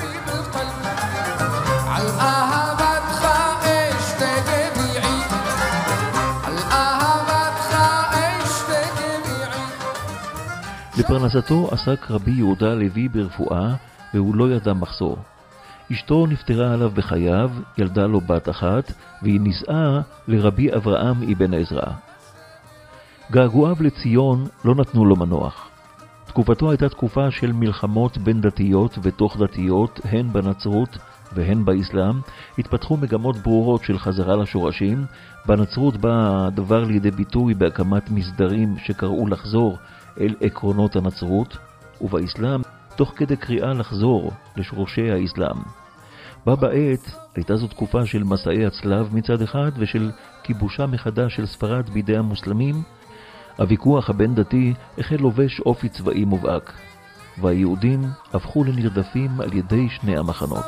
לפרנסתו עסק רבי יהודה הלוי ברפואה, והוא לא ידע מחסור. אשתו נפטרה עליו בחייו, ילדה לו בת אחת, והיא נישאה לרבי אברהם אבן עזרא. געגועיו לציון לא נתנו לו מנוח. תקופתו הייתה תקופה של מלחמות בין דתיות ותוך דתיות, הן בנצרות והן באסלאם. התפתחו מגמות ברורות של חזרה לשורשים. בנצרות בא הדבר לידי ביטוי בהקמת מסדרים שקראו לחזור אל עקרונות הנצרות, ובאסלאם תוך כדי קריאה לחזור לשורשי האסלאם. בה בעת הייתה זו תקופה של מסעי הצלב מצד אחד ושל כיבושה מחדש של ספרד בידי המוסלמים. הוויכוח הבין דתי החל לובש אופי צבאי מובהק, והיהודים הפכו לנרדפים על ידי שני המחנות.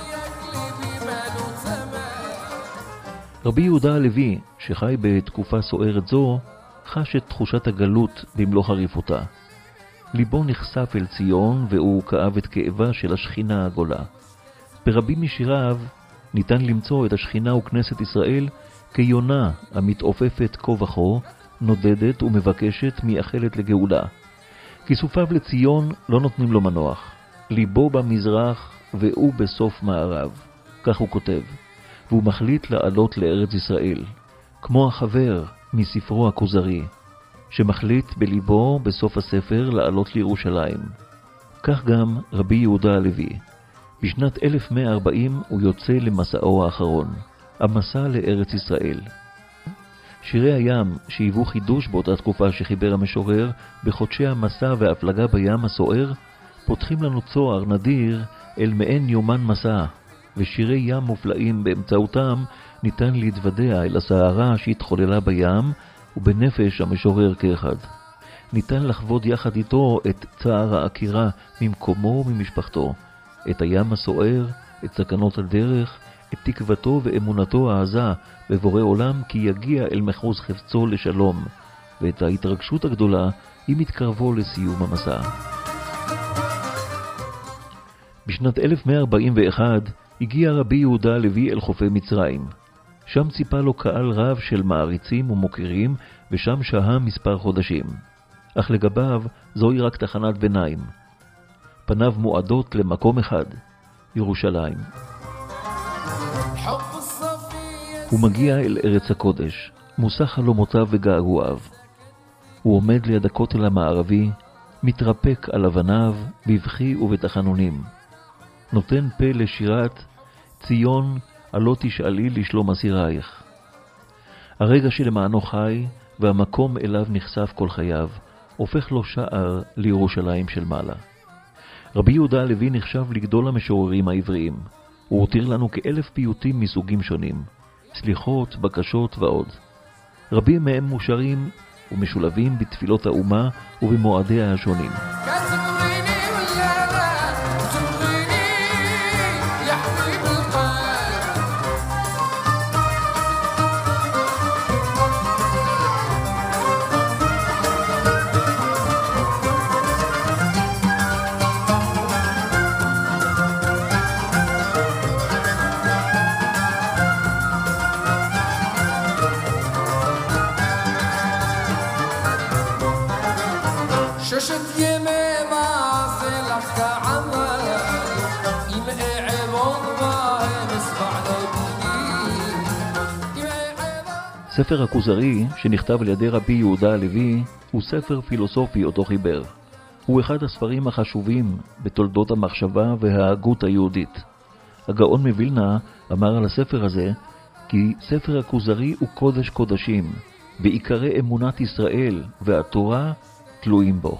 רבי יהודה הלוי, שחי בתקופה סוערת זו, חש את תחושת הגלות במלוא חריפותה. ליבו נחשף אל ציון והוא כאב את כאבה של השכינה הגולה. ברבים משיריו ניתן למצוא את השכינה וכנסת ישראל כיונה המתעופפת כה וכה, נודדת ומבקשת מייחלת לגאולה. כיסופיו לציון לא נותנים לו מנוח. ליבו במזרח והוא בסוף מערב. כך הוא כותב. והוא מחליט לעלות לארץ ישראל, כמו החבר מספרו הכוזרי, שמחליט בליבו בסוף הספר לעלות לירושלים. כך גם רבי יהודה הלוי. בשנת 1140 הוא יוצא למסעו האחרון, המסע לארץ ישראל. שירי הים שהיוו חידוש באותה תקופה שחיבר המשורר בחודשי המסע וההפלגה בים הסוער, פותחים לנו צוהר נדיר אל מעין יומן מסע, ושירי ים מופלאים באמצעותם ניתן להתוודע אל הסערה שהתחוללה בים ובנפש המשורר כאחד. ניתן לחוות יחד איתו את צער העקירה ממקומו וממשפחתו, את הים הסוער, את סכנות הדרך, את תקוותו ואמונתו העזה בבורא עולם כי יגיע אל מחוז חפצו לשלום, ואת ההתרגשות הגדולה עם מתקרבו לסיום המסע. בשנת 1141 הגיע רבי יהודה הלוי אל חופי מצרים. שם ציפה לו קהל רב של מעריצים ומוכרים, ושם שהה מספר חודשים. אך לגביו זוהי רק תחנת ביניים. פניו מועדות למקום אחד, ירושלים. הוא מגיע אל ארץ הקודש, מושא חלומותיו וגעגועיו. הוא עומד ליד הכותל המערבי, מתרפק על אבניו, בבכי ובתחנונים. נותן פה לשירת ציון הלא תשאלי לשלום אסירייך. הרגע שלמענו חי והמקום אליו נחשף כל חייו, הופך לו שער לירושלים של מעלה. רבי יהודה הלוי נחשב לגדול המשוררים העבריים. הוא הותיר לנו כ1,000 פיוטים מסוגים שונים, סליחות, בקשות ועוד. רבים מהם מושרים ומשולבים בתפילות האומה ובמועדיה השונים. ספר הכוזרי, שנכתב על ידי רבי יהודה הלוי, הוא ספר פילוסופי אותו חיבר. הוא אחד הספרים החשובים בתולדות המחשבה וההגות היהודית. הגאון מווילנה אמר על הספר הזה כי ספר הכוזרי הוא קודש קודשים, ועיקרי אמונת ישראל והתורה תלויים בו.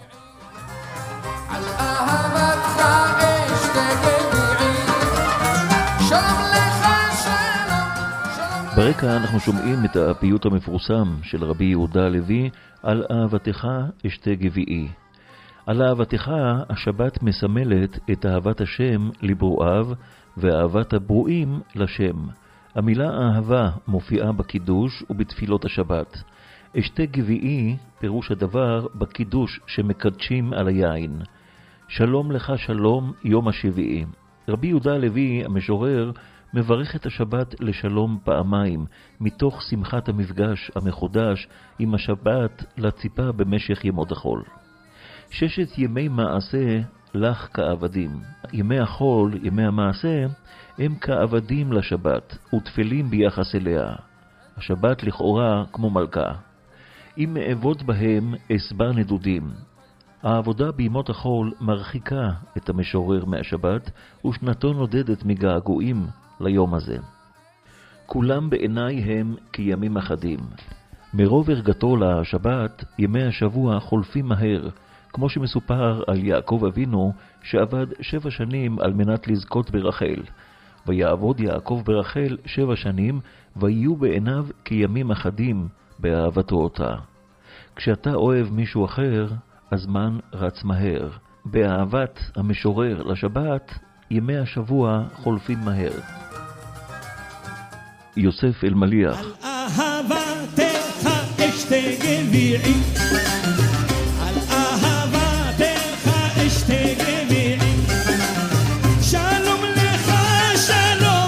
ברקע אנחנו שומעים את הפיוט המפורסם של רבי יהודה הלוי על אהבתך אשתה גביעי. על אהבתך השבת מסמלת את אהבת השם לברואיו ואהבת הברואים לשם. המילה אהבה מופיעה בקידוש ובתפילות השבת. אשתה גביעי פירוש הדבר בקידוש שמקדשים על היין. שלום לך שלום יום השביעי. רבי יהודה הלוי המשורר מברך את השבת לשלום פעמיים, מתוך שמחת המפגש המחודש עם השבת לציפה במשך ימות החול. 6 ימי מעשה לך כעבדים. ימי החול, ימי המעשה, הם כעבדים לשבת, ותפלים ביחס אליה. השבת לכאורה כמו מלכה. אם אעבוד בהם אסבר נדודים. העבודה בימות החול מרחיקה את המשורר מהשבת, ושנתו נודדת מגעגועים ליום הזה. כולם בעיניי הם כימים אחדים. מרוב הרגתו לשבת, ימי השבוע חולפים מהר, כמו שמסופר על יעקב אבינו שעבד 7 שנים על מנת לזכות ברחל. ויעבוד יעקב ברחל 7 שנים, ויהיו בעיניו כימים אחדים באהבתו אותה. כשאתה אוהב מישהו אחר, הזמן רץ מהר. באהבת המשורר לשבת, ימי השבוע חולפים מהר. יוסף אלמליח. על אהבתך אשתה גביעי, על אהבתך אשתה גביעי, שלום לך שלום,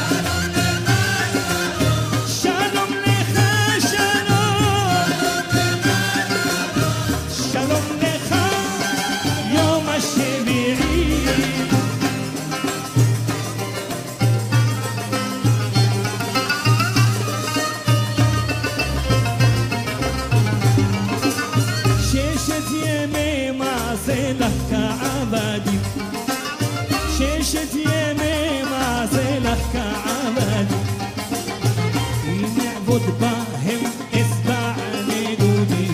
שלום לך שלום, שלום לך יום השביעי. ششت يمي ما زلك كعبدي نعبد بهم اسبع ندودي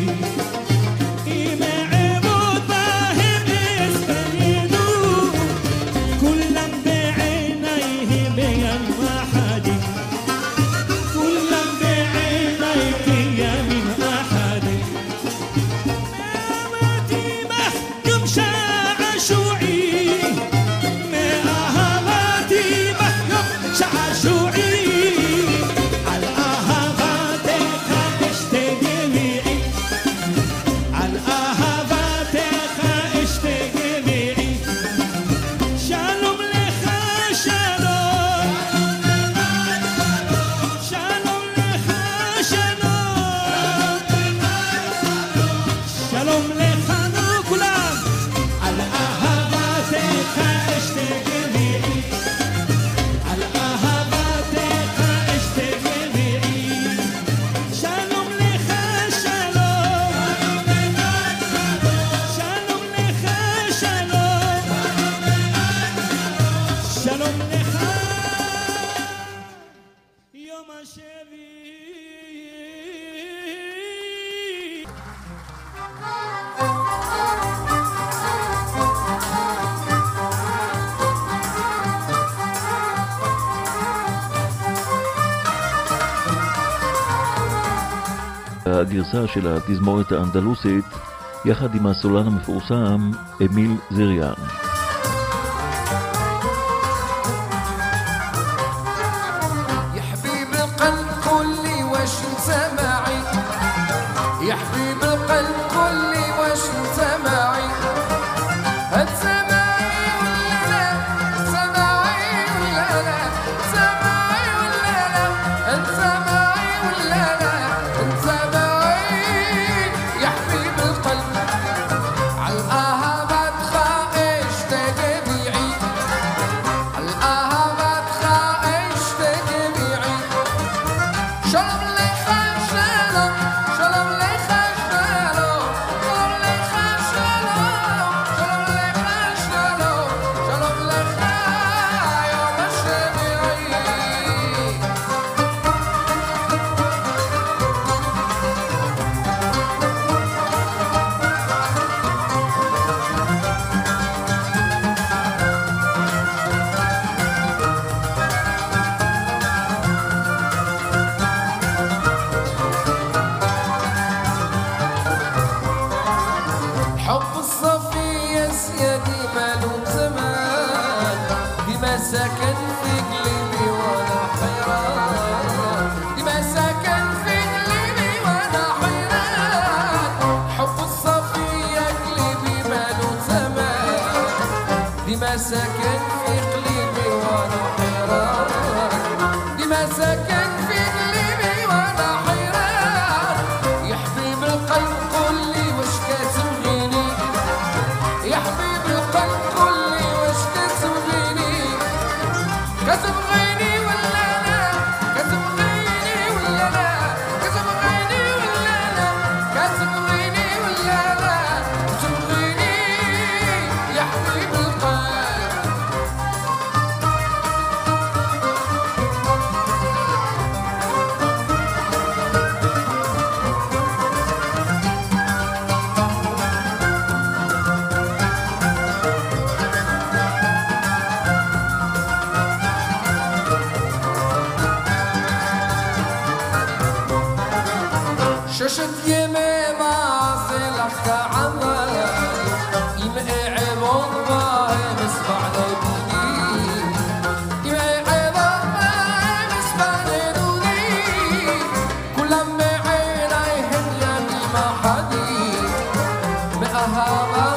نعبد بهم اسبع ندود كلهم بعينيه بين واحد كلهم بعينيك يا من احد ما محكم شاع شوعي ما أهب הגרסה של התזמורת האנדלוסית יחד עם הסולן המפורסם אמיל זריאן. يا حبيب القلب قل لي واش انت معي انت معي ولا لا انت معي ولا لا انت معي ولا لا انت معي ولا لا انت معي يا حبيب القلب عالقاها ما تخايش تدمعي عالقاها ما تخايش تدمعي شرب لي خشلة شرب لي حب الصفية سيادي مالو زمان ديما ساكن في قلبي وانا حيران ديما ساكن في قلبي وانا حيران حب الصفية قلبي مالو زمان ديما ساكن في قلبي وانا حيران ديما ساكن في قلبي وانا حيران يا حبيب القلب قل لي واش كتبغيني يا حبيب القلب قل لي واش كتبغيني كتبغيني ولا لا كتبغيني ولا لا كتبغيني ولا لا كتبغيني ولا لا كتبغيني يا حبيب القلب شاشت يميمة زلك عمال يمقي عبون باي مسبع لبني يمقي عبون باي مسبع لبني كل ما عيني هن يمي ما حدي مقهى